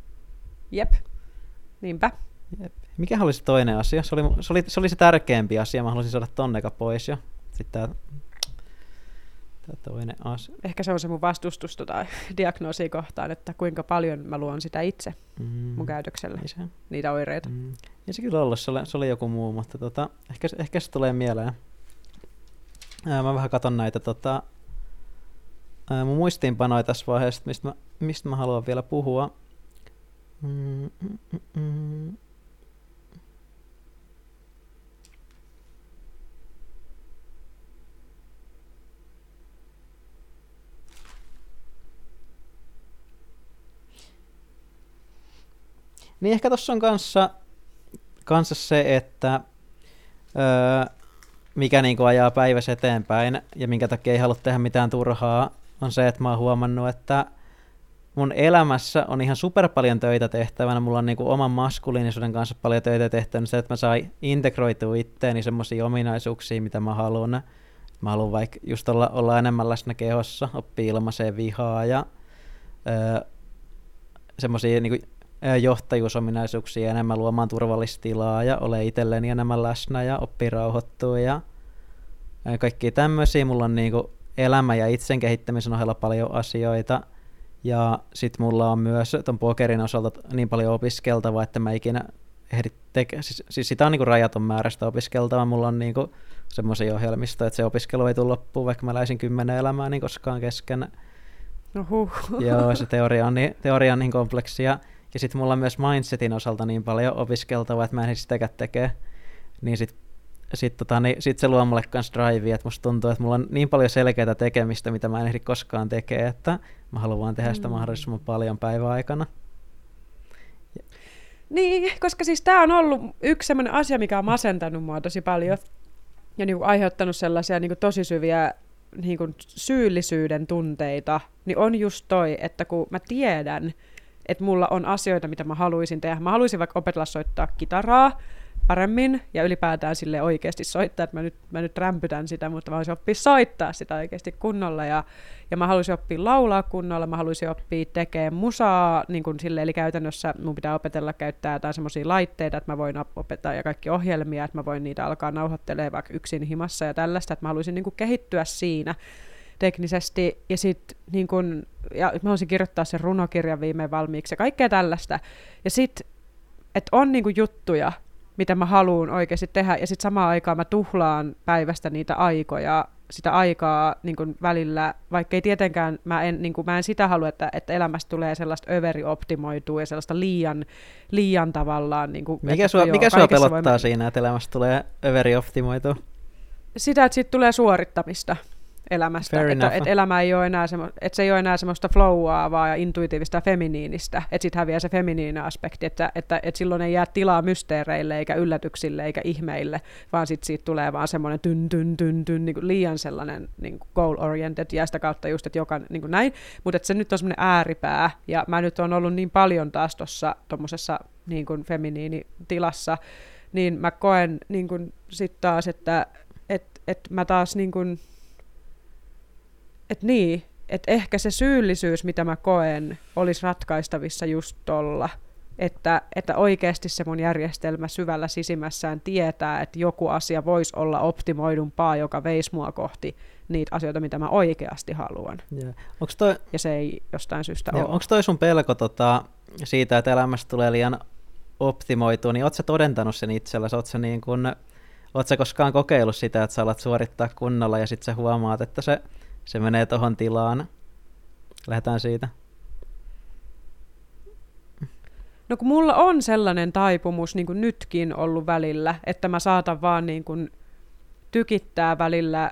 Jep, niinpä. Jep. Mikä oli se toinen asia? Se oli se tärkeämpi asia, mä haluaisin saada tonneka pois jo. Sitten tää toinen asia. Ehkä se on se mun vastustus diagnoosia kohtaan, että kuinka paljon mä luon sitä itse mun käytöksellä, niitä oireita. Ja se kyllä ollut, se oli joku muu, mutta ehkä se tulee mieleen. Mä vähän katon näitä mun muistiinpanoja tässä vaiheessa, mistä mä haluan vielä puhua. Niin ehkä tuossa on kanssa se, että mikä niinku ajaa päivässä eteenpäin ja minkä takia ei halua tehdä mitään turhaa, on se, että mä oon huomannut, että mun elämässä on ihan super paljon töitä tehtävänä. Mulla on niinku oman maskuliinisuuden kanssa paljon töitä tehtävänä. Se, että mä sain integroitua itteeni semmoisia ominaisuuksia, mitä mä haluan. Mä haluan vaikka just olla enemmän läsnä kehossa, oppia ilmaiseen vihaa ja semmoisia niinku johtajuusominaisuuksia enemmän, luomaan turvallista tilaa ja ole itselleni enemmän läsnä ja oppii rauhoittua ja kaikkia tämmöisiä. Mulla on niinku elämä- ja itsen kehittämisen ohella paljon asioita ja sit mulla on myös ton pokerin osalta niin paljon opiskeltavaa, että mä ikinä ehdi siis sitä on niinku rajaton määrä sitä opiskeltavaa. Mulla on niinku semmoisia ohjelmistoja, että se opiskelu ei tule loppuun, vaikka mä läisin 10 elämää niin koskaan kesken. Joo, se teoria on niin kompleksia. Ja sitten mulla on myös mindsetin osalta niin paljon opiskeltavaa, että mä en sitäkään tekee. Niin sit se luo mulle kans drivea, että musta tuntuu, että mulla on niin paljon selkeää tekemistä, mitä mä en ehdi koskaan tekee, että mä haluan tehdä sitä mahdollisimman paljon päivän aikana. Niin, koska siis tää on ollut yksi sellainen asia, mikä on masentanut mua tosi paljon ja niin kuin aiheuttanut sellaisia niin kuin tosi syviä niin kuin syyllisyyden tunteita, niin on just toi, että kun mä tiedän, että mulla on asioita, mitä mä haluaisin tehdä. Mä haluaisin vaikka opetella soittaa kitaraa paremmin ja ylipäätään sille oikeasti soittaa, että mä nyt rämpytän sitä, mutta mä haluaisin oppia soittaa sitä oikeasti kunnolla ja mä haluaisin oppia laulaa kunnolla, mä haluaisin oppia tekemään musaa, niin kuin sille, eli käytännössä mun pitää opetella käyttää jotain semmoisia laitteita, että mä voin opettaa ja kaikki ohjelmia, että mä voin niitä alkaa nauhoittelemaan vaikka yksin himassa ja tällaista, että mä haluaisin niin kuin kehittyä siinä teknisesti ja sitten niin kun, ja mä haluaisin kirjoittaa sen runokirjan viimein valmiiksi ja kaikkea tällaista. Ja sitten, että on niin kun juttuja, mitä mä haluan oikeasti tehdä, ja sitten samaan aikaan mä tuhlaan päivästä niitä aikoja, sitä aikaa niin kun välillä, vaikka ei tietenkään, mä en sitä halua, että elämästä tulee sellaista överioptimoitua ja sellaista liian tavallaan. Niin kun, mikä sua pelottaa siinä, että elämästä tulee överioptimoitua? Sitä, että siitä tulee suorittamista elämästä, että elämä ei ole enää että se ei ole enää semmoista flowaavaa ja intuitiivista ja feminiinistä, että sitten häviää se feminiininen aspekti, että silloin ei jää tilaa mysteereille eikä yllätyksille eikä ihmeille, vaan sitten siitä tulee vaan semmoinen tyn niin kuin liian sellainen niin kuin goal-oriented ja sitä kautta just, että joka niin kuin näin, mutta että se nyt on semmoinen ääripää ja mä nyt on ollut niin paljon taas tuossa tommosessa niin kuin feminiinitilassa, niin mä koen niin kuin sit taas, että mä taas niin kuin että ehkä se syyllisyys, mitä mä koen, olisi ratkaistavissa just tolla, että oikeasti se mun järjestelmä syvällä sisimmässään tietää, että joku asia voisi olla optimoidumpaa, joka veisi mua kohti niitä asioita, mitä mä oikeasti haluan. Yeah. Ja se ei jostain syystä ole. Onko toi sun pelko siitä, että elämästä tulee liian optimoitua, niin ootko sä todentanut sen itselläsi? Ootko sä koskaan kokeillut sitä, että sä alat suorittaa kunnolla ja sit sä huomaat, että se menee tohon tilaan. Lähdetään siitä. No kun mulla on sellainen taipumus niin kuin nytkin ollut välillä, että mä saatan vaan niin kuin tykittää välillä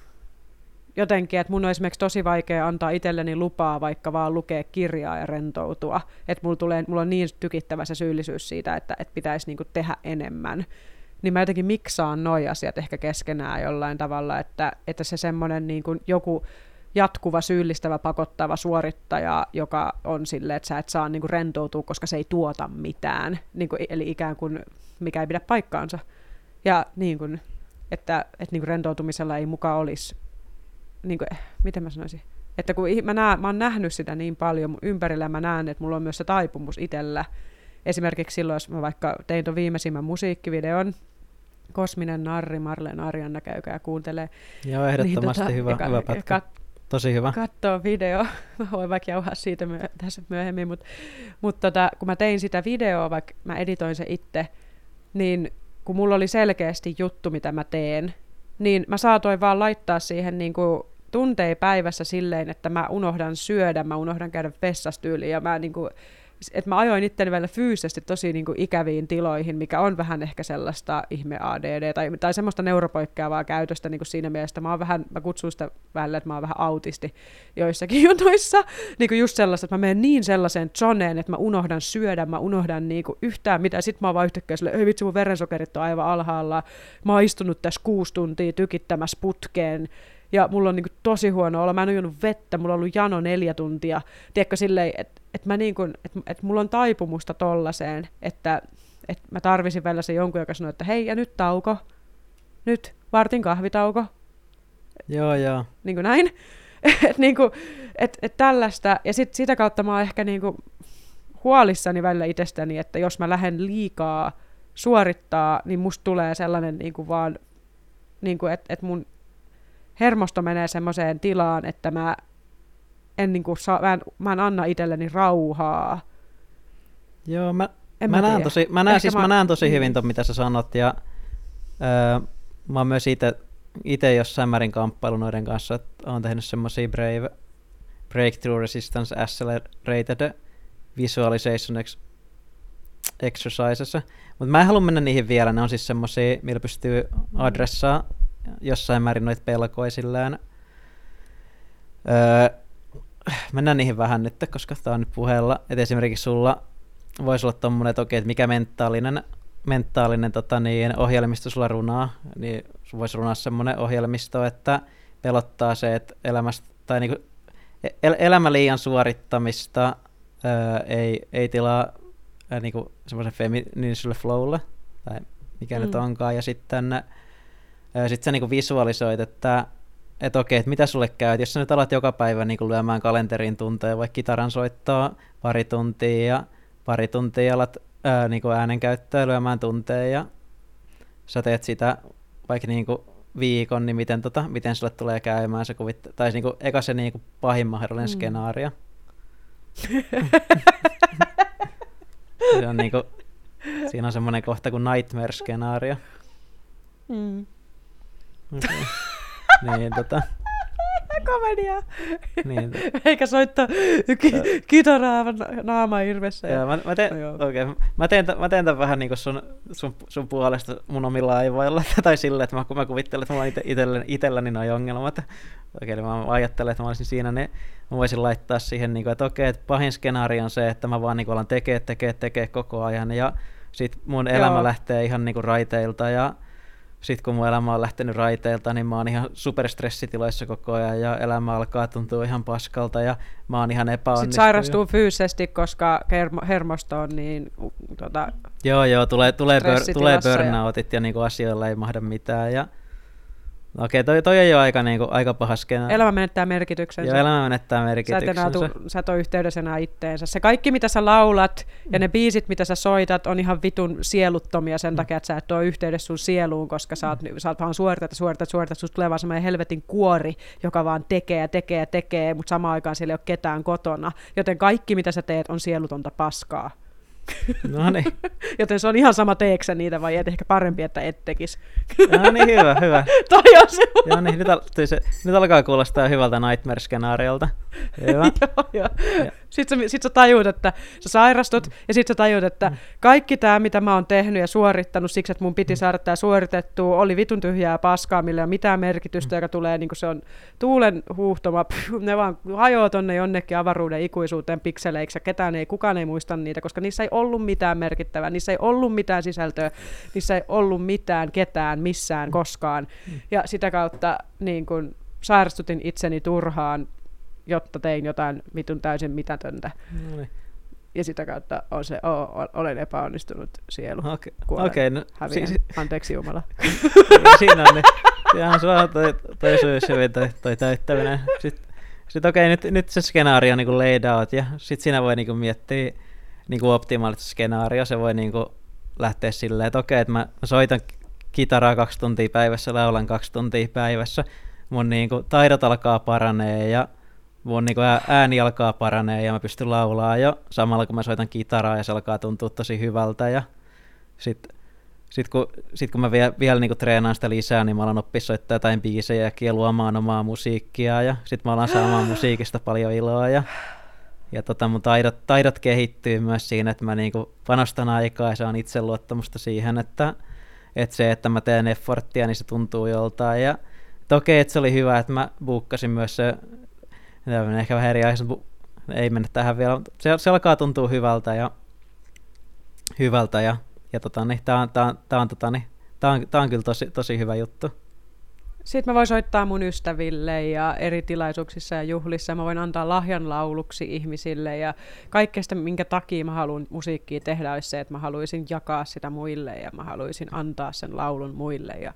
jotenkin, että mun on esimerkiksi tosi vaikea antaa itselleni lupaa vaikka vaan lukea kirjaa ja rentoutua. Että mulla on niin tykittävä se syyllisyys siitä, että pitäisi niin kuin tehdä enemmän. Niin mä jotenkin miksaan noi asiat ehkä keskenään jollain tavalla, että se semmoinen niin kuin joku jatkuva, syyllistävä, pakottava suorittaja, joka on silleen, että sä et saa niin kuin rentoutua, koska se ei tuota mitään, niin kuin, eli ikään kuin mikä ei pidä paikkaansa. Ja niin kuin, että niin kuin rentoutumisella ei mukaan olisi, niin kuin, miten mä sanoisin, että kun mä oon nähnyt sitä niin paljon mun ympärillä, mä näen, että mulla on myös se taipumus itsellä. Esimerkiksi silloin, jos mä vaikka tein ton viimeisimmän musiikkivideon, Kosminen narri, Marleen Arjanna, käykää kuuntelee. Joo, ehdottomasti niin, hyvä pätkä. Tosi hyvä. Kattoo video. Mä voin vaikka jauhaa siitä tässä myöhemmin, mutta kun mä tein sitä videoa, vaikka mä editoin se itse, niin kun mulla oli selkeästi juttu, mitä mä teen, niin mä saatoin vaan laittaa siihen niin kuin tunteja päivässä silleen, että mä unohdan syödä, mä unohdan käydä vessastyyliin ja mä niin kuin että mä ajoin itteni välillä fyysisesti tosi niin kuin ikäviin tiloihin, mikä on vähän ehkä sellaista ihme ADD tai semmoista neuropoikkeavaa käytöstä niin kuin siinä mielessä. Mä kutsun sitä välillä, että mä oon vähän autisti joissakin jutuissa. Niin kuin just sellaista, että mä menen niin sellaiseen zoneen, että mä unohdan syödä, mä unohdan niin kuin yhtään mitään. Sitten mä oon vaan yhtäkkiä silleen, vitsi mun verensokerit on aivan alhaalla. Mä oon istunut tässä 6 tuntia tykittämässä putkeen. Ja mulla on niinku tosi huono olo, mä en ole juonut vettä, mulla on ollut jano 4 tuntia. Tiedätkö silleen, että mä niinku, et mulla on taipumusta tollaseen, että mä tarvisin välillä se jonkun, joka sanoo, että hei, ja nyt tauko. Nyt, vartin kahvitauko. Joo. Niinku näin. Että tällaista, ja sitä kautta mä oon ehkä niinku huolissani välillä itsestäni, että jos mä lähden liikaa suorittaa, niin musta tulee sellainen niin kuin vaan, niin kuin, että mun hermosto menee semmoiseen tilaan, että mä en anna itselleni rauhaa. Joo, mä näen tosi hyvin ton, mitä sä sanot, ja mä oon myös itse jossain määrin kamppailu noiden kanssa, että oon tehnyt semmosia Brave Breakthrough Resistance Accelerated Visualization Exercises, mutta mä en halua mennä niihin vielä, ne on siis semmosia, millä pystyy adressaa jossain määrin noita pelkoja silleen. Mennään niihin vähän nyt, koska tää on nyt puheella, että esimerkiksi sulla voisi olla tommonen, että okei, että mikä mentaalinen ohjelmisto sulla runaa, niin voisi runaa semmoinen ohjelmisto, että pelottaa se, että elämä liian suorittamista ei tilaa niinku semmoisen feminiiniselle flowlle, tai mikä nyt onkaan, ja sitten sä niinku visualisoit, että okei, että mitä sulle käy, että jos sä nyt alat joka päivä niinku lyömään kalenteriin tunteja, vaikka kitaran soittaa pari tuntia alat niinku äänenkäyttöä lyömään tunteja, ja sä teet sitä vaikka niinku viikon, niin miten sulle tulee käymään se tai niinku, eka se niinku pahin mahdollinen skenaario. Se on niinku, siinä on semmoinen kohta kuin nightmare-skenaario. Okay. Niin, komedia. Niin. Eikä soittaa kitaraa naama irvessä. Joo, mä teen tämän vähän niin kuin sun puolesta mun omilla aivoilla. Tai sillä, että mä kuvittelen, että mulla on itselläni noi ongelmat. Okei, mä ajattelen, että mä olisin siinä, niin mä voisin laittaa siihen, että okei, että pahin skenaario on se, että mä vaan alan tekee koko ajan. Ja sit mun elämä lähtee ihan niin kuin raiteilta, ja sitten kun mun elämä on lähtenyt raiteilta, niin mä oon ihan superstressitiloissa koko ajan, ja elämä alkaa tuntua ihan paskalta, ja mä oon ihan epäonnistunut. Sitten sairastuu fyysisesti, koska hermosto on niin Joo, tulee burnoutit, ja niinku asioilla ei mahda mitään. Ja okei, toi ei ole aika paha skenaario. Elämä menettää merkityksensä. Joo, elämä menettää merkityksensä. Sä et ole yhteydessä enää itteensä. Se kaikki, mitä sä laulat ja ne biisit, mitä sä soitat, on ihan vitun sieluttomia sen takia, että sä et ole yhteydessä sun sieluun, koska sä oot vaan suoritat. Susta tulee vaan semmoinen helvetin kuori, joka vaan tekee, mutta samaan aikaan siellä ei ole ketään kotona. Joten kaikki, mitä sä teet, on sielutonta paskaa. No niin. Joten se on ihan sama, teekö sä niitä vai et, ehkä parempi, että et tekisi. No niin, hyvä. Toi on se. Joo niin, nyt alkaa kuulostaa hyvältä nightmare-skenaariolta. Hyvä. Joo. Sitten sä tajuut, että sä sairastut, ja sitten sä tajuut, että kaikki tämä, mitä mä oon tehnyt ja suorittanut siksi, että mun piti saada tämä suoritettua, oli vitun tyhjää paskaa, millä ei ole mitään merkitystä, joka tulee, niin kuin se on tuulen huuhtoma, ne vaan hajoaa tonne jonnekin avaruuden ikuisuuteen pikseleiksi, ja kukaan ei muista niitä, koska niissä ei ollut mitään merkittävää, niissä ei ollut mitään sisältöä, niissä ei ollut mitään ketään missään koskaan, ja sitä kautta niin kun sairastutin itseni turhaan, jotta tein jotain vitun täysin mitätöntä. Noin. Ja sitä kautta olen epäonnistunut sielu. Okei, no, anteeksi Jumala. Siinä on ihan sulla toi syys hyvin toi täyttäminen. Sitten okei, nyt se skenaario on niin kuin laid out, ja sitten siinä voi niin kuin miettiä niin kuin optimaalista skenaario. Se voi niin kuin lähteä silleen, että okei, että mä soitan kitaraa 2 tuntia päivässä, laulan 2 tuntia päivässä. Mun niin kuin taidot alkaa paranee, ja mun niin kuin ääni alkaa paranee, ja mä pystyn laulaa jo samalla kun mä soitan kitaraa, ja se alkaa tuntua tosi hyvältä. Ja sit kun mä vielä niin kuin treenaan sitä lisää, niin mä alan oppia soittaa jotain biisejä ja luomaan omaa musiikkia, ja sit mä alan saamaan musiikista paljon iloa, ja mun taidot kehittyy myös siinä, että mä niin kuin panostan aikaa ja saan itseluottamusta siihen, että se, että mä teen efforttia, niin se tuntuu joltain. Ja okei, että se oli hyvä, että mä buukkasin myös se, ehkä vähän eri aiheessa, ei mennä tähän vielä, mutta se alkaa tuntua hyvältä ja tää on kyllä tosi hyvä juttu. Sitten mä voin soittaa mun ystäville ja eri tilaisuuksissa ja juhlissa. Mä voin antaa lahjan lauluksi ihmisille, ja kaikkea sitä, minkä takia mä haluan musiikkia tehdä, olisi se, että mä haluaisin jakaa sitä muille ja mä haluaisin antaa sen laulun muille ja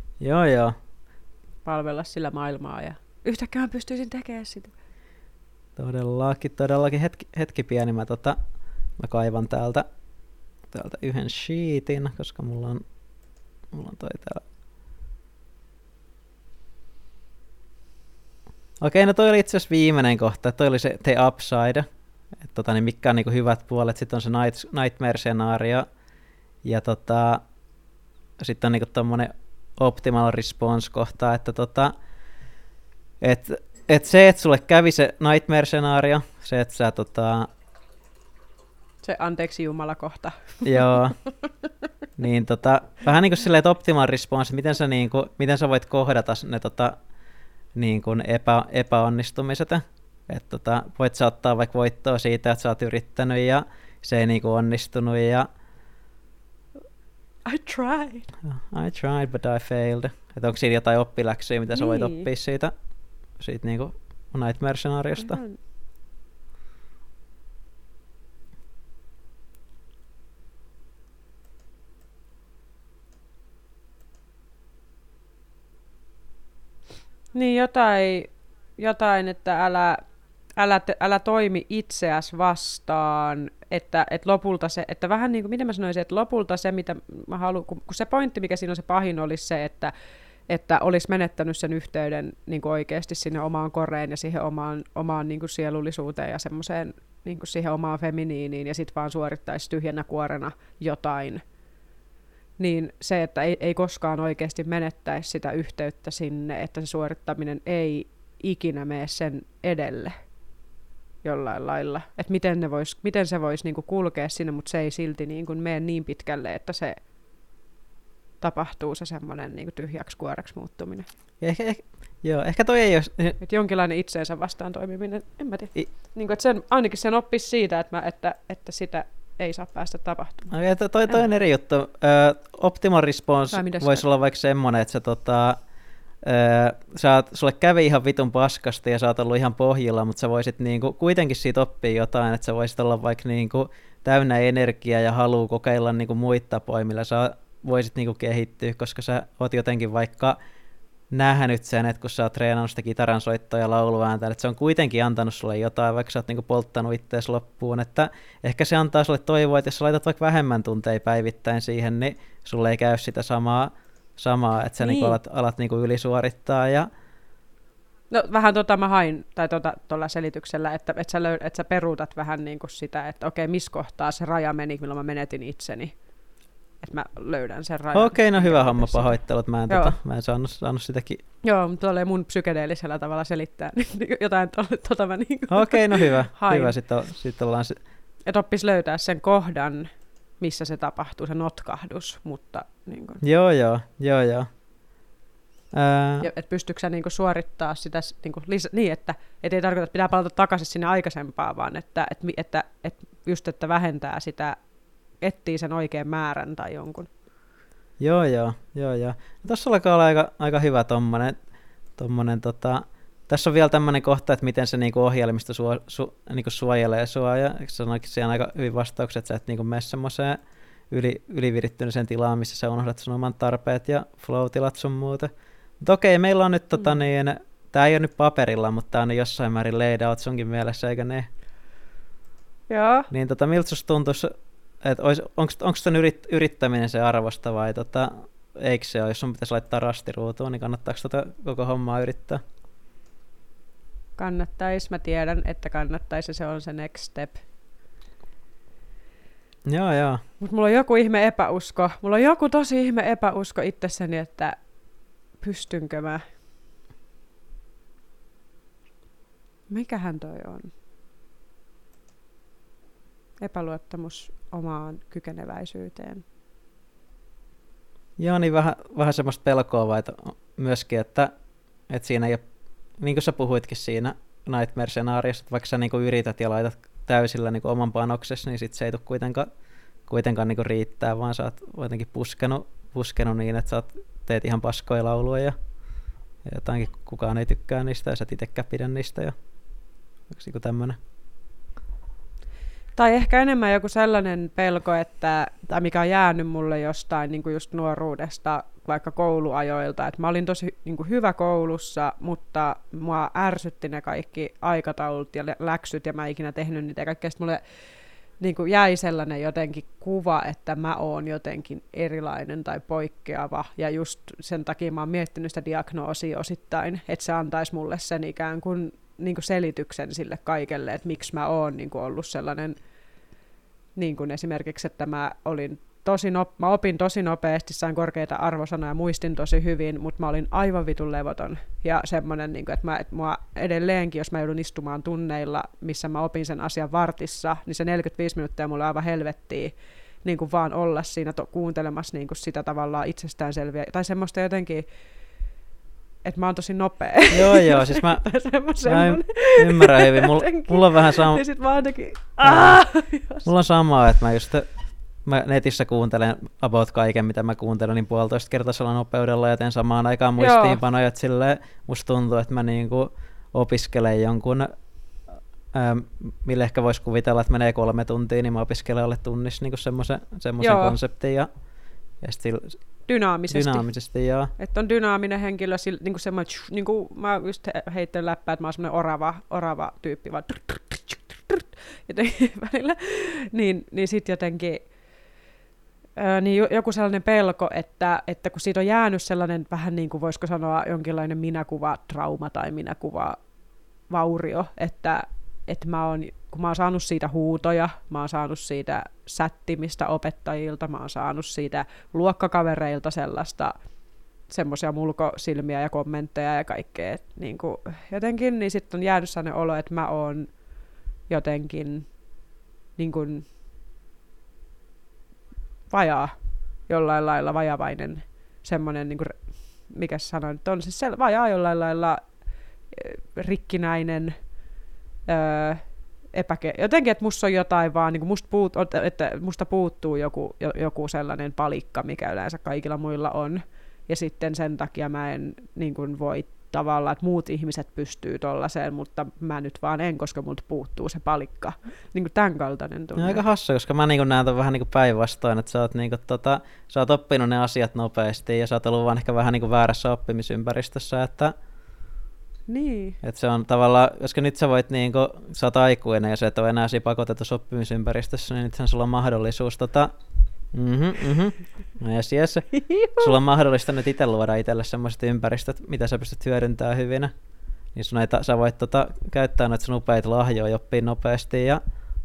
Joo. palvella sillä maailmaa, ja yhtäkkiä mä pystyisin tekemään sitä. Todellakin. Hetki pieni, mä kaivan täältä yhden sheetin, koska mulla on toi täällä. Okei, no toi oli itse asiassa viimeinen kohta. Toi oli se The Upside. Niin mitkä on niinku hyvät puolet. Sitten on se Nightmare-skenaario. Ja sitten on niinku tommonen optimal response-kohta, että se, että sulle kävi se Nightmare-skenaario, se, että sä se anteeksi Jumala kohta. Joo. Niin vähän niinku silleen, että optimal response, miten sä voit kohdata ne niin kuin epäonnistumiset. Että voit sä ottaa vaikka voittoa siitä, että sä oot yrittänyt ja se ei niinku onnistunut ja I tried, but I failed. Että onko siinä jotain oppiläksyjä, mitä sä voit oppia siitä niinku Nightmare-skenaariosta? Niin jotain, että älä toimi itseäsi vastaan, että lopulta se, että vähän niin kuin, miten mä sanoisin, että lopulta se, mitä mä haluan, kun se pointti, mikä siinä on se pahin, olisi se, että olisi menettänyt sen yhteyden niin kuin oikeasti sinne omaan koreen ja siihen omaan niin kuin sielullisuuteen ja semmoiseen niin kuin siihen omaan feminiiniin ja sitten vaan suorittaisi tyhjänä kuorena jotain. Niin se, että ei koskaan oikeasti menettäisi sitä yhteyttä sinne, että se suorittaminen ei ikinä mene sen edelle jollain lailla. Että miten se voisi niinku kulkea sinne, mutta se ei silti niinku mene niin pitkälle, että se tapahtuu se semmoinen niinku tyhjäksi kuoreksi muuttuminen. Ehkä toi ei olisi... Et jonkinlainen itseensä vastaan toimiminen, en mä tiedä. Niinku, ainakin sen oppisi siitä, että sitä ei saa päästä tapahtumaan. Toi on eri juttu. Optimal response voisi olla vaikka semmoinen, että sulle kävi ihan vitun paskasti ja sä oot ollut ihan pohjilla, mutta sä voisit niinku kuitenkin siitä oppia jotain, että sä voisit olla vaikka niinku täynnä energiaa ja haluu kokeilla niinku muita tapoja, millä sä voisit niinku kehittyä, koska sä oot jotenkin vaikka nähnyt sen, että kun sä oot treenannut sitä kitaran soittoa ja lauluääntä, että se on kuitenkin antanut sulle jotain, vaikka sä oot niinku polttanut ittees loppuun, että ehkä se antaa sulle toivoa, että jos sä laitat vaikka vähemmän tunteja päivittäin siihen, niin sulle ei käy sitä samaa että sä niin. Niinku alat niinku ylisuorittaa. Ja... No vähän mä hain, tai tuolla selityksellä, että sä peruutat vähän niinku sitä, että okei, missä kohtaa se raja meni, milloin mä menetin itseni. Että mä löydän sen rajan. Okei, no hyvä homma, pahoittelut. Mä en saanut sitäkin. Joo, mutta tulee mun psykedeellisellä tavalla selittää jotain mä niinku Okei, no hyvä. Hyvä, sit ollaan... Että oppis löytää sen kohdan, missä se tapahtuu, se notkahdus, mutta... Niin kuin. Joo. Että pystyykö sä niinku suorittaa sitä niinku niin, että ei tarkoita, että pitää palata takaisin sinne aikaisempaan, vaan että just, että vähentää sitä, etsii sen oikean määrän tai jonkun. Joo. Tuossa alkaa olla aika hyvä tommonen tässä on vielä tämmöinen kohta, että miten se niinku ohjelmisto niinku suojelee sua, ja sanoikin siihen aika hyvin vastaukset, että sä et niinku mene semmoiseen ylivirittyneeseen tilaan, missä sä unohdat sun oman tarpeet ja flow-tilat sun muuta. Mutta okei, meillä on nyt tää ei ole nyt paperilla, mutta tää on jossain määrin layout sunkin mielessä, eikö ne? Joo. Niin miltä susta tuntuisi, että onko ton yrittäminen se arvosta vai eikö se ole, jos sun pitäisi laittaa rastiruutuun, niin kannattaako koko hommaa yrittää? Kannattais, mä tiedän, että kannattaisi, se on se next step. Joo. Mut mulla on joku ihme epäusko. Mulla on joku tosi ihme epäusko itsessäni, että pystynkö mä. Mikähän toi on? Epäluottamus omaan kykeneväisyyteen. Joo, niin vähän semmoista pelkoa vai myöskin, että siinä ei ole, niin kuin sä puhuitkin siinä Nightmare-skenaariossa, että vaikka sä niin kuin yrität ja laitat täysillä niin kuin oman panoksesi, niin sit se ei tule kuitenkaan niin kuin riittää, vaan sä oot jotenkin puskenut niin, että sä teet ihan paskoja lauluja ja jotainkin kukaan ei tykkää niistä ja sä et itsekään pidä niistä. Ja onko niin tämmönen? Tai ehkä enemmän joku sellainen pelko, tai mikä on jäänyt mulle jostain niin kuin just nuoruudesta, vaikka kouluajoilta, että mä olin tosi niin kuin hyvä koulussa, mutta mua ärsytti ne kaikki aikataulut ja läksyt, ja mä en ikinä tehnyt niitä, ja kaikkea. Sitten mulle niin kuin jäi sellainen jotenkin kuva, että mä oon jotenkin erilainen tai poikkeava, ja just sen takia mä oon miettinyt sitä diagnoosia osittain, että se antaisi mulle sen ikään kuin selityksen sille kaikelle, että miksi mä oon niin kuin ollut sellainen, niin kuin esimerkiksi, että mä opin tosi nopeasti, sain korkeita arvosanoja, muistin tosi hyvin, mutta mä olin aivan vitun levoton. Ja semmoinen, niin kuin, että mua edelleenkin, jos mä joudun istumaan tunneilla, missä mä opin sen asian vartissa, niin se 45 minuuttia mulle aivan helvettiä niin kuin vaan olla siinä kuuntelemassa niin kuin sitä tavallaan itsestäänselviä, tai semmoista jotenkin, että mä oon tosi nopea. Joo, siis mä ymmärrän hyvin. Mulla on vähän sama. Niin sit mä jotenkin, mulla on samaa, että mä netissä kuuntelen about kaiken, mitä mä kuuntelen, niin 1,5-kertaisella nopeudella ja teen samaan aikaan muistiinpanoja, että silleen musta tuntuu, että mä niinku opiskelen jonkun, mille ehkä voisi kuvitella, että menee 3 tuntia, niin mä opiskelen alle tunnissa niinku semmoisen konseptin ja dynaamisesti, joo. Että on dynaaminen henkilö, niinku semmoinen, niinku mä just heittelen läppää, että mä oon semmoinen orava tyyppi, vaan jotenkin välillä, niin sit jotenkin niin joku sellainen pelko, että kun siitä on jäänyt sellainen vähän niin kuin voisiko sanoa jonkinlainen minäkuva-trauma tai minäkuva-vaurio, että kun mä oon saanut siitä huutoja, mä oon saanut siitä sättimistä opettajilta, mä oon saanut siitä luokkakavereilta semmoisia mulkosilmiä ja kommentteja ja kaikkea, niin kuin jotenkin, niin sitten on jäänyt sellainen olo, että mä oon jotenkin niin kuin vajaa, jollain lailla vajavainen, semmoinen, niin kuin, mikä sanoin, että on siis vajaa jollain lailla rikkinäinen, jotenkin, että musta on jotain vaan, niin kuin että musta puuttuu joku sellainen palikka, mikä yleensä kaikilla muilla on, ja sitten sen takia mä en niin kuin voi tavallaan, että muut ihmiset pystyy tollaiseen, mutta mä nyt vaan en, koska multa puuttuu se palikka. Niin kuin tämän kaltainen tunne. Aika hassu, koska mä niin näen ton vähän niin päinvastoin, että sä oot oppinut ne asiat nopeasti ja sä oot ollut vaan ehkä vähän niin väärässä oppimisympäristössä, että niin. Että se on tavallaan, koska nyt sä voit sä oot aikuinen ja sä et ole enää siinä pakotetussa oppimisympäristössä, niin nythän sulla on mahdollisuus Yes. Sulla on mahdollista nyt itse luoda itselle sellaiset ympäristöt, mitä sä pystyt hyödyntämään hyvinä. Niin sä voit käyttää noita sun upeita lahjoja, oppia nopeasti ja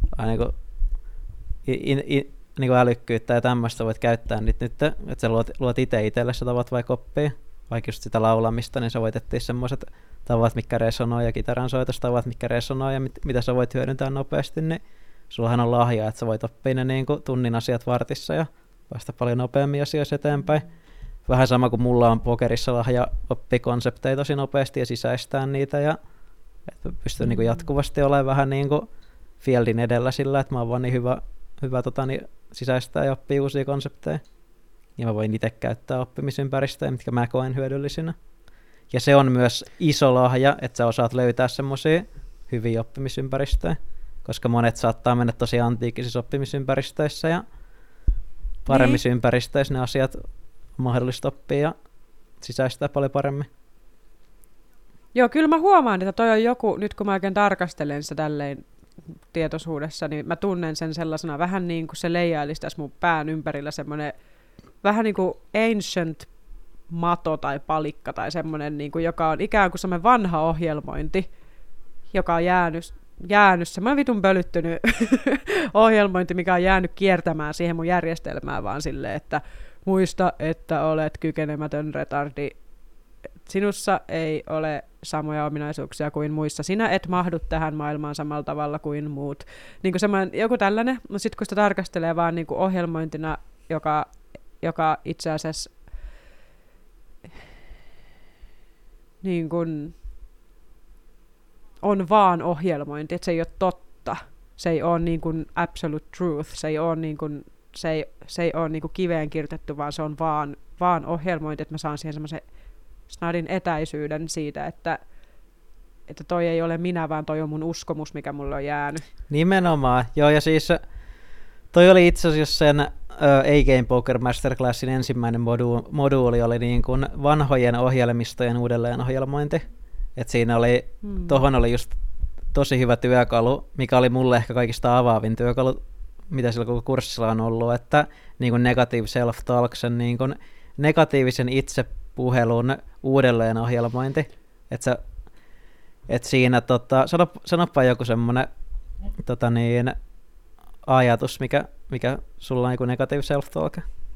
niin älykkyyttä ja tämmöistä voit käyttää nyt, että sä luot itse itselle sä tavat vaikka oppia. Vaikka just sitä laulamista, niin sä voit etsiä semmoiset tavat, mitkä resonoi ja kitaransoitostavat, mitkä resonoi ja mitä sä voit hyödyntää nopeasti, niin sullahan on lahja, että sä voit oppia ne niin kuin tunnin asiat vartissa ja päästä paljon nopeammin asioissa eteenpäin. Vähän sama kuin mulla on pokerissa lahja oppia konsepteja tosi nopeasti ja sisäistää niitä ja että pystyy niin kuin jatkuvasti olemaan vähän niin kuin fieldin edellä sillä, että mä oon vaan niin hyvä sisäistää ja oppia uusia konsepteja. Ja mä voin itse käyttää oppimisympäristöjä, mitkä mä koen hyödyllisinä. Ja se on myös iso lahja, että sä osaat löytää semmoisia hyviä oppimisympäristöjä, koska monet saattaa mennä tosi antiikkisissa oppimisympäristöissä ja paremmissa ympäristöissä ne asiat on mahdollista oppia ja sisäistää paljon paremmin. Joo, kyllä mä huomaan, että toi on joku, nyt kun mä oikein tarkastelen sitä tälleen tietoisuudessa, niin mä tunnen sen sellaisena vähän niin kuin se leijailisi tässä mun pään ympärillä semmoinen vähän niin kuin ancient mato tai palikka tai semmoinen, niin kuin, joka on ikään kuin semmoinen vanha ohjelmointi, joka on jäänyt semmoinen vitun pölyttynyt ohjelmointi, mikä on jäänyt kiertämään siihen mun järjestelmään vaan silleen, että muista, että olet kykenemätön retardi. Sinussa ei ole samoja ominaisuuksia kuin muissa. Sinä et mahdu tähän maailmaan samalla tavalla kuin muut. Niin kuin semmoinen, joku tällainen, mutta sitten kun sitä tarkastelee vaan niin kuin ohjelmointina, joka itse asiassa niin kuin on vaan ohjelmointi, että se ei ole totta. Se ei ole niin kuin absolute truth, se ei ole niin kuin, se ei ole niin kuin kiveen kirjoitettu, vaan se on vaan ohjelmointi, että mä saan siihen semmoisen snadin etäisyyden siitä, että että toi ei ole minä, vaan toi on mun uskomus, mikä mulle on jäänyt. Nimenomaan, joo, ja siis toi oli itse asiassa sen A-Game Poker Masterclassin ensimmäinen moduuli, oli niin kuin vanhojen ohjelmistojen uudelleenohjelmointi. Et siinä oli, tohon oli just tosi hyvä työkalu, mikä oli mulle ehkä kaikista avaavin työkalu, mitä sillä koko kurssilla on ollut, että niin kuin negative self-talk, sen niin kuin negatiivisen itsepuhelun uudelleenohjelmointi. Et siinä, sanoppa joku semmoinen ajatus, mikä sulla on joku negative self-talk.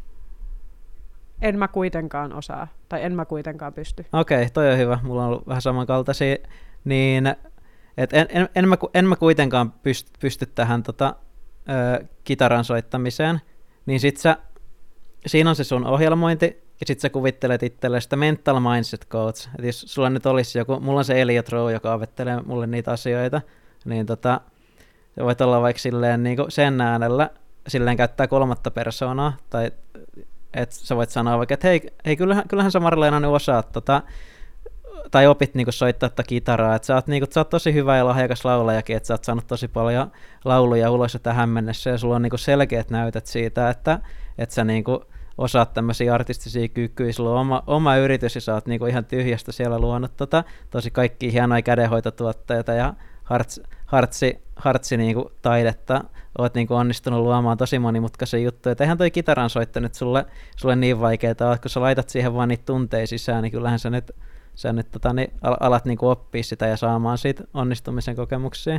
En mä kuitenkaan osaa, tai en mä kuitenkaan pysty. Okei, toi on hyvä. Mulla on ollut vähän samankaltaisia. Niin, en mä kuitenkaan pysty tähän kitaran soittamiseen. Niin siinä on se sun ohjelmointi, ja sit sä kuvittelet itselle sitä mental mindset coach. Et jos sulla nyt olisi joku, mulla on se Elliot Rowe, joka opettelee mulle niitä asioita, niin se voit olla vaikka silleen niin sen äänellä, silleen käyttää kolmatta persoonaa, tai että sä voit sanoa vaikka, että hei kyllähän sä Marleena osaat tai opit niinku soittaa kitaraa, että sä oot tosi hyvä ja lahjakas laulajakin, että sä oot saanut tosi paljon lauluja ulos jo tähän mennessä, ja sulla on niinku selkeät näytöt siitä, että sä niinku osaat tämmöisiä artistisia kykyjä, sulla on oma yritys, ja sä oot niinku ihan tyhjästä siellä luonut tosi kaikkia hienoja kädenhoitotuotteita ja hartsi niinku taidetta, oot niinku onnistunut luomaan tosi monimutkaisia juttuja, että eihän toi kitaran soitto nyt sulle niin vaikeeta ole, kun sä laitat siihen vaan niitä tunteja sisään, niin kyllähän sä nyt alat niinku oppia sitä ja saamaan siitä onnistumisen kokemuksia.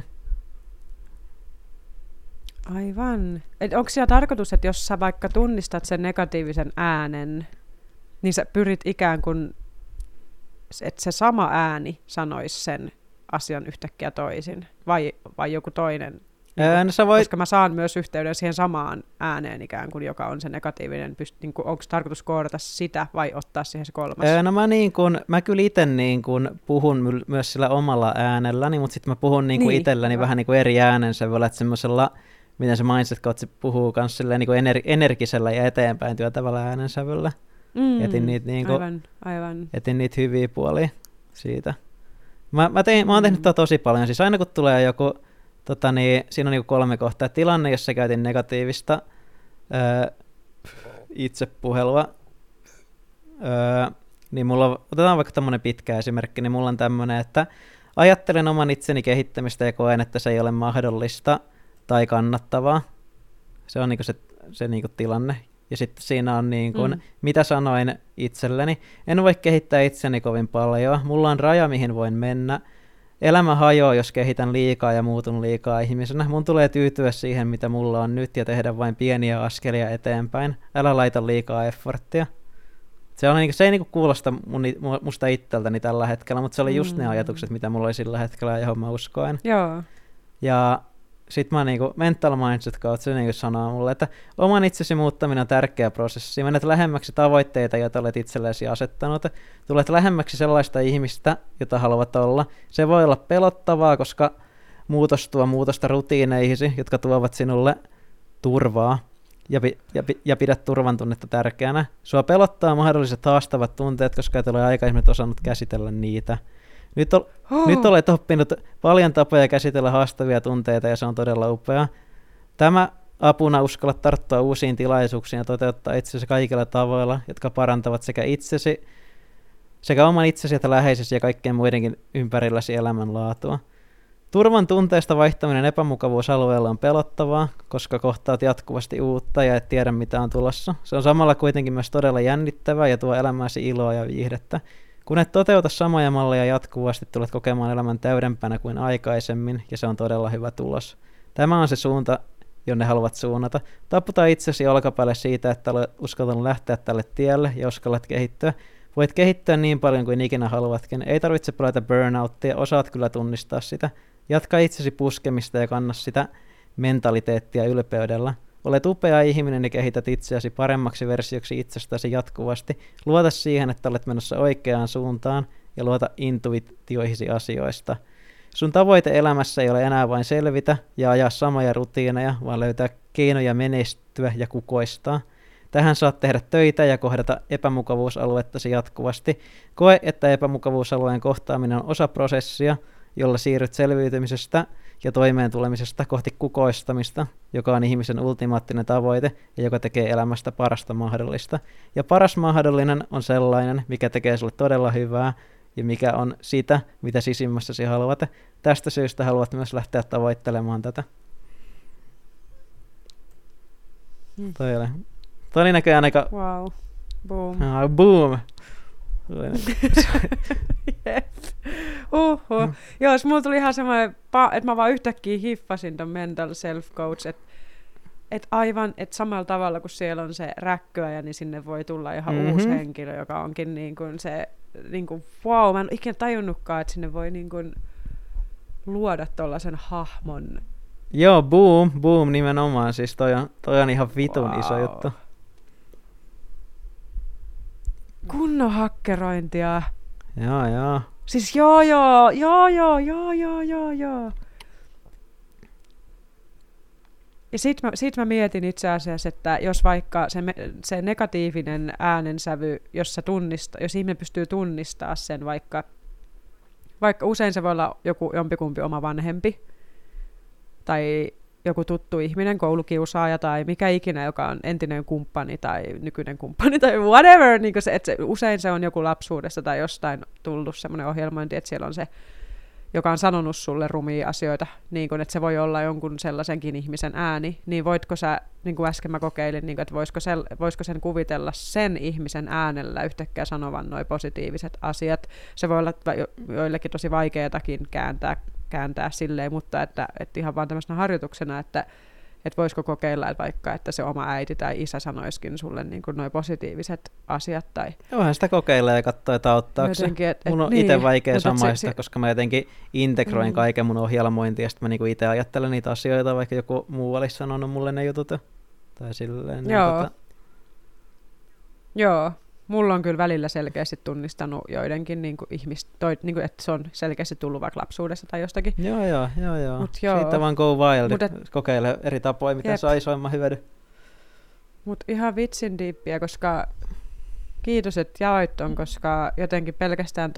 Aivan. Onko siellä tarkoitus, että jos sä vaikka tunnistat sen negatiivisen äänen, niin sä pyrit ikään kuin, että se sama ääni sanoisi sen asian yhtäkkiä toisin, vai joku toinen? Koska mä saan myös yhteyden siihen samaan ääneen ikään kuin, joka on se negatiivinen. Onko tarkoitus koodata sitä vai ottaa siihen se kolmas? No mä kyllä itse puhun myös sillä omalla äänelläni, mutta sitten mä puhun itselläni vähän eri äänensävyllä, että semmoisella, miten se mindset coach puhuu myös energisellä ja eteenpäin työtävällä äänensävyllä. Etin niitä hyviä puolia siitä. Mä oon tehnyt tosi paljon. Siis aina kun tulee joku, siinä on 3 kohtaa. Tilanne, jossa käytin negatiivista itsepuhelua, niin otetaan vaikka tämmöinen pitkä esimerkki, niin mulla on tämmöinen, että ajattelen oman itseni kehittämistä ja koen, että se ei ole mahdollista tai kannattavaa. Se on se tilanne. Ja sitten siinä on mitä sanoin itselleni. En voi kehittää itseni kovin paljon. Mulla on raja, mihin voin mennä. Elämä hajoaa, jos kehitän liikaa ja muutun liikaa ihmisenä. Mun tulee tyytyä siihen, mitä mulla on nyt, ja tehdä vain pieniä askelia eteenpäin. Älä laita liikaa efforttia. Se ei kuulosta musta itseltäni tällä hetkellä, mutta se oli just ne ajatukset, mitä mulla oli sillä hetkellä, ja johon mä uskoin. Joo. Ja sit mä mental mindset coach, se sanoo mulle, että oman itsesi muuttaminen on tärkeä prosessi. Menet lähemmäksi tavoitteita, joita olet itsellesi asettanut. Tulet lähemmäksi sellaista ihmistä, jota haluat olla. Se voi olla pelottavaa, koska muutos tuo muutosta rutiineihisi, jotka tuovat sinulle turvaa. Ja pidät turvan tunnetta tärkeänä. Sua pelottaa mahdolliset haastavat tunteet, koska et ole aikaisemmin osannut käsitellä niitä. Nyt olet oppinut paljon tapoja käsitellä haastavia tunteita, ja se on todella upea. Tämä apuna uskalla tarttua uusiin tilaisuuksiin ja toteuttaa itsesi kaikilla tavoilla, jotka parantavat sekä oman itsesi että läheisesi ja kaikkien muidenkin ympärilläsi elämänlaatua. Turvan tunteesta vaihtaminen epämukavuusalueella on pelottavaa, koska kohtaat jatkuvasti uutta ja et tiedä mitä on tulossa. Se on samalla kuitenkin myös todella jännittävää ja tuo elämääsi iloa ja viihdettä. Kun et toteuta samoja malleja jatkuvasti, tulet kokemaan elämän täydempänä kuin aikaisemmin, ja se on todella hyvä tulos. Tämä on se suunta, jonne haluat suunnata. Taputa itsesi olkapäälle siitä, että olet uskaltanut lähteä tälle tielle ja uskallat kehittyä. Voit kehittyä niin paljon kuin ikinä haluatkin. Ei tarvitse pelätä burnouttia, osaat kyllä tunnistaa sitä. Jatka itsesi puskemista ja kanna sitä mentaliteettia ylpeydellä. Olet upea ihminen ja kehität itseäsi paremmaksi versioksi itsestäsi jatkuvasti. Luota siihen, että olet menossa oikeaan suuntaan, ja luota intuitioihisi asioista. Sun tavoite elämässä ei ole enää vain selvitä ja ajaa samoja rutiineja, vaan löytää keinoja menestyä ja kukoistaa. Tähän saat tehdä töitä ja kohdata epämukavuusaluettasi jatkuvasti. Koe, että epämukavuusalueen kohtaaminen on osa prosessia, jolla siirryt selviytymisestä ja toimeen tulemisesta kohti kukoistamista, joka on ihmisen ultimaattinen tavoite ja joka tekee elämästä parasta mahdollista. Ja paras mahdollinen on sellainen, mikä tekee sulle todella hyvää ja mikä on sitä, mitä sisimmässäsi haluat. Tästä syystä haluat myös lähteä tavoittelemaan tätä. Toi oli näköjään aika... Wow. Boom. Boom. Joo, mulla tuli ihan semmoinen, että mä vaan yhtäkkiä hiffasin ton mental self-coach, että aivan, että samalla tavalla kun siellä on se räkköäjä, niin sinne voi tulla ihan uusi henkilö, joka onkin niin kuin se, niin kuin, wow, mä en ikinä tajunnutkaan, että sinne voi niin kuin luoda tollasen hahmon. Joo, boom nimenomaan, siis toi on ihan vitun iso juttu. Kunnon hakkerointia. Joo. Siis joo. Ja sit mä mietin itse asiassa, että jos vaikka se negatiivinen äänensävy, jos ihminen pystyy tunnistamaan sen, vaikka usein se voi olla jompikumpi oma vanhempi, tai joku tuttu ihminen, koulukiusaaja tai mikä ikinä, joka on entinen kumppani tai nykyinen kumppani tai whatever, niin se, että usein se on joku lapsuudessa tai jostain tullut semmoinen ohjelmointi, että siellä on se, joka on sanonut sulle rumia asioita, niin kuin, että se voi olla jonkun sellaisenkin ihmisen ääni, niin voitko sä, niin kuin äsken mä kokeilin, niin kuin, että voisiko sen kuvitella sen ihmisen äänellä yhtäkkiä sanovan noi positiiviset asiat. Se voi olla joillekin tosi vaikeatakin kääntää silleen, mutta että ihan vaan tämmöisenä harjoituksena, että voisiko kokeilla, että vaikka että se oma äiti tai isä sanoisikin sulle niin kuin nuo positiiviset asiat. Tai voihan sitä kokeilla ja katsoa, että auttaako se. Mun on itse vaikea samaista, koska mä jotenkin integroin kaiken mun ohjelmointia, ja sitten mä niinku itse ajattelen niitä asioita, vaikka joku muu olisi sanonut mulle ne jutut. Tai silleen. Joo. Joo. Mulla on kyllä välillä selkeästi tunnistanut joidenkin niin kuin niin kuin, että se on selkeästi tullut vaikka lapsuudessa tai jostakin. Joo. Siitä vaan go wild. Kokeile eri tapoja, mitä saa isoimman hyödyn. Mutta ihan vitsin diippiä, koska kiitos, että jaoit ton, koska jotenkin pelkästään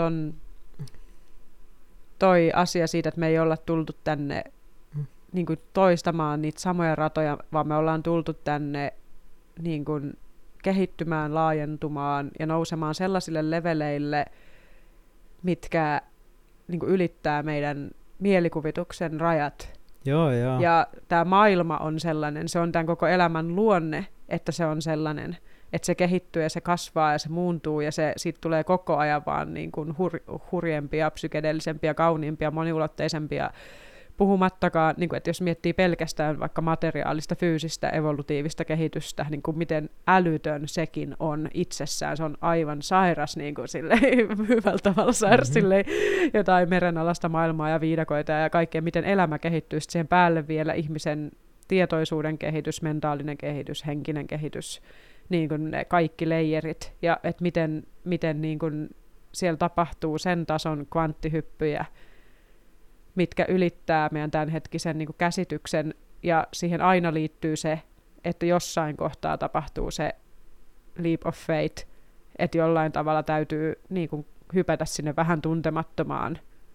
toi asia siitä, että me ei olla tultu tänne niin kuin toistamaan niitä samoja ratoja, vaan me ollaan tultu tänne niin kuin kehittymään, laajentumaan ja nousemaan sellaisille leveleille, mitkä niin kuin ylittää meidän mielikuvituksen rajat. Joo. Ja tämä maailma on sellainen, se on tämän koko elämän luonne, että se on sellainen, että se kehittyy ja se kasvaa ja se muuntuu ja siitä tulee koko ajan vaan niin kuin hurjempia, psykedeellisempiä, kauniimpia, moniulotteisempia. Puhumattakaan, niin kuin, että jos miettii pelkästään vaikka materiaalista, fyysistä, evolutiivista kehitystä, niin kuin miten älytön sekin on itsessään. Se on aivan sairas, niin kuin silleen, hyvällä tavalla sairas, silleen, jotain merenalaista maailmaa ja viidakoita ja kaikkea, miten elämä kehittyy. Sitten siihen päälle vielä ihmisen tietoisuuden kehitys, mentaalinen kehitys, henkinen kehitys, niin kuin ne kaikki leijerit. Ja että miten niin kuin siellä tapahtuu sen tason kvanttihyppyjä, mitkä ylittää meidän tämänhetkisen niin kuin käsityksen, ja siihen aina liittyy se, että jossain kohtaa tapahtuu se leap of faith, että jollain tavalla täytyy niin kuin hypätä sinne vähän tuntemattomaan.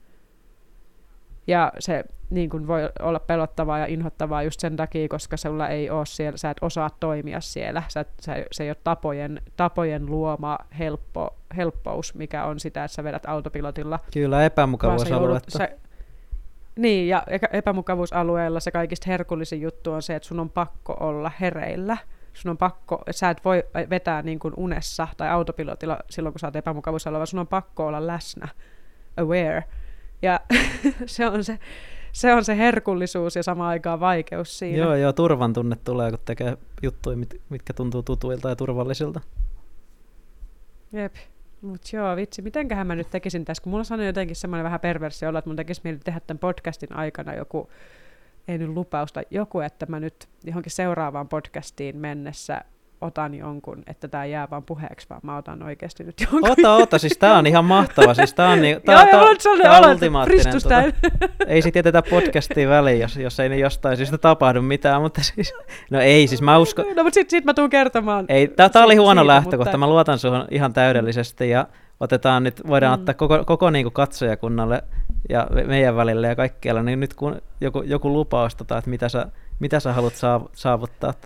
Ja se niin kuin voi olla pelottavaa ja inhottavaa just sen takia, koska sulla ei ole siellä, sä et osaa toimia siellä. Se ei ole tapojen luoma helppous, mikä on sitä, että sä vedät autopilotilla. Kyllä, epämukavuusaluetta. Niin, ja epämukavuusalueella se kaikista herkullisin juttu on se, että sun on pakko olla hereillä. Sä et voi vetää niin kuin unessa tai autopilotilla silloin, kun sä oot epämukavuusalueella, vaan sun on pakko olla läsnä, aware. Ja se on se herkullisuus ja samaan aikaan vaikeus siinä. Joo, turvan tunne tulee, kun tekee juttuja, mitkä tuntuu tutuilta ja turvallisilta. Jep. Mutta joo, vitsi, mitenköhän mä nyt tekisin tässä, kun mulla sanoi jotenkin semmoinen vähän perversio olla, että mun tekisi mieli tehdä tämän podcastin aikana joku, ei nyt lupausta, joku, että mä nyt johonkin seuraavaan podcastiin mennessä otan jonkun, että tää jää vaan puheeksi, vaan mä otan oikeasti nyt jonkun. Ota, siis tää on ihan mahtava, siis tää on ultimaattinen. Ei sit jätetä podcastiin väliin, jos ei ne jostain syystä tapahdu mitään, mutta siis, no ei, siis mä uskon. No mutta sit mä tuun kertomaan. Ei, tää oli huono lähtökohta, mä luotan suhun ihan täydellisesti ja otetaan nyt, voidaan ottaa koko niin kuin katsojakunnalle ja meidän välille ja kaikkialla, niin nyt kun joku lupaus, että mitä sä haluat saavuttaa.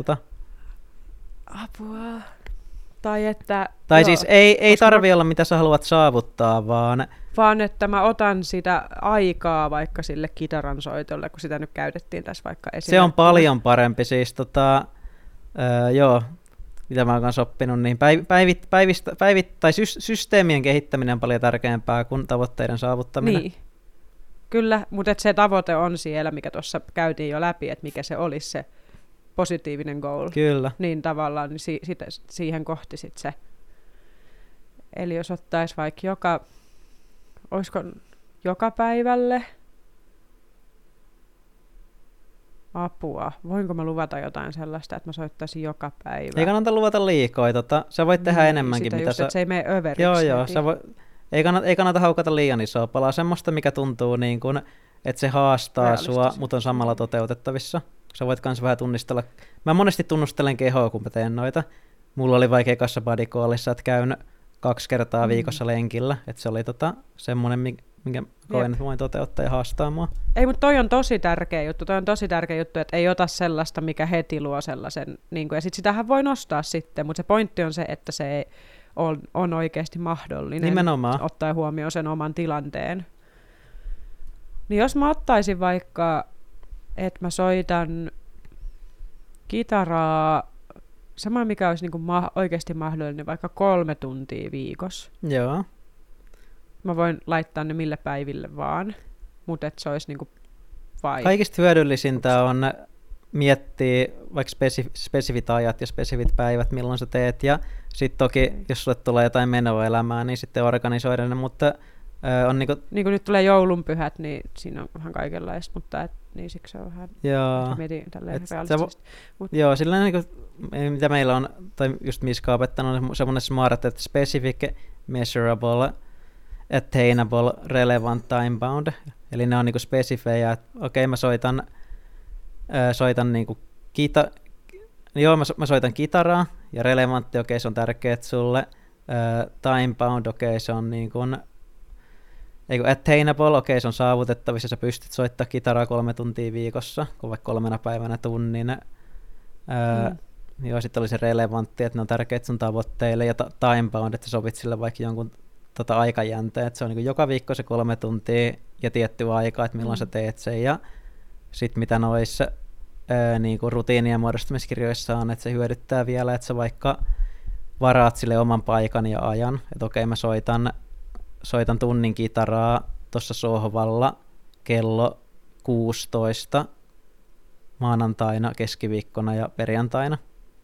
Apua. Tai siis ei tarvi olla mitä sä haluat saavuttaa, vaan että mä otan sitä aikaa vaikka sille kitaran soitolle, kun sitä nyt käytettiin tässä vaikka esimerkkinä. Se on paljon parempi siis mitä mä oon kanssa oppinut, niin systeemien kehittäminen on paljon tärkeämpää kuin tavoitteiden saavuttaminen. Niin, kyllä, mutta se tavoite on siellä, mikä tuossa käytiin jo läpi, että mikä se olisi se positiivinen goal. Kyllä. Niin tavallaan niin siihen kohti sit se. Eli jos ottaisi vaikka olisiko joka päivälle apua. Voinko mä luvata jotain sellaista, että mä soittaisin joka päivä? Ei kannata luvata liikoja. Sä voit tehdä enemmänkin. Sitä just, että se ei mene överiksi. Joo. Ei kannata haukata liian isoa palaa. Semmoista, mikä tuntuu niin kuin, että se haastaa sua, mutta on samalla toteutettavissa. Sä voit kans vähän tunnistella. Mä monesti tunnustelen kehoa, kun mä teen noita. Mulla oli vaikka ekassa bodycallissa, että käyn 2 kertaa viikossa lenkillä. Että se oli semmoinen, minkä koen, että voin toteuttaa ja haastaa mua. Ei, mutta toi on tosi tärkeä juttu. Että ei ota sellaista, mikä heti luo sellaisen. Niin kuin, ja sit sitähän voi nostaa sitten, mutta se pointti on se, että se on oikeasti mahdollinen. Nimenomaan. Ottaen huomioon sen oman tilanteen. Niin jos mä ottaisin vaikka, että mä soitan kitaraa, sama mikä olisi niinku oikeasti mahdollinen, vaikka 3 tuntia viikossa. Joo. Mä voin laittaa ne mille päiville vaan, mutta että se olisi niinku Kaikista hyödyllisintä on miettiä vaikka spesifit ajat ja spesifit päivät, milloin sä teet, ja sitten toki, jos sulle tulee jotain menoa elämään, niin sitten organisoida ne, mutta on niinku... Niin kuin nyt tulee joulunpyhät, niin siinä on vähän kaikenlaista, mutta niin siksi se on vähän... Mietin tälleen realistisesti. Joo, sillä niinku, mitä meillä on, tai just Miska on opettanut, on semmoinen smart, että specific, measurable, attainable, relevant, time-bound. Eli ne on niinku spesifejä, että okei, mä soitan niinku mä soitan kitaraa, ja relevantti, okei, se on tärkeet sulle. Time-bound, okei, se on niinku... Attainable, okei, se on saavutettavissa, sä pystyt soittamaan kitaraa 3 tuntia viikossa, kun vaikka 3 päivänä tunnin. Joo, sitten oli se relevantti, että ne on tärkeät sun tavoitteille, ja time-bound, että sä sovit sille vaikka jonkun aikajänteen, että se on niin joka viikko se 3 tuntia ja tietty aika, että milloin sä teet sen, ja sitten mitä noissa niin rutiinien muodostamiskirjoissa on, että se hyödyttää vielä, että sä vaikka varaat sille oman paikan ja ajan, että okei, mä soitan tunnin kitaraa tuossa sohvalla kello 16 maanantaina, keskiviikkona ja perjantaina.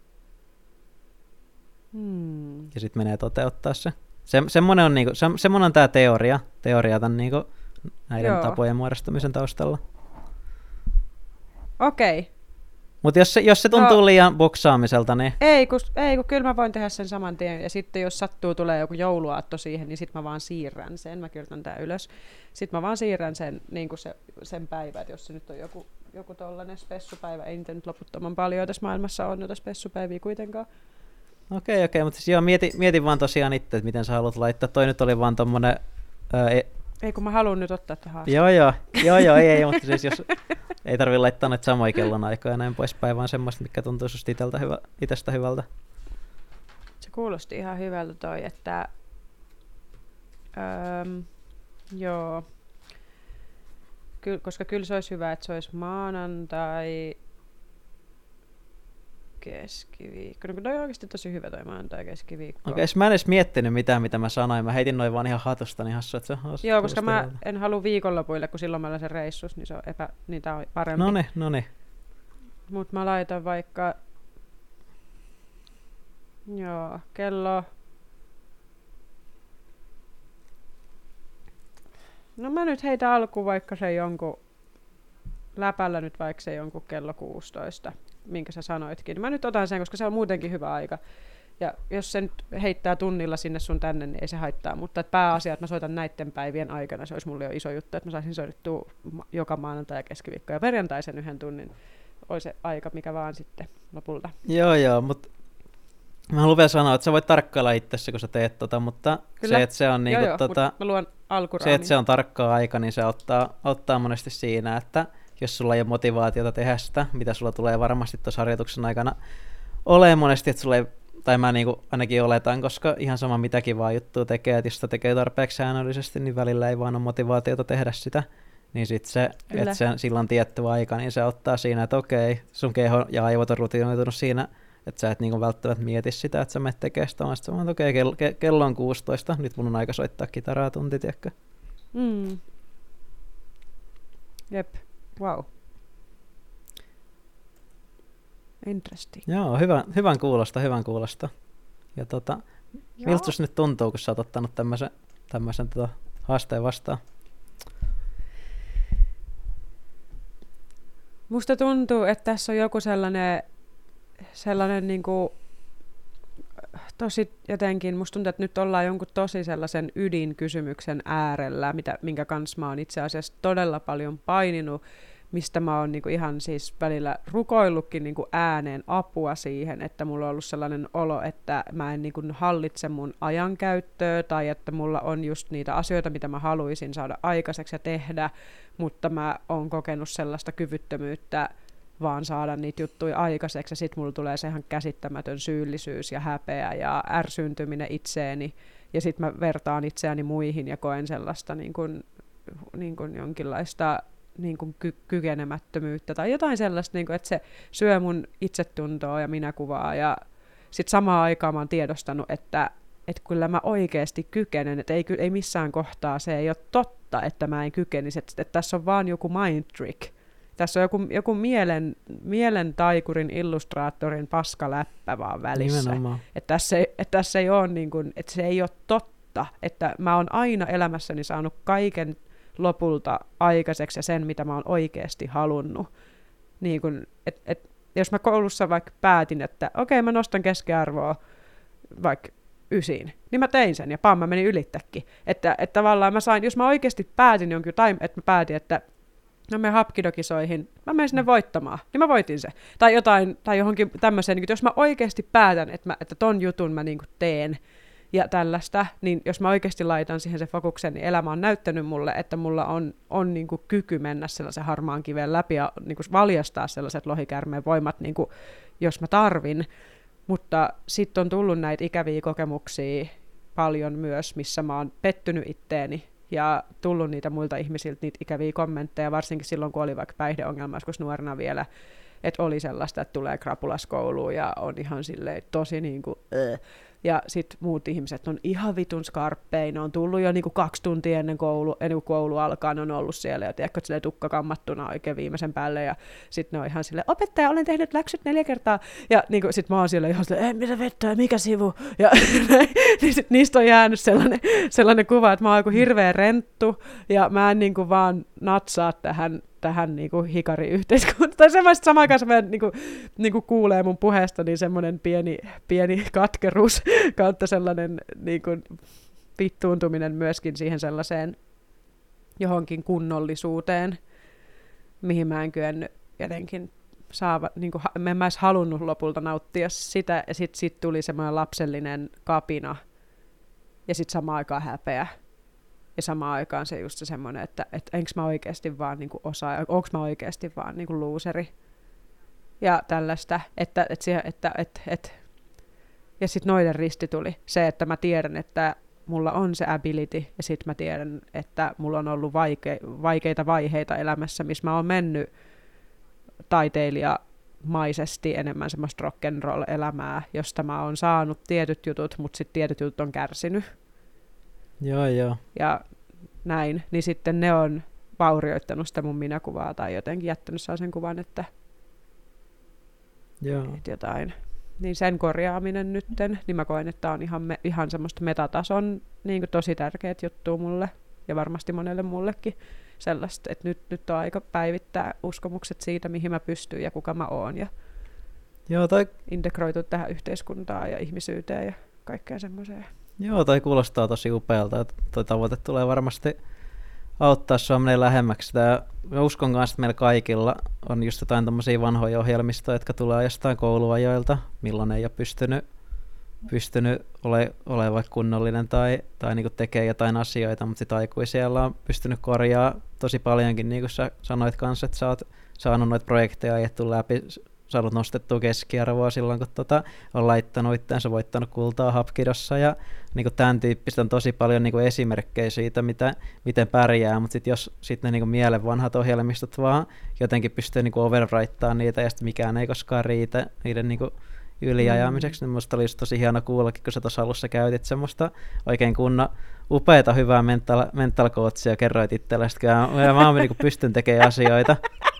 Ja sitten menee toteuttaa se. Semmoinen on, semmoinen on tämä teoria tämän niinku näiden tapojen muodostamisen taustalla. Okei. Mutta jos se tuntuu liian boksaamiselta, niin... Ei, kun kyllä mä voin tehdä sen saman tien. Ja sitten jos tulee joku jouluaatto siihen, niin sitten mä vaan siirrän sen. Mä kirjoitan tää ylös. Sitten mä vaan siirrän sen, niin kuin sen päivän, että jos se nyt on joku tollainen spessupäivä. Ei niitä nyt loputtoman paljon tässä maailmassa on noita spessupäiviä kuitenkaan. Okei, mutta siis mietin vaan tosiaan itse, että miten sä haluat laittaa. Toi nyt oli vaan tommonen... Ei, kun mä haluan nyt ottaa tähän haasteen. Joo, ei, mutta siis jos ei tarvitse laittaa näitä samoja kellonaikoja ja näin poispäin, vaan semmoista, mikä tuntuu susta itsestä hyvältä. Se kuulosti ihan hyvältä toi, että joo, koska kyllä se olisi hyvä, että se olisi maanantai, keskiviikko. No, toi on oikeasti tosi hyvä toi maanantai keskiviikko. Okei, mä en edes miettinyt mitään, mitä mä sanoin. Mä heitin noin vaan ihan hatusta, niin hassu, että se joo, koska mä en halua viikonlopuille, kun silloin mä olen sen reissus, niin se on niin tää on parempi. Noniin. Mut mä laitan vaikka kello... No mä nyt heitän alkuun vaikka se jonkun läpällä nyt vaikka se jonkun kello 16, minkä sä sanoitkin. Mä nyt otan sen, koska se on muutenkin hyvä aika. Ja jos se nyt heittää tunnilla sinne sun tänne, niin ei se haittaa. Mutta että pääasia, että mä soitan näiden päivien aikana, se olisi mulle jo iso juttu, että mä saisin soitettua joka maanantai ja keskiviikko ja perjantai sen 1 tunnin. Olisi se aika, mikä vaan sitten lopulta. Joo, mutta Mä haluan vielä sanoa, että sä voit tarkkailla itsesi, kun sä teet mutta Kyllä. se, että se on, niinku, mä luon alkuraamin. se, että se on tarkkaa aika, niin se auttaa monesti siinä, että jos sulla ei ole motivaatiota tehdä sitä, mitä sulla tulee varmasti tuossa harjoituksen aikana olemaan monesti, että sulla ei, tai mä niinku ainakin oletan, koska ihan sama mitäkin vaan juttua tekee, että jos sitä tekee tarpeeksi säännöllisesti, niin välillä ei vaan ole motivaatiota tehdä sitä, niin sitten se, että se silloin tietty aika, niin se auttaa siinä, että okei, sun keho ja aivot on rutinoitunut siinä, että sä et niinku välttämättä mieti sitä, että sä menet tekemään sitä, vaan sitten okei, kello on 16, nyt mun on aika soittaa kitaraa tunti, tiedätkö? Jep, wow. Interesting. Joo, hyvän kuulosta. Ja miltä susta nyt tuntuu, kun sä oot ottanut tämmöisen haasteen vastaan? Musta tuntuu, että tässä on joku sellainen niinku, tosi jotenkin, musta tuntuu, että nyt ollaan jonkun tosi sellaisen ydinkysymyksen äärellä, minkä kanssa mä oon itse asiassa todella paljon paininut, mistä mä oon niinku ihan siis välillä rukoillutkin niinku ääneen apua siihen, että mulla on ollut sellainen olo, että mä en niinku hallitse mun ajankäyttöä, tai että mulla on just niitä asioita, mitä mä haluaisin saada aikaiseksi ja tehdä, mutta mä oon kokenut sellaista kyvyttömyyttä vaan saada niitä juttuja aikaiseksi, ja sit mulla tulee se ihan käsittämätön syyllisyys ja häpeä ja ärsyyntyminen itseeni, ja sit mä vertaan itseäni muihin ja koen sellaista niin kuin jonkinlaista niin kuin kykenemättömyyttä tai jotain sellaista, niin kuin, että se syö mun itsetuntoa ja minäkuvaa, ja sit samaan aikaan mä oon tiedostanut, että kyllä mä oikeasti kykenen, että ei missään kohtaa se ei ole totta, että mä en kykenisi, että tässä on vaan joku mind trick. Tässä on joku mielen taikurin illustraattorin paskaläppä vaan välissä. Että tässä ei ole niin kuin, että se ei ole totta, että mä oon aina elämässäni saanut kaiken lopulta aikaiseksi ja sen, mitä mä oon oikeasti halunnut. Niin kuin, jos mä koulussa vaikka päätin, että okei, mä nostan keskiarvoa vaikka 9, niin mä tein sen ja mä menin ylittäkin. Että tavallaan mä sain, jos mä oikeasti päätin jonkin että mä päätin, että mä menen hapkidokisoihin, mä menen sinne voittamaan, niin mä voitin se. Tai jotain, tai johonkin tämmöiseen, niin jos mä oikeasti päätän, että ton jutun mä niin kuin teen ja tällaista, niin jos mä oikeasti laitan siihen se fokuksen, niin elämä on näyttänyt mulle, että mulla on niin kuin kyky mennä sellaisen harmaan kiven läpi ja niin kuin valjastaa sellaiset lohikäärmeen voimat, niin kuin, jos mä tarvin. Mutta sitten on tullut näitä ikäviä kokemuksia paljon myös, missä mä oon pettynyt itteeni ja tullut niitä muilta ihmisiltä niitä ikäviä kommentteja, varsinkin silloin, kun oli vaikka päihdeongelma, koska nuorena vielä, että oli sellaista, että tulee krapulas kouluun ja on ihan silleen tosi niin kuin, ja sitten muut ihmiset on ihan vitun skarppeja, ne on tullut jo niinku 2 tuntia ennen kuin koulu alkaa, ne on ollut siellä ja tiedätkö, silleen tukka kammattuna oikein viimeisen päälle ja sitten ne on ihan silleen, opettaja, olen tehnyt läksyt 4 kertaa ja niinku, sitten mä oon siellä ihan silleen, mitä vettä, mikä sivu ja niin sit niistä on jäänyt sellainen kuva, että mä oon joku hirveä renttu ja mä en niinku vaan natsaa tähän niinku hikariyhteiskuntaan. Tai semmoista samaan aikaan semmoinen niinku kuulee mun puheesta, niin semmoinen pieni katkeruus kautta sellainen niinku vittuuntuminen myöskin siihen sellaiseen johonkin kunnollisuuteen, mihin mä en kyennyt jotenkin niinku, mä en mä edes halunnut lopulta nauttia sitä, ja sit tuli semmoinen lapsellinen kapina, ja sit samaan aikaan häpeä. Ja samaan aikaan se just semmoinen, että enkö mä oikeasti vaan niinku osaa, onko mä oikeasti vaan niinku looseri. Ja tällaista, ja sitten noiden risti tuli. Se, että mä tiedän, että mulla on se ability, ja sitten mä tiedän, että mulla on ollut vaikeita vaiheita elämässä, missä mä oon mennyt taiteilijamaisesti enemmän semmoista rock'n'roll-elämää, josta mä oon saanut tietyt jutut, mutta sitten tietyt jutut on kärsinyt. Joo. Ja näin, niin sitten ne on vaurioittanut sitä mun minäkuvaa tai jotenkin jättänyt sellaisen kuvan, että jotain. Niin sen korjaaminen nytten, niin mä koen, että on ihan semmoista metatason niin kuin tosi tärkeät juttua mulle ja varmasti monelle mullekin sellaista, että nyt on aika päivittää uskomukset siitä, mihin mä pystyn ja kuka mä oon ja integroitu tähän yhteiskuntaan ja ihmisyyteen ja kaikkea semmoiseen. Joo, toi kuulostaa tosi upealta, että toi tavoite tulee varmasti auttaa sua menee lähemmäksi sitä. Mä uskon kanssa, että meillä kaikilla on just jotain tommosia vanhoja ohjelmistoja, jotka tulee jostain kouluajoilta, milloin ei ole pystynyt pystynyt olemaan kunnollinen tai niinku tekee jotain asioita, mutta sitten aikuisiellä on pystynyt korjaamaan tosi paljonkin, niin kuin sä sanoit kanssa, että sä oot saanut noita projekteja ajettu läpi, saanut nostettua keskiarvoa silloin, kun on laittanut itseänsä, voittanut kultaa Hapkidossa ja niin kuin tämän tyyppistä on tosi paljon niin kuin esimerkkejä siitä, miten pärjää, mutta sitten jos sitten ne niin kuin mielen vanhat ohjelmistot vaan jotenkin pystyy niin kuin overwrittamaan niitä ja sitten mikään ei koskaan riitä niiden niin kuin yliajamiseksi, niin minusta olisi tosi hieno kuullakin, kun sä tuossa alussa käytit semmoista oikein kunnon upeata hyvää mental coachia ja kerroit itsellesi, että mä niin kuin pystyn tekemään asioita.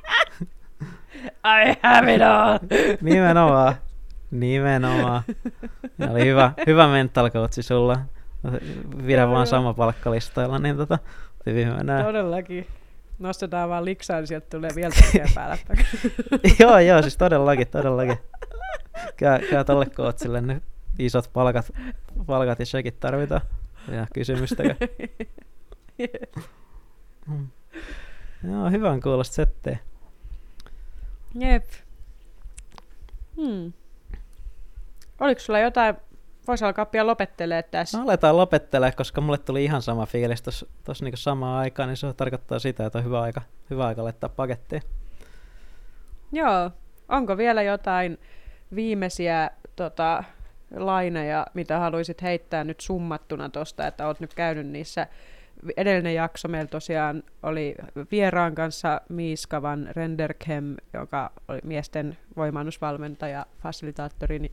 I have it all! Nimenomaan. Ja oli hyvä mental coachi sulla. Pidä vaan sama palkkalistoilla, niin Todellakin. Nostetaan vaan liksaa, niin sieltä tulee vielä tekijä päällä. Joo, siis todellakin. Käy tolle coachille nyt isot palkat ja sekin tarvitaan. Ja kysymystäkään. Joo, hyvän kuulosta settejä. Jep. Oliko sulla jotain, voisi alkaa pian lopettelemaan tässä? No, aletaan lopettelemaan, koska mulle tuli ihan sama fiilis tuossa niinku samaan aikaan, niin se tarkoittaa sitä, että on hyvä aika laittaa pakettiin. Joo. Onko vielä jotain viimeisiä laineja, mitä haluaisit heittää nyt summattuna tuosta, että oot nyt käynyt niissä? Edellinen jakso meillä tosiaan oli vieraan kanssa Miiska van Renderkem, joka oli miesten voimannusvalmentaja, fasilitaattori,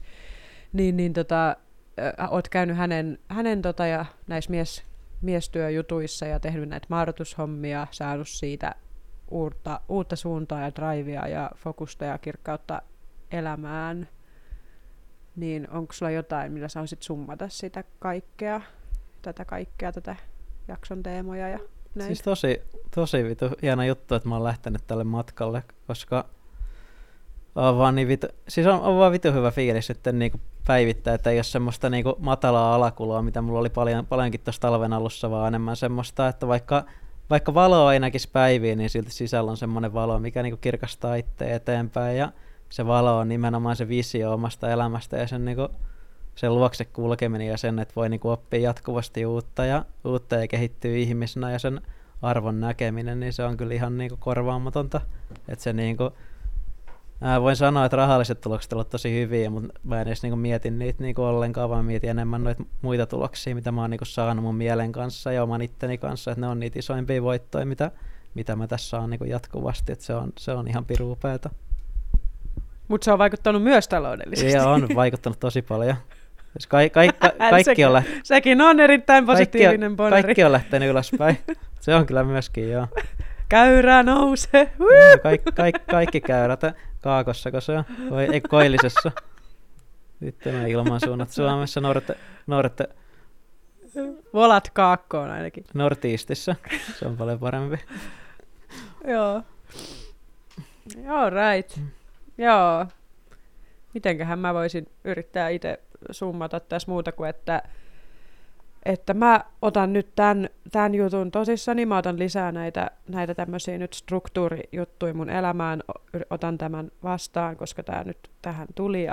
oot käynyt hänen ja näissä miestyöjutuissa ja tehnyt näitä maadotushommia, saanut siitä uutta suuntaa ja drivea ja fokusta ja kirkkautta elämään. Niin onko sulla jotain, millä sä haluaisit summata sitä kaikkea, tätä jakson teemoja ja näin? Siis tosi vitu hieno juttu, että mä oon lähtenyt tälle matkalle, koska on vaan vaan vitu hyvä fiilis sitten niinku päivittää, että ei ole semmoista niinku matalaa alakuloa, mitä mulla oli paljonkin tuossa talven alussa, vaan enemmän semmoista, että vaikka valoa ei näkisi päiviin, niin silti sisällä on semmoinen valo, mikä niinku kirkastaa itse eteenpäin ja se valo on nimenomaan se visio omasta elämästä ja sen luokse kulkeminen ja sen, että voi niinku oppia jatkuvasti uutta ja kehittyy ihmisenä ja sen arvon näkeminen, niin se on kyllä ihan niinku korvaamatonta. Että se niinku, voin sanoa, että rahalliset tulokset ovat tosi hyviä, mutta mä en edes niinku mietin niitä niinku ollenkaan, vaan mietin enemmän noita muita tuloksia, mitä mä oon niinku saanut mun mielen kanssa ja oman itteni kanssa, että ne on niitä isoimpia voittoja, mitä mä tässä saan niinku jatkuvasti, että se on ihan pirun upeata. Mutta se on vaikuttanut myös taloudellisesti. Ja on vaikuttanut tosi paljon. Kaikki on sekin on erittäin positiivinen boneri. Kaikki on lähtenyt ylöspäin. Se on kyllä myöskin, joo. Käyrä nousee. Kaikki käyrät kaakossa, kun se on. Ei koillisessa. Sitten on ilmansuunnat Suomessa. Noudette volat kaakkoon ainakin. Northeastissa. Se on paljon parempi. Joo. Joo, right. Joo. Mitenköhän mä voisin yrittää itse summata tässä muuta kuin, että mä otan nyt tämän jutun tosissani, mä otan lisää näitä tämmöisiä nyt struktuurijuttuja mun elämään, otan tämän vastaan, koska tää nyt tähän tuli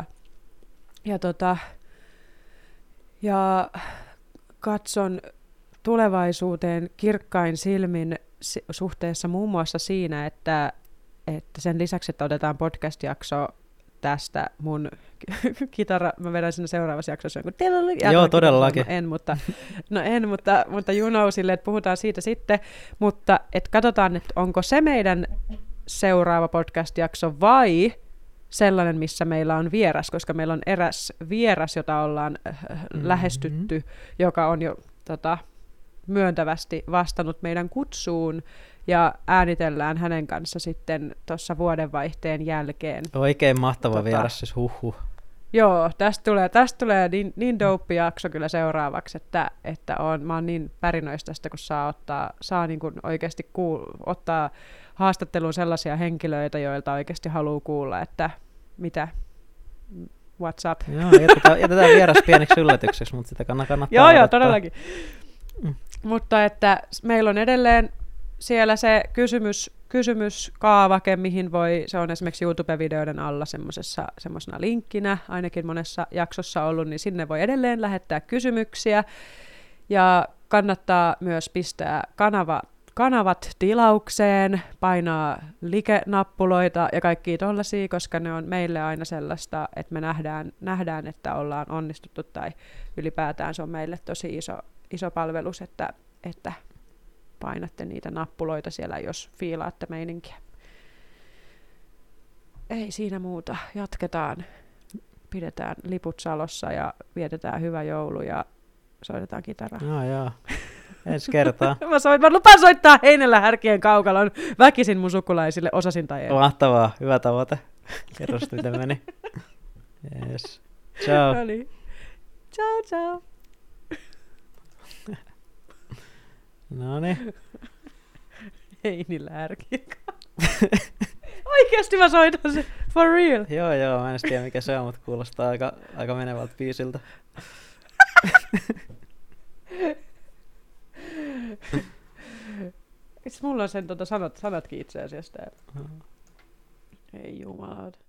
ja katson tulevaisuuteen kirkkain silmin suhteessa muun muassa siinä, että sen lisäksi, että otetaan podcast-jakso tästä mun kitara, mä vedän sinne seuraavassa jaksossa jonkun joo, todellakin. Mutta you know, sille, että puhutaan siitä sitten, mutta että katsotaan, että onko se meidän seuraava podcast-jakso vai sellainen, missä meillä on vieras, koska meillä on eräs vieras, jota ollaan lähestytty, joka on jo myöntävästi vastannut meidän kutsuun, ja äänitellään hänen kanssa sitten tuossa vuodenvaihteen jälkeen. Oikein mahtava vieras, siis huhhuh. Joo, tästä tulee niin dope jakso kyllä seuraavaksi, että mä oon niin pärinöistä tästä, kun saa niin kuin oikeasti ottaa haastatteluun sellaisia henkilöitä, joilta oikeasti haluaa kuulla, että mitä, what's up. Joo, jätetään vieras pieneksi yllätykseksi, mutta sitä kannattaa Joo, todellakin. Mutta että meillä on edelleen siellä se kysymys kysymyskaavake, mihin se on esimerkiksi YouTube-videoiden alla semmoisena linkkinä, ainakin monessa jaksossa ollut, niin sinne voi edelleen lähettää kysymyksiä. Ja kannattaa myös pistää kanavat tilaukseen, painaa like-nappuloita ja kaikkia tollaisia, koska ne on meille aina sellaista, että me nähdään että ollaan onnistuttu, tai ylipäätään se on meille tosi iso palvelus, että painatte niitä nappuloita siellä, jos fiilaatte meininkiä. Ei siinä muuta. Jatketaan. Pidetään liput salossa vietetään hyvä joulu ja soitetaan kitaraa. No joo. Ensi kertaa. Mä lupaan soittaa Heinellä Härkien kaukalon väkisin mun sukulaisille, osasin tai ei. Mahtavaa. Hyvä tavoite. Kerros, miten meni. Yes. Ciao. No niin. Ciao, ciao. Noniin. Heinillä Härkien Oikeasti mä soitan se. For real. Joo. Mä en tiedä mikä se on, mutta kuulostaa aika menevältä biisiltä. Mulla on sen sanatkin itse asiassa täällä. Ei jumalauta.